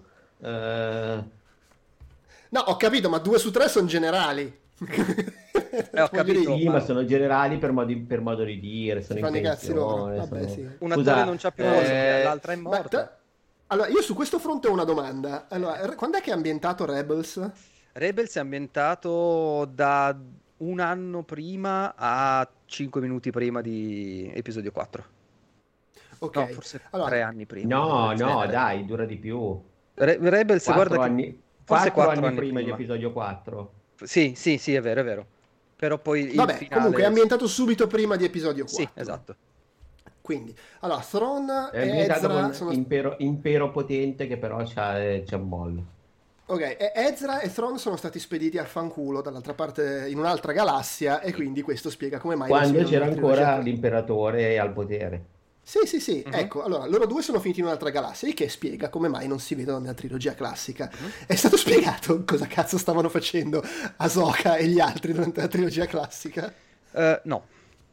No, ho capito, ma 2 su 3 sono generali. Ho capito, sì, ma sono generali per modo di dire, sono in pensione. Vabbè, sì. Un attore non c'ha più voce, l'altra è morta. Allora, io su questo fronte ho una domanda. Allora, quando è che è ambientato Rebels? Rebels è ambientato da un anno prima a 5 minuti prima di episodio 4. Ok. No, forse 3 anni prima. No, dai, dura di più. Rebels, guarda, forse 4 anni prima di episodio 4. Sì, è vero. Però poi il Vabbè, finale... comunque è ambientato subito prima di episodio 4. Sì, esatto. Quindi, allora, Thrawn è ambientato con impero potente che però c'è un mollo. Ok, Ezra e Thrawn sono stati spediti al fanculo dall'altra parte in un'altra galassia e quindi questo spiega come mai... Quando c'era ancora l'imperatore al potere. Sì, ecco, allora, loro due sono finiti in un'altra galassia, il che spiega come mai non si vedono nella trilogia classica. È stato spiegato cosa cazzo stavano facendo Ahsoka e gli altri durante la trilogia classica? No.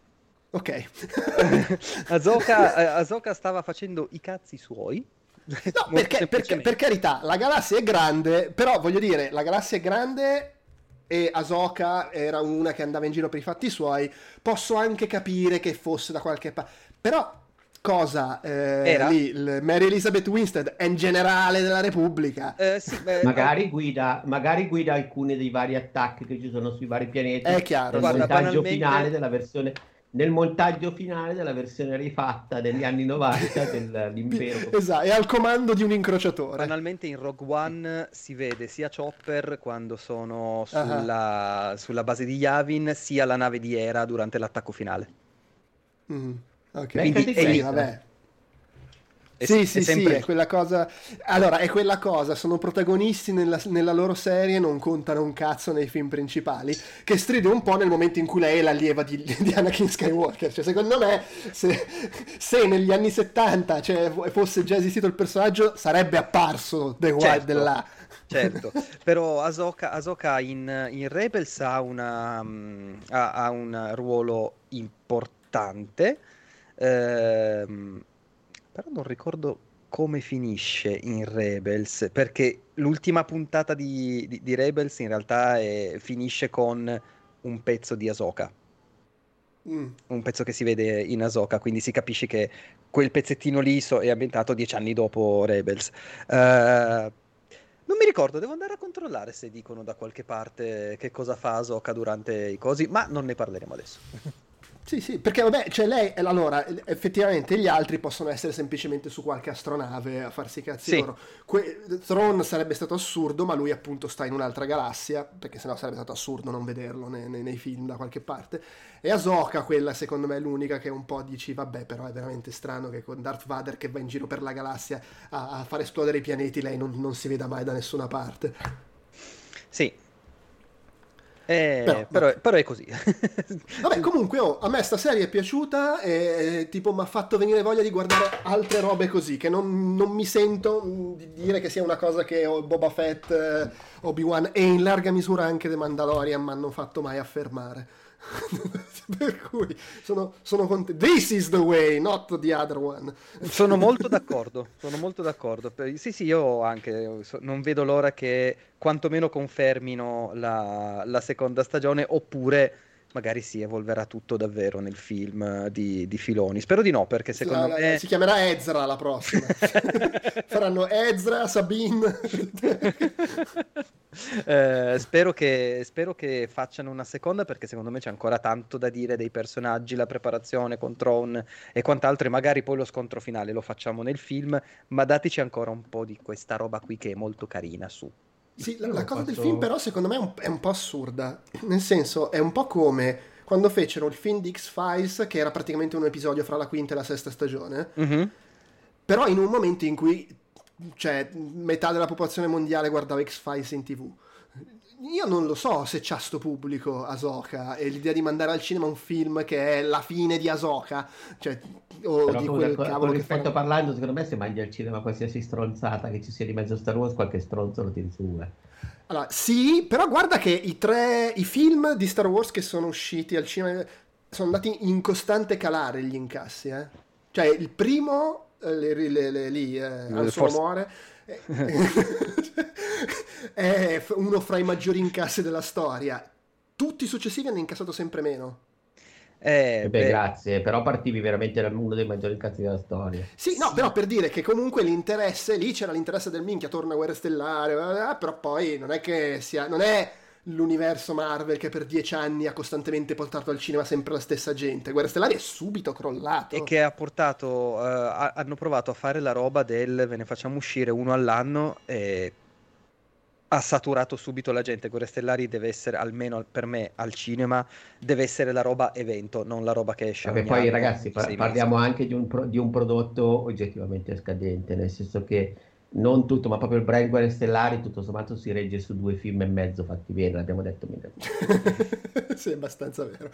Ok. Ahsoka stava facendo i cazzi suoi. No, perché per carità, la galassia è grande, però voglio dire, la galassia è grande e Ahsoka era una che andava in giro per i fatti suoi, posso anche capire che fosse da qualche parte, però cosa era? Lì, Mary Elizabeth Winstead è in generale della Repubblica. Sì, magari guida alcuni dei vari attacchi che ci sono sui vari pianeti. È chiaro. Nel montaggio finale della versione rifatta degli anni 90 dell'impero. Esatto, è al comando di un incrociatore. Banalmente in Rogue One si vede sia Chopper quando sono sulla base di Yavin, sia la nave di Hera durante l'attacco finale. Ok, quindi è lì, vabbè. Sì, è quella cosa. Allora, è quella cosa, sono protagonisti nella loro serie, non contano un cazzo nei film principali, che stride un po' nel momento in cui lei è l'allieva di Anakin Skywalker. Cioè, secondo me, se negli anni 70 fosse già esistito il personaggio, sarebbe apparso The Wild dell'A. Certo, però Ahsoka in Rebels ha un ruolo importante. Però non ricordo come finisce in Rebels, perché l'ultima puntata di Rebels in realtà finisce con un pezzo di Ahsoka. Un pezzo che si vede in Ahsoka, quindi si capisce che quel pezzettino lì è ambientato 10 anni dopo Rebels. Non mi ricordo, devo andare a controllare se dicono da qualche parte che cosa fa Ahsoka durante i cosi, ma non ne parleremo adesso. Sì, perché vabbè, cioè lei, allora, effettivamente gli altri possono essere semplicemente su qualche astronave a farsi i cazzi loro. Thrawn sarebbe stato assurdo, ma lui appunto sta in un'altra galassia, perché sennò sarebbe stato assurdo non vederlo nei film da qualche parte. E Ahsoka, quella secondo me è l'unica che un po' dici, vabbè, però è veramente strano che con Darth Vader che va in giro per la galassia a far esplodere i pianeti lei non si veda mai da nessuna parte. Sì. Però è così. Vabbè, comunque a me sta serie è piaciuta e tipo mi ha fatto venire voglia di guardare altre robe così, che non mi sento di dire che sia una cosa che Boba Fett, Obi-Wan e in larga misura anche The Mandalorian mi hanno fatto mai affermare. Per cui sono contento. This is the way, not the other one. Sono molto d'accordo. Sì, io anche non vedo l'ora che quantomeno confermino la seconda stagione, oppure magari si evolverà tutto davvero nel film di Filoni. Spero di no, perché secondo me si chiamerà Ezra la prossima. Faranno Ezra, Sabine. Spero che facciano una seconda, perché secondo me c'è ancora tanto da dire dei personaggi, la preparazione con Thrawn e quant'altro, e magari poi lo scontro finale lo facciamo nel film, ma dateci ancora un po' di questa roba qui che è molto carina su. Sì, la cosa del film però secondo me è un po' assurda, nel senso è un po' come quando fecero il film di X-Files, che era praticamente un episodio fra la quinta e la sesta stagione, però in un momento in cui metà della popolazione mondiale guardava X-Files in TV. io non lo so se c'ha sto pubblico Ahsoka, e l'idea di mandare al cinema un film che è la fine di Ahsoka, cioè, o però di quel cavolo che rispetto parlando, secondo me se mangi al cinema qualsiasi stronzata che ci sia di mezzo Star Wars, qualche stronzo lo tiri su. Allora, sì, però guarda che i film di Star Wars che sono usciti al cinema sono andati in costante calare gli incassi, Cioè, il primo, Han Solo muore, è uno fra i maggiori incassi della storia. Tutti i successivi hanno incassato sempre meno. Grazie, però partivi veramente da uno dei maggiori incassi della storia. Sì, no, però per dire che comunque l'interesse, lì c'era l'interesse del minchia, torna a Guerre Stellari, però poi non è che non è l'universo Marvel che per 10 anni ha costantemente portato al cinema sempre la stessa gente. Guerre Stellari è subito crollato. E che ha portato, hanno provato a fare la roba del ve ne facciamo uscire uno all'anno e ha saturato subito la gente. Guerre Stellari deve essere, almeno per me al cinema, deve essere la roba evento, non la roba che esce. Vabbè, poi anno, ragazzi parliamo anche di un prodotto oggettivamente scadente, nel senso che non tutto, ma proprio il brand Guerre Stellari tutto sommato si regge su 2 film e mezzo fatti bene, l'abbiamo detto mille volte. Sì, è abbastanza vero.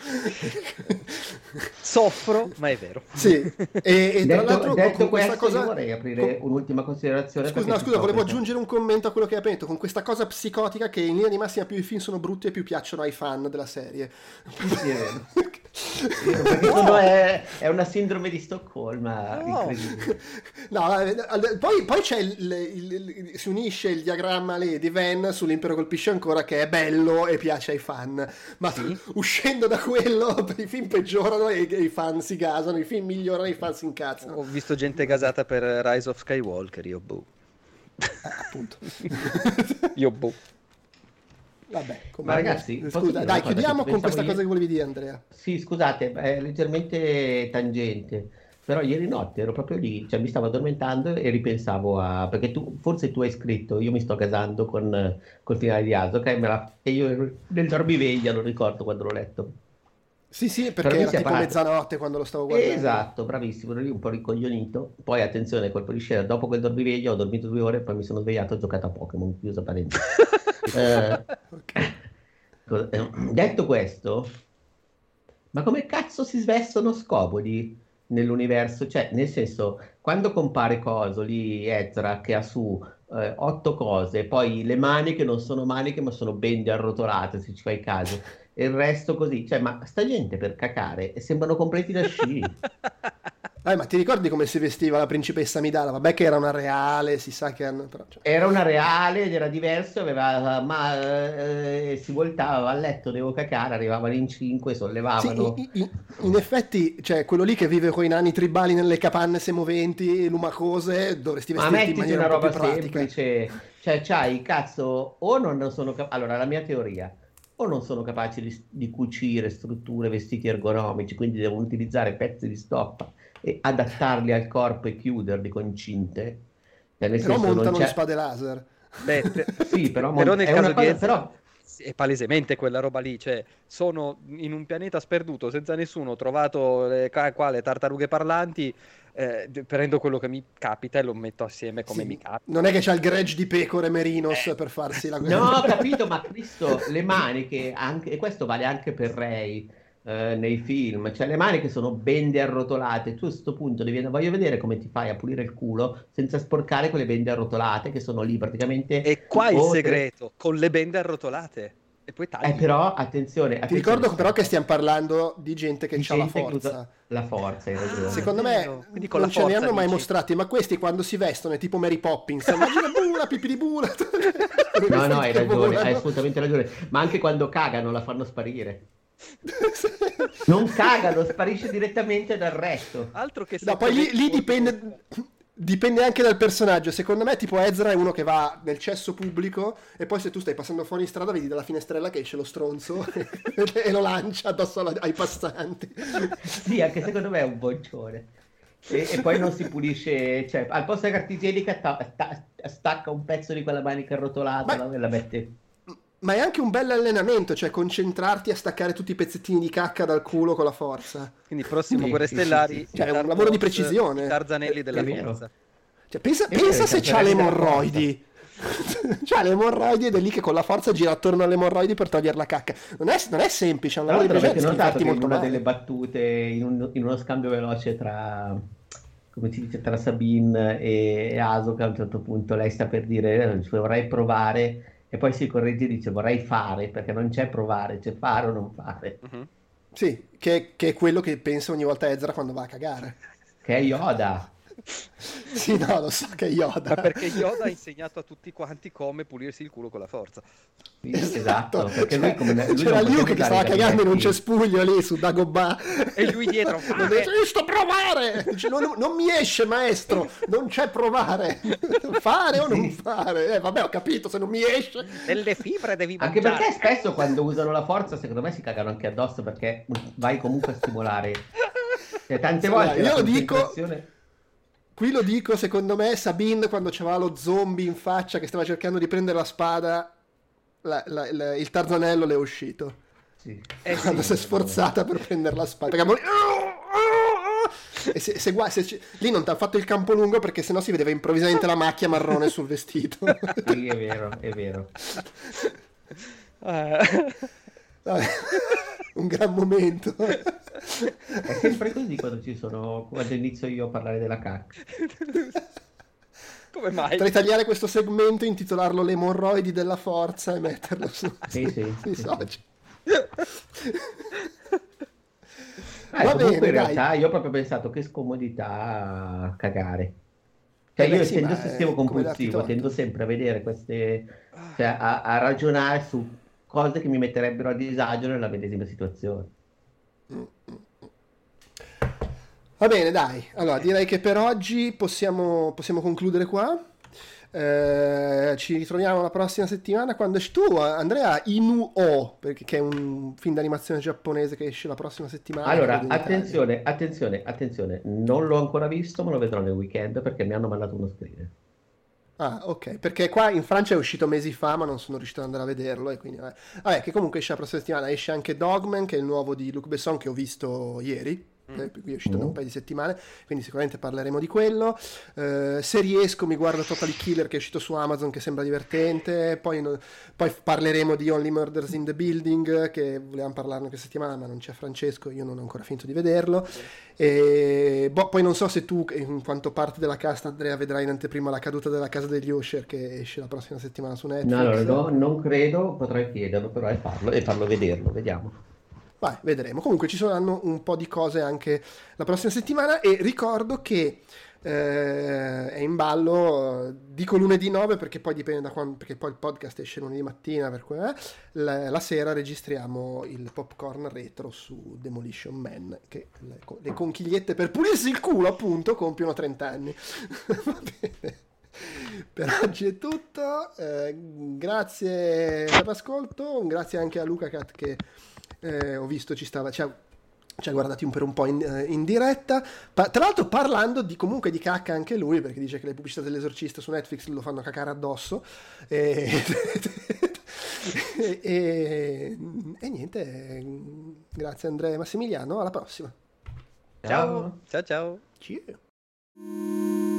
Soffro, ma è vero. Sì. E tra l'altro detto questo, cosa... io vorrei aprire un'ultima considerazione. Scusa, volevo aggiungere un commento a quello che hai detto, con questa cosa psicotica che in linea di massima più i film sono brutti e più piacciono ai fan della serie. Sì, è vero. Perché è una sindrome di Stoccolma incredibile. No, poi c'è si unisce il diagramma lì di Venn sull'Impero colpisce ancora, che è bello e piace ai fan, ma sì, uscendo da quello i film peggiorano e i fan si gasano, i film migliorano e i fan si incazzano. Ho visto gente gasata per Rise of Skywalker, io boh. Appunto. Io boh. Vabbè, ma ragazzi, scusa, dai, chiudiamo con questa cosa che volevi dire, Andrea. Sì, scusate, è leggermente tangente, però ieri notte ero proprio lì, cioè mi stavo addormentando e ripensavo perché forse tu hai scritto, io mi sto casando col finale di Ahsoka, e io nel dormiveglia non ricordo quando l'ho letto. Sì, perché era tipo mezzanotte quando lo stavo guardando. Esatto, bravissimo, ero lì un po' ricoglionito. Poi attenzione, colpo di scena, dopo quel dormiveglia ho dormito 2 ore, poi mi sono svegliato e ho giocato a Pokémon, chiusa parentesi. Detto questo, ma come cazzo si svestono scomodi nell'universo? Cioè, nel senso, quando compare coso lì, Ezra che ha su 8 cose, poi le maniche non sono maniche ma sono bende arrotolate, se ci fai caso, e il resto così, cioè, ma sta gente per cacare e sembrano completi da sci. Ma ti ricordi come si vestiva la principessa Amidala? Vabbè che era una reale, si sa che hanno... Però, cioè... Era una reale ed era diverso, si voltava a letto, devo cacare, arrivavano in 5, sollevavano... Sì, in effetti, cioè, quello lì che vive con i nani tribali nelle capanne semmoventi, lumacose, dovresti vestirti in maniera una un po' roba più pratica. semplice, cioè c'hai, cazzo, o non sono... Allora, la mia teoria... o non sono capaci di cucire strutture, vestiti ergonomici, quindi devono utilizzare pezzi di stoffa e adattarli al corpo e chiuderli con cinte. Però montano le spade laser. Beh, sì, però nel caso di Ezra è palesemente quella roba lì, cioè sono in un pianeta sperduto senza nessuno, trovato le tartarughe parlanti, prendo quello che mi capita e lo metto assieme come mi capita. Non è che c'ha il gregge di pecore merinos per farsi la guerra. No, ho capito, ma Cristo, le maniche, anche, e questo vale anche per Rey nei film, cioè le maniche sono bende arrotolate, tu a questo punto voglio vedere come ti fai a pulire il culo senza sporcare quelle bende arrotolate che sono lì praticamente. E qua il segreto, con le bende arrotolate. E poi tagli. Però attenzione, ti ricordo però che stiamo parlando di gente che ha la forza. La forza, hai ragione. Secondo me non ce ne hanno mai mostrati, ma questi quando si vestono è tipo Mary Poppins, immagina bula, pipì di bula. No, hai ragione, hai assolutamente ragione, ma anche quando cagano la fanno sparire. Non cagano, sparisce direttamente dal resto. Altro che poi lì dipende anche dal personaggio. Secondo me tipo Ezra è uno che va nel cesso pubblico e poi se tu stai passando fuori in strada vedi dalla finestrella che esce lo stronzo e lo lancia addosso ai passanti. Sì, anche secondo me è un boccione. E poi non si pulisce, cioè al posto della carta igienica stacca un pezzo di quella manica arrotolata e la mette. Ma è anche un bel allenamento, cioè concentrarti a staccare tutti i pezzettini di cacca dal culo con la forza. Quindi prossimo Guerre Stellari, cioè è un lavoro di precisione. I Tarzanelli della forza. Cioè, pensa se c'ha le emorroidi. C'ha le emorroidi ed è lì che con la forza gira attorno alle emorroidi per togliere la cacca. Non è semplice, è un lavoro di avete notato che in una delle battute, in uno scambio veloce tra, come si dice, tra Sabine e Asuka, a un certo punto lei sta per dire vorrei provare, e poi si corregge e dice vorrei fare, perché non c'è provare, c'è fare o non fare. Sì, che è quello che pensa ogni volta Ezra quando va a cagare. Che è Yoda. Sì, no, lo so che è Yoda. Ma perché Yoda ha insegnato a tutti quanti come pulirsi il culo con la forza. Esatto, perché lui c'era Luke che stava cagando in un cespuglio lì su Dagobah e lui dietro non sto provare, dice, non mi esce maestro, non c'è provare, fare o non fare, vabbè, ho capito, se non mi esce delle fibre devi mangiare. Anche perché spesso quando usano la forza secondo me si cagano anche addosso, perché vai comunque a stimolare, tante volte io lo dico. Qui lo dico, secondo me Sabine quando c'aveva lo zombie in faccia che stava cercando di prendere la spada, il tarzanello le è uscito. Sì. Quando si è sforzata per prendere la spada. Perché e lì non ti ha fatto il campo lungo perché sennò si vedeva improvvisamente la macchia marrone sul vestito. Sì, è vero, è vero. Vabbè, un gran momento. È sempre così quando inizio io a parlare della cacca. Come mai? Potrei tagliare questo segmento, intitolarlo Le emorroidi della forza e metterlo sui social. Comunque in realtà io ho proprio pensato che scomodità cagare. Cioè io essendo ossessivo compulsivo tendo sempre a vedere queste, cioè a ragionare su cose che mi metterebbero a disagio nella medesima situazione. Va bene, dai. Allora, direi che per oggi possiamo concludere qua. Ci ritroviamo la prossima settimana quando esci tu, Andrea, Inu-Oh, perché è un film d'animazione giapponese che esce la prossima settimana. Allora, attenzione, non l'ho ancora visto, ma lo vedrò nel weekend perché mi hanno mandato uno screener. Ah, ok, perché qua in Francia è uscito mesi fa, ma non sono riuscito ad andare a vederlo, e quindi vabbè, che comunque esce la prossima settimana. Esce anche Dogman, che è il nuovo di Luc Besson che ho visto ieri. Qui è uscito da un paio di settimane, quindi sicuramente parleremo di quello. Se riesco mi guardo Totally Killer, che è uscito su Amazon, che sembra divertente. Poi parleremo di Only Murders in the Building, che volevamo parlarne questa settimana, ma non c'è Francesco, io non ho ancora finito di vederlo. E poi non so se tu, in quanto parte della cast, Andrea, vedrai in anteprima La caduta della casa degli Usher, che esce la prossima settimana su Netflix. No, non credo, potrei chiederlo però e farlo vederlo, vediamo. Vai, vedremo. Comunque ci saranno un po' di cose anche la prossima settimana, e ricordo che è in ballo, dico lunedì 9 perché poi dipende da quando, perché poi il podcast esce lunedì mattina, per cui la sera registriamo il popcorn retro su Demolition Man, che le conchigliette per pulirsi il culo appunto compiono 30 anni. Va bene. Per oggi è tutto, grazie per l'ascolto, grazie anche a Luca Cat che ho visto ci ha guardati per un po' in diretta, tra l'altro parlando comunque di cacca anche lui, perché dice che le pubblicità dell'esorcista su Netflix lo fanno cacare addosso e niente, grazie Andrea e Massimiliano, alla prossima. Ciao. Ciao. Ciao.